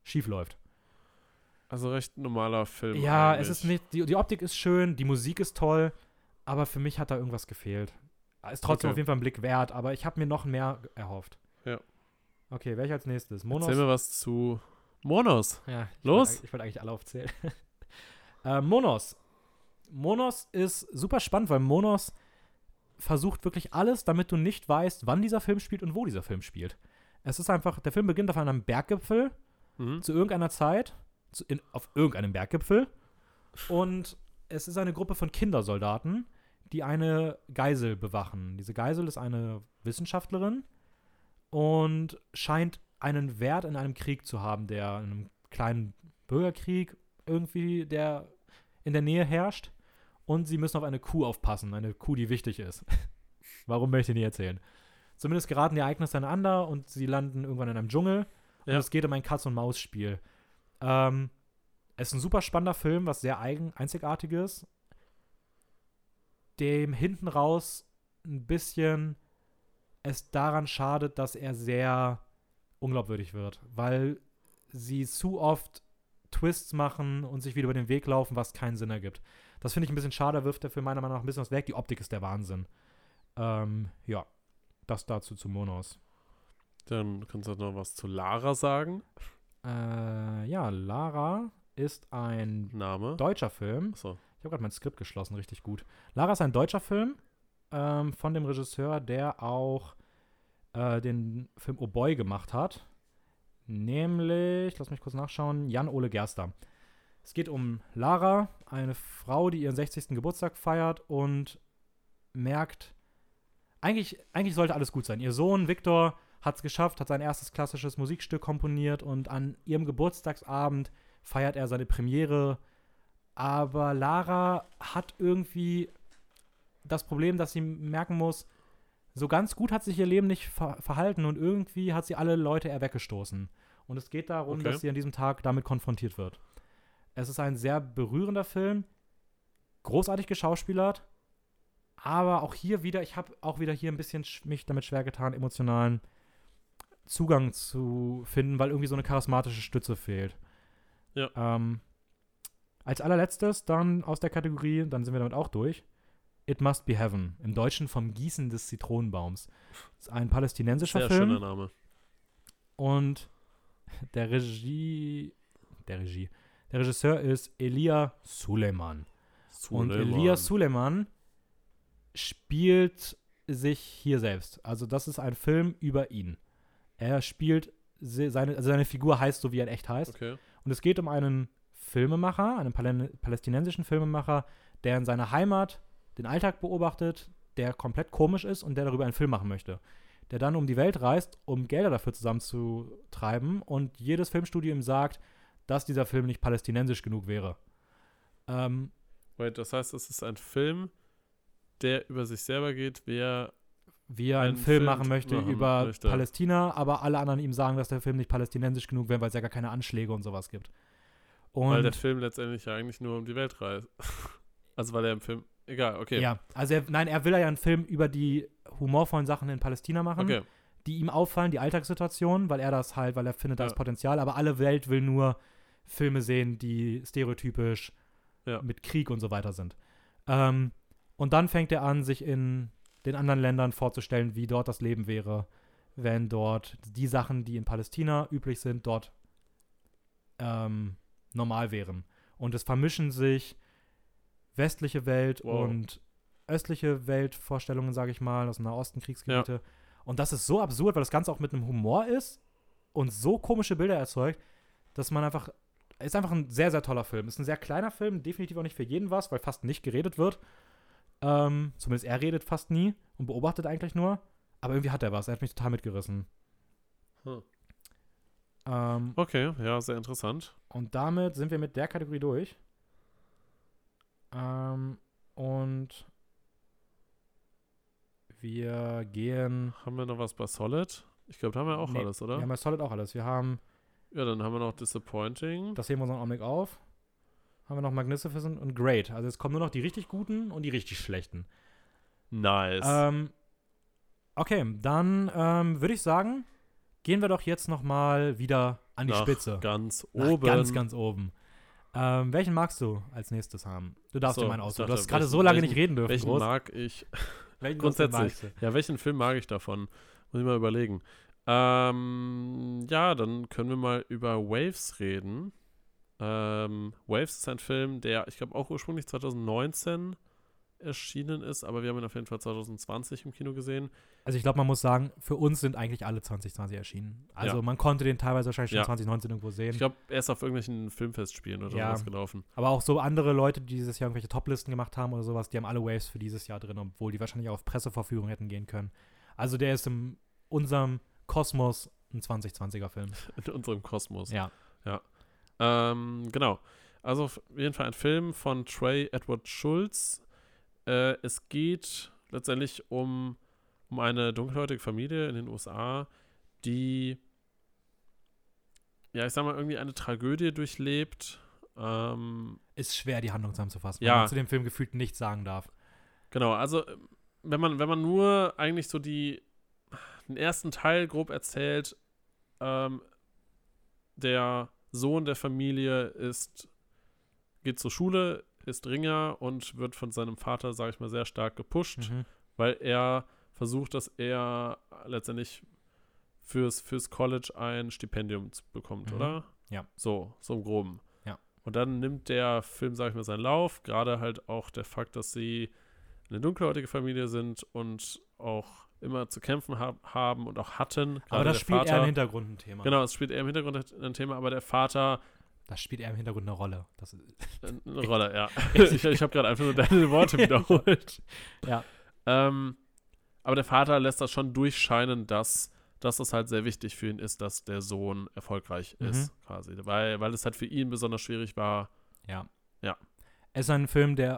schief läuft. Also recht normaler Film. Ja, eigentlich. es ist nicht, die, die Optik ist schön, die Musik ist toll, aber für mich hat da irgendwas gefehlt. Ist trotzdem Okay. auf jeden Fall ein Blick wert, aber ich habe mir noch mehr erhofft. Ja. Okay, welcher als nächstes? Monos. Erzähl mir was zu Monos. Ja, ich Los. Wollte, ich wollte eigentlich alle aufzählen. äh, Monos. Monos ist super spannend, weil Monos versucht wirklich alles, damit du nicht weißt, wann dieser Film spielt und wo dieser Film spielt. Es ist einfach, der Film beginnt auf einem Berggipfel Mhm. zu irgendeiner Zeit, zu, in, auf irgendeinem Berggipfel. Und es ist eine Gruppe von Kindersoldaten, die eine Geisel bewachen. Diese Geisel ist eine Wissenschaftlerin und scheint einen Wert in einem Krieg zu haben, der in einem kleinen Bürgerkrieg irgendwie, der in der Nähe herrscht. Und sie müssen auf eine Kuh aufpassen, eine Kuh, die wichtig ist. Warum möchte ich nicht erzählen? Zumindest geraten die Ereignisse aneinander und sie landen irgendwann in einem Dschungel. Ja. Und es geht um ein Katz-und-Maus-Spiel. Ähm, es ist ein super spannender Film, was sehr eigen, einzigartig ist. Dem hinten raus ein bisschen es daran schadet, dass er sehr unglaubwürdig wird, weil sie zu oft Twists machen und sich wieder über den Weg laufen, was keinen Sinn ergibt. Das finde ich ein bisschen schade, wirft er für meiner Meinung nach ein bisschen was weg. Die Optik ist der Wahnsinn. Ähm, ja, das dazu zu Monos. Dann kannst du noch was zu Lara sagen. Äh, ja, Lara ist ein Name. deutscher Film. Achso. Ich habe gerade mein Skript geschlossen, richtig gut. Lara ist ein deutscher Film ähm, von dem Regisseur, der auch äh, den Film Oh Boy gemacht hat. Nämlich, lass mich kurz nachschauen, Jan-Ole Gerster. Es geht um Lara, eine Frau, die ihren sechzigsten Geburtstag feiert und merkt, eigentlich, eigentlich sollte alles gut sein. Ihr Sohn Viktor hat es geschafft, hat sein erstes klassisches Musikstück komponiert und an ihrem Geburtstagsabend feiert er seine Premiere. Aber Lara hat irgendwie das Problem, dass sie merken muss, so ganz gut hat sich ihr Leben nicht ver- verhalten und irgendwie hat sie alle Leute eher weggestoßen. Und es geht darum, Okay. dass sie an diesem Tag damit konfrontiert wird. Es ist ein sehr berührender Film, großartig geschauspielert, aber auch hier wieder, ich habe auch wieder hier ein bisschen sch- mich damit schwer getan, emotionalen Zugang zu finden, weil irgendwie so eine charismatische Stütze fehlt. Ja. Ähm, als allerletztes dann aus der Kategorie, dann sind wir damit auch durch, It Must Be Heaven, im Deutschen vom Gießen des Zitronenbaums. Das ist ein palästinensischer Sehr Film. schöner Name. Und der Regie, der Regie, der Regisseur ist Elia Suleiman. Und Elia Suleiman spielt sich hier selbst. Also das ist ein Film über ihn. Er spielt se- seine, also seine Figur heißt so, wie er in echt heißt. Okay. Und es geht um einen Filmemacher, einen Pal- palästinensischen Filmemacher, der in seiner Heimat den Alltag beobachtet, der komplett komisch ist und der darüber einen Film machen möchte. Der dann um die Welt reist, um Gelder dafür zusammenzutreiben und jedes Filmstudio ihm sagt, dass dieser Film nicht palästinensisch genug wäre. Ähm, Wait, das heißt, es ist ein Film, der über sich selber geht, wer wie er einen einen Film Film machen möchte machen über möchte. Palästina, aber alle anderen ihm sagen, dass der Film nicht palästinensisch genug wäre, weil es ja gar keine Anschläge und sowas gibt. Und weil der Film letztendlich ja eigentlich nur um die Welt reist. Also weil er im Film, egal, okay. ja, also er, nein, er will ja einen Film über die humorvollen Sachen in Palästina machen, Okay, die ihm auffallen, die Alltagssituation, weil er das halt, weil er findet, da Ja. ist Potenzial, aber alle Welt will nur Filme sehen, die stereotypisch Ja. mit Krieg und so weiter sind. Ähm, und dann fängt er an, sich in den anderen Ländern vorzustellen, wie dort das Leben wäre, wenn dort die Sachen, die in Palästina üblich sind, dort ähm, normal wären. Und es vermischen sich westliche Welt Wow. und östliche Weltvorstellungen, sage ich mal, aus dem Nahosten, Kriegsgebiete. Und das ist so absurd, weil das Ganze auch mit einem Humor ist und so komische Bilder erzeugt, dass man einfach, ist einfach ein sehr, sehr toller Film. Ist ein sehr kleiner Film, definitiv auch nicht für jeden was, weil fast nicht geredet wird. Ähm, zumindest er redet fast nie und beobachtet eigentlich nur. Aber irgendwie hat er was, er hat mich total mitgerissen. Hm. Ähm, okay, ja, sehr interessant. und damit sind wir mit der Kategorie durch. Ähm, und wir gehen. Haben wir noch was bei Solid? Ich glaube, da haben wir auch Nee, alles, oder? Wir haben bei Solid auch alles. Wir haben, Ja, dann haben wir noch Disappointing. das heben wir uns noch Augenblick auf. Haben wir noch Magnificent und Great. Also jetzt kommen nur noch die richtig guten und die richtig schlechten. Nice. Ähm, okay, dann ähm, würde ich sagen, gehen wir doch jetzt noch mal wieder an die Nach Spitze. ganz Nach oben. ganz, ganz oben. Ähm, welchen magst du als nächstes haben? Du darfst So, dir meinen ich aussuchen. dachte, Du hast gerade welchen- so lange welchen- nicht reden dürfen. Welchen groß. mag ich? Welchen Grundsätzlich. magst du? Ja, welchen Film mag ich davon? Muss ich mal überlegen. Ähm, ja, dann können wir mal über Waves reden. Ähm, Waves ist ein Film, der, ich glaube, auch ursprünglich zwanzig neunzehn erschienen ist, aber wir haben ihn auf jeden Fall zwanzig zwanzig im Kino gesehen. Also ich glaube, man muss sagen, für uns sind eigentlich alle zwanzig zwanzig erschienen. Also Ja. man konnte den teilweise wahrscheinlich schon Ja. zwanzig neunzehn irgendwo sehen. Ich glaube, er ist auf irgendwelchen Filmfestspielen oder Ja. sowas gelaufen. Aber auch so andere Leute, die dieses Jahr irgendwelche Toplisten gemacht haben oder sowas, die haben alle Waves für dieses Jahr drin, obwohl die wahrscheinlich auch auf Pressevorführung hätten gehen können. Also der ist in unserem Kosmos ein zwanzig zwanziger Film. In unserem Kosmos. Ja. Ähm, genau. Also auf jeden Fall ein Film von Trey Edward Schultz. Äh, es geht letztendlich um, um eine dunkelhäutige Familie in den U S A, die, ja, ich sag mal, irgendwie eine Tragödie durchlebt. Ähm, Ist schwer, die Handlung zusammenzufassen, weil Ja. man zu dem Film gefühlt nichts sagen darf. genau, also wenn man, wenn man nur eigentlich so die, den ersten Teil grob erzählt, ähm, der Sohn der Familie ist, geht zur Schule, ist Ringer und wird von seinem Vater, sage ich mal, sehr stark gepusht, Mhm. weil er versucht, dass er letztendlich fürs, fürs College ein Stipendium z- bekommt, Mhm. oder? Ja. So, so im Groben. Ja. Und dann nimmt der Film, sage ich mal, seinen Lauf, gerade halt auch der Fakt, dass sie eine dunkelhäutige Familie sind und auch immer zu kämpfen hab, haben und auch hatten. Aber Gerade das der spielt Vater, eher im Hintergrund ein Thema. Genau, es spielt eher im Hintergrund ein Thema, aber der Vater Das spielt eher im Hintergrund eine Rolle. Das ist, äh, eine Rolle, ja. ich ich habe gerade einfach nur deine Worte wiederholt. Ja. Ähm, aber der Vater lässt das schon durchscheinen, dass, dass es halt sehr wichtig für ihn ist, dass der Sohn erfolgreich Mhm. ist, quasi. Weil, weil es halt für ihn besonders schwierig war. Ja. Ja. Es ist ein Film, der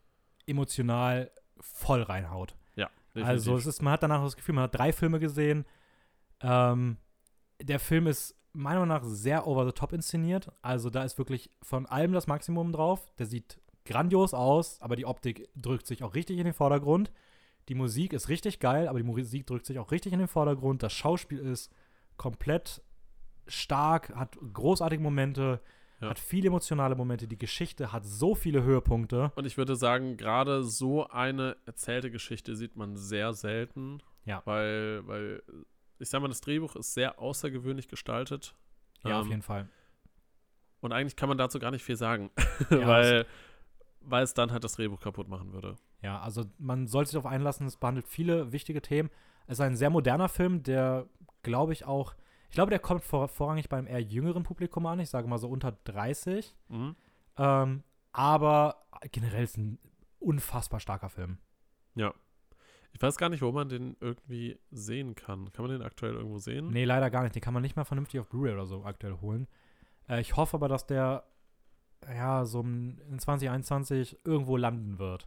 emotional voll reinhaut. Ja, Also es ist, man hat danach das Gefühl, man hat drei Filme gesehen. Ähm, der Film ist meiner Meinung nach sehr over the top inszeniert. Also da ist wirklich von allem das Maximum drauf. Der sieht grandios aus, aber die Optik drückt sich auch richtig in den Vordergrund. Die Musik ist richtig geil, aber die Musik drückt sich auch richtig in den Vordergrund. Das Schauspiel ist komplett stark, hat großartige Momente, Ja. hat viele emotionale Momente. Die Geschichte hat so viele Höhepunkte. Und ich würde sagen, gerade so eine erzählte Geschichte sieht man sehr selten. Ja. Weil, weil, ich sag mal, das Drehbuch ist sehr außergewöhnlich gestaltet. Ja, auf Ähm, jeden Fall. Und eigentlich kann man dazu gar nicht viel sagen. Ja, weil, weil es dann halt das Drehbuch kaputt machen würde. Ja, also man sollte sich darauf einlassen, es behandelt viele wichtige Themen. Es ist ein sehr moderner Film, der, glaube ich, auch, ich glaube, der kommt vor, vorrangig beim eher jüngeren Publikum an, ich sage mal so unter dreißig. Mhm. Ähm, aber generell ist ein unfassbar starker Film. Ja. Ich weiß gar nicht, wo man den irgendwie sehen kann. Kann man den aktuell irgendwo sehen? Nee, leider gar nicht. Den kann man nicht mal vernünftig auf Blu-ray oder so aktuell holen. Äh, ich hoffe aber, dass der, ja, so in zwanzig einundzwanzig irgendwo landen wird.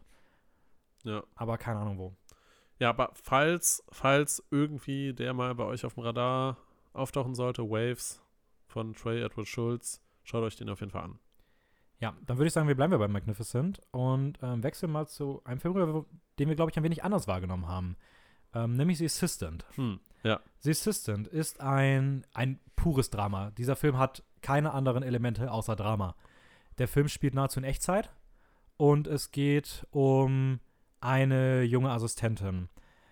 Ja. Aber keine Ahnung wo. Ja, aber falls, falls irgendwie der mal bei euch auf dem Radar auftauchen sollte, Waves von Trey Edward Schultz, schaut euch den auf jeden Fall an. Ja, dann würde ich sagen, wir bleiben ja bei Magnificent und ähm, wechseln mal zu einem Film, den wir, glaube ich, ein wenig anders wahrgenommen haben. Ähm, nämlich The Assistant. Hm, ja. The Assistant ist ein, ein pures Drama. Dieser Film hat keine anderen Elemente außer Drama. Der Film spielt nahezu in Echtzeit und es geht um eine junge Assistentin.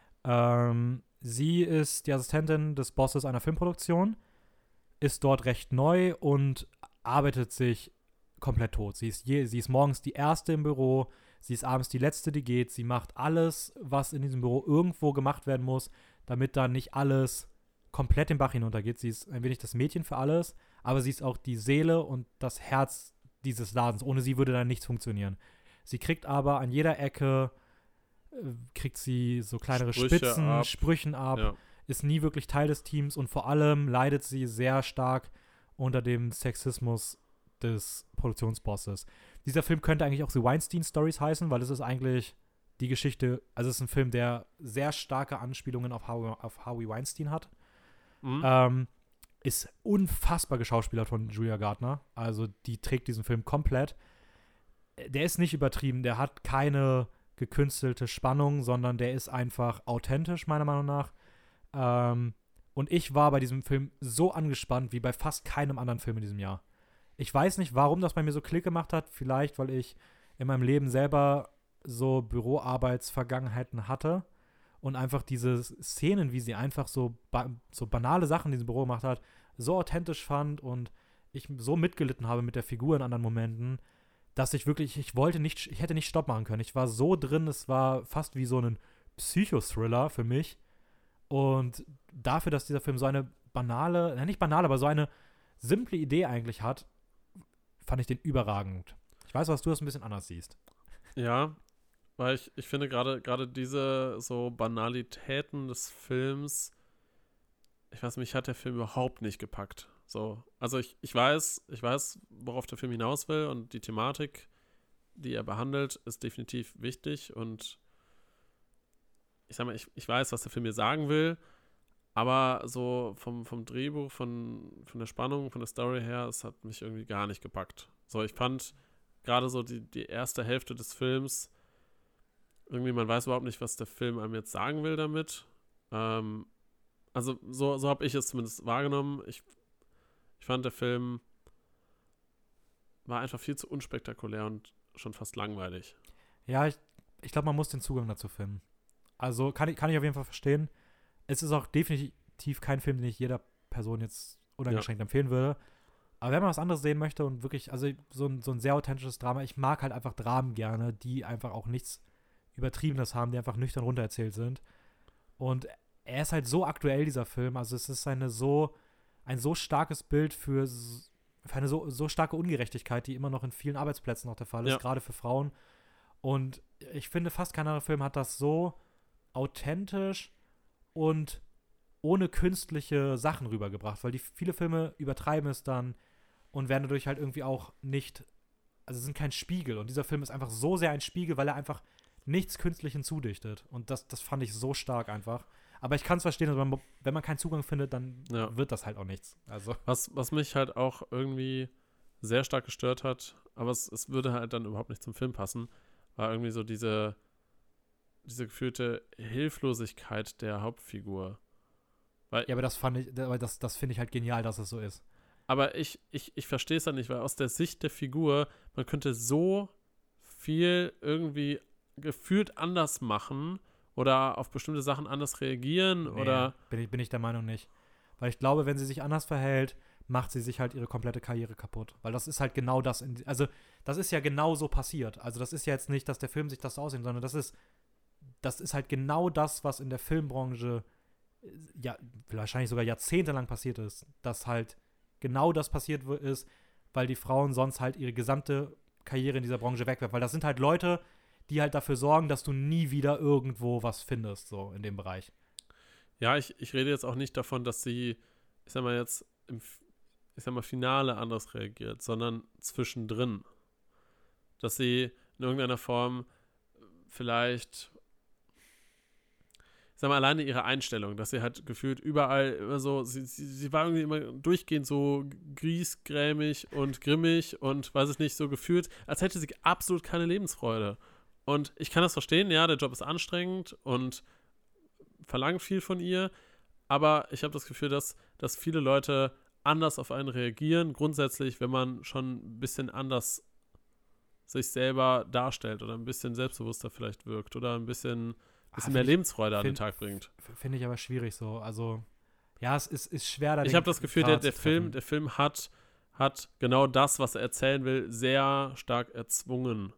Ähm, sie ist die Assistentin des Bosses einer Filmproduktion, ist dort recht neu und arbeitet sich komplett tot. Sie ist, je, sie ist morgens die Erste im Büro, sie ist abends die Letzte, die geht. Sie macht alles, was in diesem Büro irgendwo gemacht werden muss, damit da nicht alles komplett den Bach hinuntergeht. Sie ist ein wenig das Mädchen für alles, aber sie ist auch die Seele und das Herz dieses Ladens. Ohne sie würde da nichts funktionieren. Sie kriegt aber an jeder Ecke, äh, kriegt sie so kleinere Sprüche Spitzen, ab. Sprüchen ab, ja. ist nie wirklich Teil des Teams und vor allem leidet sie sehr stark unter dem Sexismus des Produktionsbosses. Dieser Film könnte eigentlich auch The Weinstein Stories heißen, weil es ist eigentlich die Geschichte, also es ist ein Film, der sehr starke Anspielungen auf, Harvey, auf Harvey Weinstein hat. Mhm. Ähm, ist unfassbar geschauspielert von Julia Gardner. Also die trägt diesen Film komplett. Der ist nicht übertrieben, der hat keine gekünstelte Spannung, sondern der ist einfach authentisch, meiner Meinung nach. Ähm, Und ich war bei diesem Film so angespannt wie bei fast keinem anderen Film in diesem Jahr. Ich weiß nicht, warum das bei mir so Klick gemacht hat. Vielleicht, weil ich in meinem Leben selber so Büroarbeitsvergangenheiten hatte und einfach diese Szenen, wie sie einfach so, ba- so banale Sachen in diesem Büro gemacht hat, so authentisch fand und ich so mitgelitten habe mit der Figur in anderen Momenten, dass ich wirklich, ich wollte nicht, ich hätte nicht Stopp machen können. Ich war so drin, es war fast wie so ein Psychothriller für mich. Und dafür, dass dieser Film so eine banale, ja nicht banale, aber so eine simple Idee eigentlich hat, fand ich den überragend. Ich weiß, was du das ein bisschen anders siehst. Ja, weil ich, ich finde gerade gerade diese so Banalitäten des Films, ich weiß, mich hat der Film überhaupt nicht gepackt. So, also ich, ich weiß, ich weiß, worauf der Film hinaus will und die Thematik, die er behandelt, ist definitiv wichtig und ich sag mal, ich, ich weiß, was der Film mir sagen will, aber so vom, vom Drehbuch, von, von der Spannung, von der Story her, es hat mich irgendwie gar nicht gepackt. So, ich fand gerade so die, die erste Hälfte des Films, irgendwie, man weiß überhaupt nicht, was der Film einem jetzt sagen will damit. Ähm, also so, so habe ich es zumindest wahrgenommen. Ich, ich fand, der Film war einfach viel zu unspektakulär und schon fast langweilig. Ja, ich, ich glaube, man muss den Zugang dazu finden. Also kann ich, kann ich auf jeden Fall verstehen. Es ist auch definitiv kein Film, den ich jeder Person jetzt uneingeschränkt ja. empfehlen würde. Aber wenn man was anderes sehen möchte und wirklich, also so ein, so ein sehr authentisches Drama, ich mag halt einfach Dramen gerne, die einfach auch nichts Übertriebenes haben, die einfach nüchtern runtererzählt sind. Und er ist halt so aktuell, dieser Film. Also es ist eine so, ein so starkes Bild für, für eine so, so starke Ungerechtigkeit, die immer noch in vielen Arbeitsplätzen noch der Fall ist, ja. gerade für Frauen. Und ich finde, fast kein anderer Film hat das so authentisch und ohne künstliche Sachen rübergebracht, weil die viele Filme übertreiben es dann und werden dadurch halt irgendwie auch nicht, also sind kein Spiegel. Und dieser Film ist einfach so sehr ein Spiegel, weil er einfach nichts künstlich hinzudichtet. Und das, das fand ich so stark einfach. Aber ich kann es verstehen, also man, wenn man keinen Zugang findet, dann ja. wird das halt auch nichts. Also. Was, was mich halt auch irgendwie sehr stark gestört hat, aber es, es würde halt dann überhaupt nicht zum Film passen, war irgendwie so diese, diese gefühlte Hilflosigkeit der Hauptfigur. Weil, ja, aber das fand ich, das, das finde ich halt genial, dass es so ist. Aber ich, ich, ich verstehe es dann nicht, weil aus der Sicht der Figur, man könnte so viel irgendwie gefühlt anders machen oder auf bestimmte Sachen anders reagieren nee, oder. Bin ich, bin ich der Meinung nicht. Weil ich glaube, wenn sie sich anders verhält, macht sie sich halt ihre komplette Karriere kaputt. Weil das ist halt genau das, in, also das ist ja genau so passiert. Also das ist ja jetzt nicht, dass der Film sich das so aussieht, sondern das ist, das ist halt genau das, was in der Filmbranche ja, wahrscheinlich sogar jahrzehntelang passiert ist, dass halt genau das passiert ist, weil die Frauen sonst halt ihre gesamte Karriere in dieser Branche wegwerfen. Weil das sind halt Leute, die halt dafür sorgen, dass du nie wieder irgendwo was findest, so in dem Bereich. Ja, ich, ich rede jetzt auch nicht davon, dass sie, ich sag mal jetzt, im ich sag mal, Finale anders reagiert, sondern zwischendrin. Dass sie in irgendeiner Form vielleicht, ich sag mal, alleine ihre Einstellung, dass sie halt gefühlt überall immer so, sie, sie, sie war irgendwie immer durchgehend so griesgrämig und grimmig und weiß ich nicht, so gefühlt, als hätte sie absolut keine Lebensfreude. Und ich kann das verstehen, ja, der Job ist anstrengend und verlangt viel von ihr, aber ich habe das Gefühl, dass, dass viele Leute anders auf einen reagieren, grundsätzlich, wenn man schon ein bisschen anders sich selber darstellt oder ein bisschen selbstbewusster vielleicht wirkt oder ein bisschen, bisschen mehr Lebensfreude an den Tag bringt. Finde ich aber schwierig so, also ja, es ist, ist schwer da. Ich habe das Gefühl, der, der Film, der Film hat, hat genau das, was er erzählen will, sehr stark erzwungen.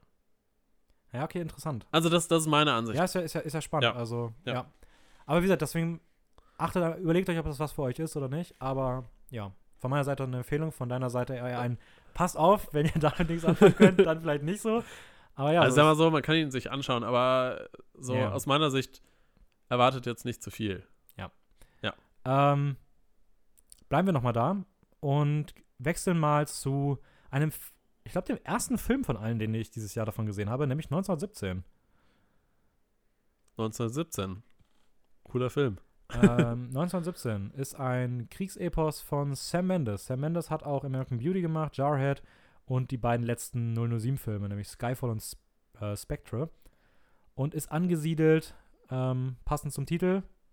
Ja, okay, interessant. Also das, das ist meine Ansicht. Ja, ist ja, ist ja, ist ja spannend. Ja. Also, ja. ja. Aber wie gesagt, deswegen achtet, überlegt euch, ob das was für euch ist oder nicht. Aber ja, von meiner Seite eine Empfehlung, von deiner Seite eher ein Passt auf, wenn ihr damit nichts anfangen könnt, dann vielleicht nicht so. Aber ja. Also sagen wir so, man kann ihn sich anschauen, aber so ja. aus meiner Sicht erwartet jetzt nicht zu viel. Ja. Ja. Ähm, bleiben wir nochmal da und wechseln mal zu einem, ich glaube, dem ersten Film von allen, den ich dieses Jahr davon gesehen habe, nämlich neunzehnhundertsiebzehn. neunzehnhundertsiebzehn. Cooler Film. ähm, neunzehnhundertsiebzehn ist ein Kriegsepos von Sam Mendes. Sam Mendes hat auch American Beauty gemacht, Jarhead und die beiden letzten null null sieben-Filme, nämlich Skyfall und äh, Spectre. Und ist angesiedelt, ähm, passend zum Titel,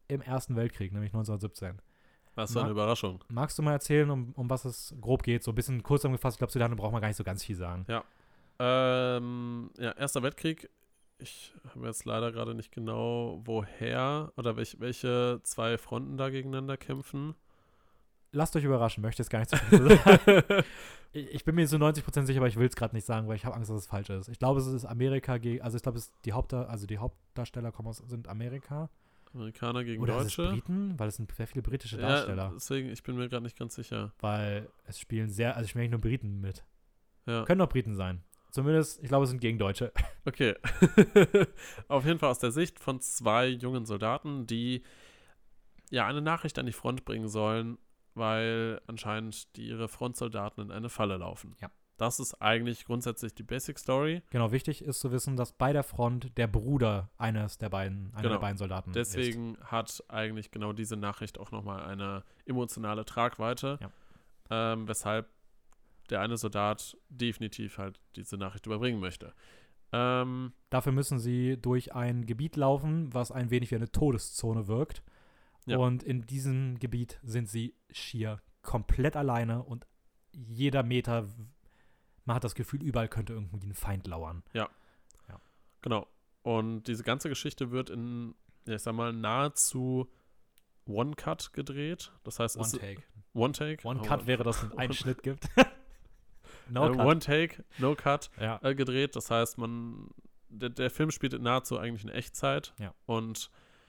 im Ersten Weltkrieg, nämlich neunzehnhundertsiebzehn. Das ist eine Überraschung. Magst du mal erzählen, um, um was es grob geht? So ein bisschen kurz zusammengefasst. Ich glaube, zu dann braucht man gar nicht so ganz viel sagen. Ja. Ähm, ja, Erster Weltkrieg. Ich habe jetzt leider gerade nicht genau, woher oder welch, welche zwei Fronten da gegeneinander kämpfen. Lasst euch überraschen, möchte jetzt gar nicht so viel sagen. ich, ich bin mir zu neunzig Prozent sicher, aber ich will es gerade nicht sagen, weil ich habe Angst, dass es falsch ist. Ich glaube, es ist Amerika gegen, also ich glaube, es die Haupt, also die Hauptdarsteller kommen aus, sind Amerika. Amerikaner gegen Oder Deutsche. Oder Briten, weil es sind sehr viele britische Darsteller. Ja, deswegen, ich bin mir gerade nicht ganz sicher. Weil es spielen sehr, also ich spiele nur Briten mit. Ja. Können auch Briten sein. Zumindest, ich glaube, es sind gegen Deutsche. Okay. Auf jeden Fall aus der Sicht von zwei jungen Soldaten, die ja eine Nachricht an die Front bringen sollen, weil anscheinend die ihre Frontsoldaten in eine Falle laufen. Ja. Das ist eigentlich grundsätzlich die Basic Story. Genau, wichtig ist zu wissen, dass bei der Front der Bruder eines der beiden, einer genau. der beiden Soldaten Deswegen ist. hat eigentlich genau diese Nachricht auch nochmal eine emotionale Tragweite, ja. ähm, weshalb der eine Soldat definitiv halt diese Nachricht überbringen möchte. Ähm, Dafür müssen sie durch ein Gebiet laufen, was ein wenig wie eine Todeszone wirkt. Ja. Und in diesem Gebiet sind sie schier komplett alleine und jeder Meter, man hat das Gefühl, überall könnte irgendwie ein Feind lauern. Ja. ja. Genau. Und diese ganze Geschichte wird in, ja, ich sag mal, nahezu One-Cut gedreht. Das heißt, One-Take. One-Take. One-Cut oh. wäre, dass es einen Schnitt gibt. No äh, One-Take, No-Cut ja. äh, gedreht. Das heißt, man der, der Film spielt nahezu eigentlich in Echtzeit. Ja. Und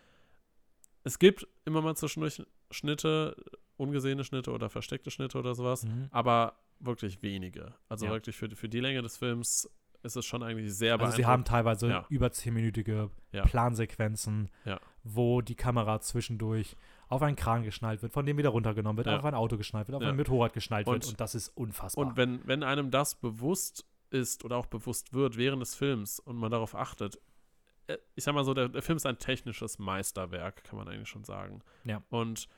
es gibt immer mal zwischendurch Schnitte, ungesehene Schnitte oder versteckte Schnitte oder sowas, mhm. aber wirklich wenige. Also ja. wirklich für, für die Länge des Films ist es schon eigentlich sehr beeindruckend. Also sie haben teilweise ja. über zehnminütige ja. Plansequenzen, ja. wo die Kamera zwischendurch auf einen Kran geschnallt wird, von dem wieder runtergenommen wird, ja. auf ein Auto geschnallt wird, auf ja. ein Motorrad geschnallt und, wird und das ist unfassbar. Und wenn, wenn einem das bewusst ist oder auch bewusst wird während des Films und man darauf achtet, ich sag mal so, der, der Film ist ein technisches Meisterwerk, kann man eigentlich schon sagen. Ja. Und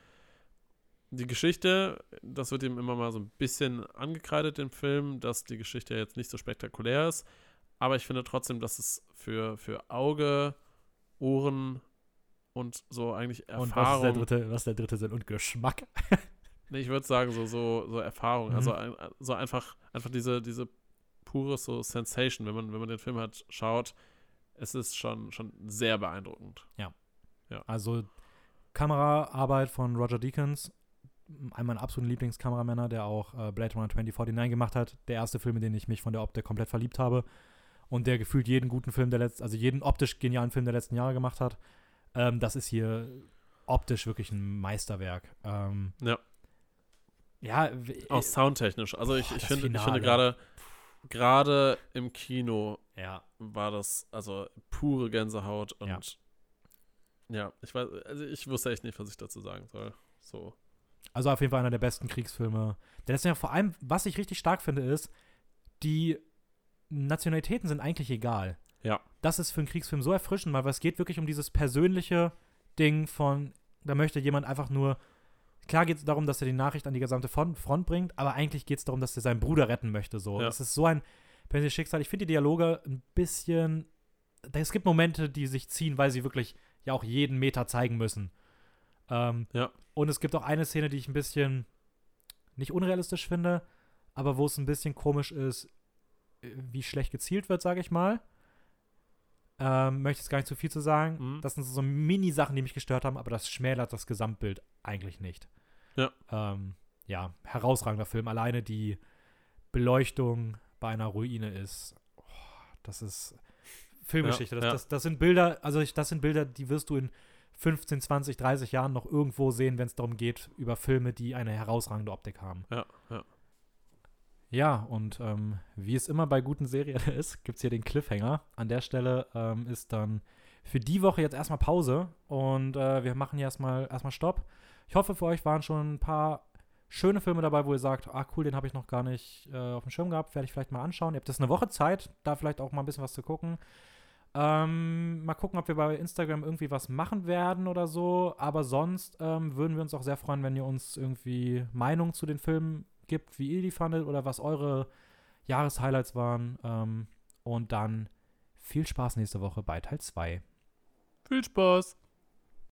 die Geschichte, das wird ihm immer mal so ein bisschen angekreidet im Film, dass die Geschichte jetzt nicht so spektakulär ist, aber ich finde trotzdem, dass es für, für Auge, Ohren und so eigentlich Erfahrung. Und was ist der dritte, was ist der dritte Sinn? Und Geschmack. Nee, ich würde sagen, so, so, so Erfahrung. Mhm. Also ein, so einfach, einfach diese, diese pure so Sensation, wenn man, wenn man den Film halt schaut, es ist schon, schon sehr beeindruckend. Ja. ja. Also Kameraarbeit von Roger Deakins, einer meiner absoluten Lieblingskameramänner, der auch äh, Blade Runner zwanzig neunundvierzig gemacht hat. Der erste Film, in den ich mich von der Optik komplett verliebt habe. Und der gefühlt jeden guten Film der letzten, also jeden optisch genialen Film der letzten Jahre gemacht hat. Ähm, das ist hier optisch wirklich ein Meisterwerk. Ähm, ja. Ja. Auch soundtechnisch. Also boah, ich, ich, das finde, ich Finale. finde gerade gerade im Kino ja. war das also pure Gänsehaut und ja. ja, ich weiß, also ich wusste echt nicht, was ich dazu sagen soll. So. Also auf jeden Fall einer der besten Kriegsfilme. Der letzte Jahr vor allem, was ich richtig stark finde, ist, die Nationalitäten sind eigentlich egal. Ja. Das ist für einen Kriegsfilm so erfrischend, weil es geht wirklich um dieses persönliche Ding von, da möchte jemand einfach nur, klar geht es darum, dass er die Nachricht an die gesamte Front bringt, aber eigentlich geht es darum, dass er seinen Bruder retten möchte. So. Ja. Das ist so ein persönliches Schicksal. Ich finde die Dialoge ein bisschen, es gibt Momente, die sich ziehen, weil sie wirklich ja auch jeden Meter zeigen müssen. Ähm, ja. Und es gibt auch eine Szene, die ich ein bisschen nicht unrealistisch finde, aber wo es ein bisschen komisch ist, wie schlecht gezielt wird, sage ich mal. Ähm, möchte jetzt gar nicht zu viel zu sagen. Mhm. Das sind so Mini-Sachen, die mich gestört haben, aber das schmälert das Gesamtbild eigentlich nicht. Ja. Ähm, ja, herausragender Film. Alleine die Beleuchtung bei einer Ruine ist, oh, das ist Filmgeschichte. Ja, das, ja. Das, das sind Bilder, also ich, das sind Bilder, die wirst du in fünfzehn, zwanzig, dreißig Jahren noch irgendwo sehen, wenn es darum geht, über Filme, die eine herausragende Optik haben. Ja, ja. Ja, und ähm, wie es immer bei guten Serien ist, gibt es hier den Cliffhanger. An der Stelle ähm, ist dann für die Woche jetzt erstmal Pause und äh, wir machen hier erstmal erstmal Stopp. Ich hoffe, für euch waren schon ein paar schöne Filme dabei, wo ihr sagt, ah cool, den habe ich noch gar nicht äh, auf dem Schirm gehabt, werde ich vielleicht mal anschauen. Ihr habt jetzt eine Woche Zeit, da vielleicht auch mal ein bisschen was zu gucken. Ähm, mal gucken, ob wir bei Instagram irgendwie was machen werden oder so. Aber sonst ähm, würden wir uns auch sehr freuen, wenn ihr uns irgendwie Meinungen zu den Filmen gibt, wie ihr die fandet oder was eure Jahreshighlights waren. Ähm, und dann viel Spaß nächste Woche bei Teil zwei. Viel Spaß!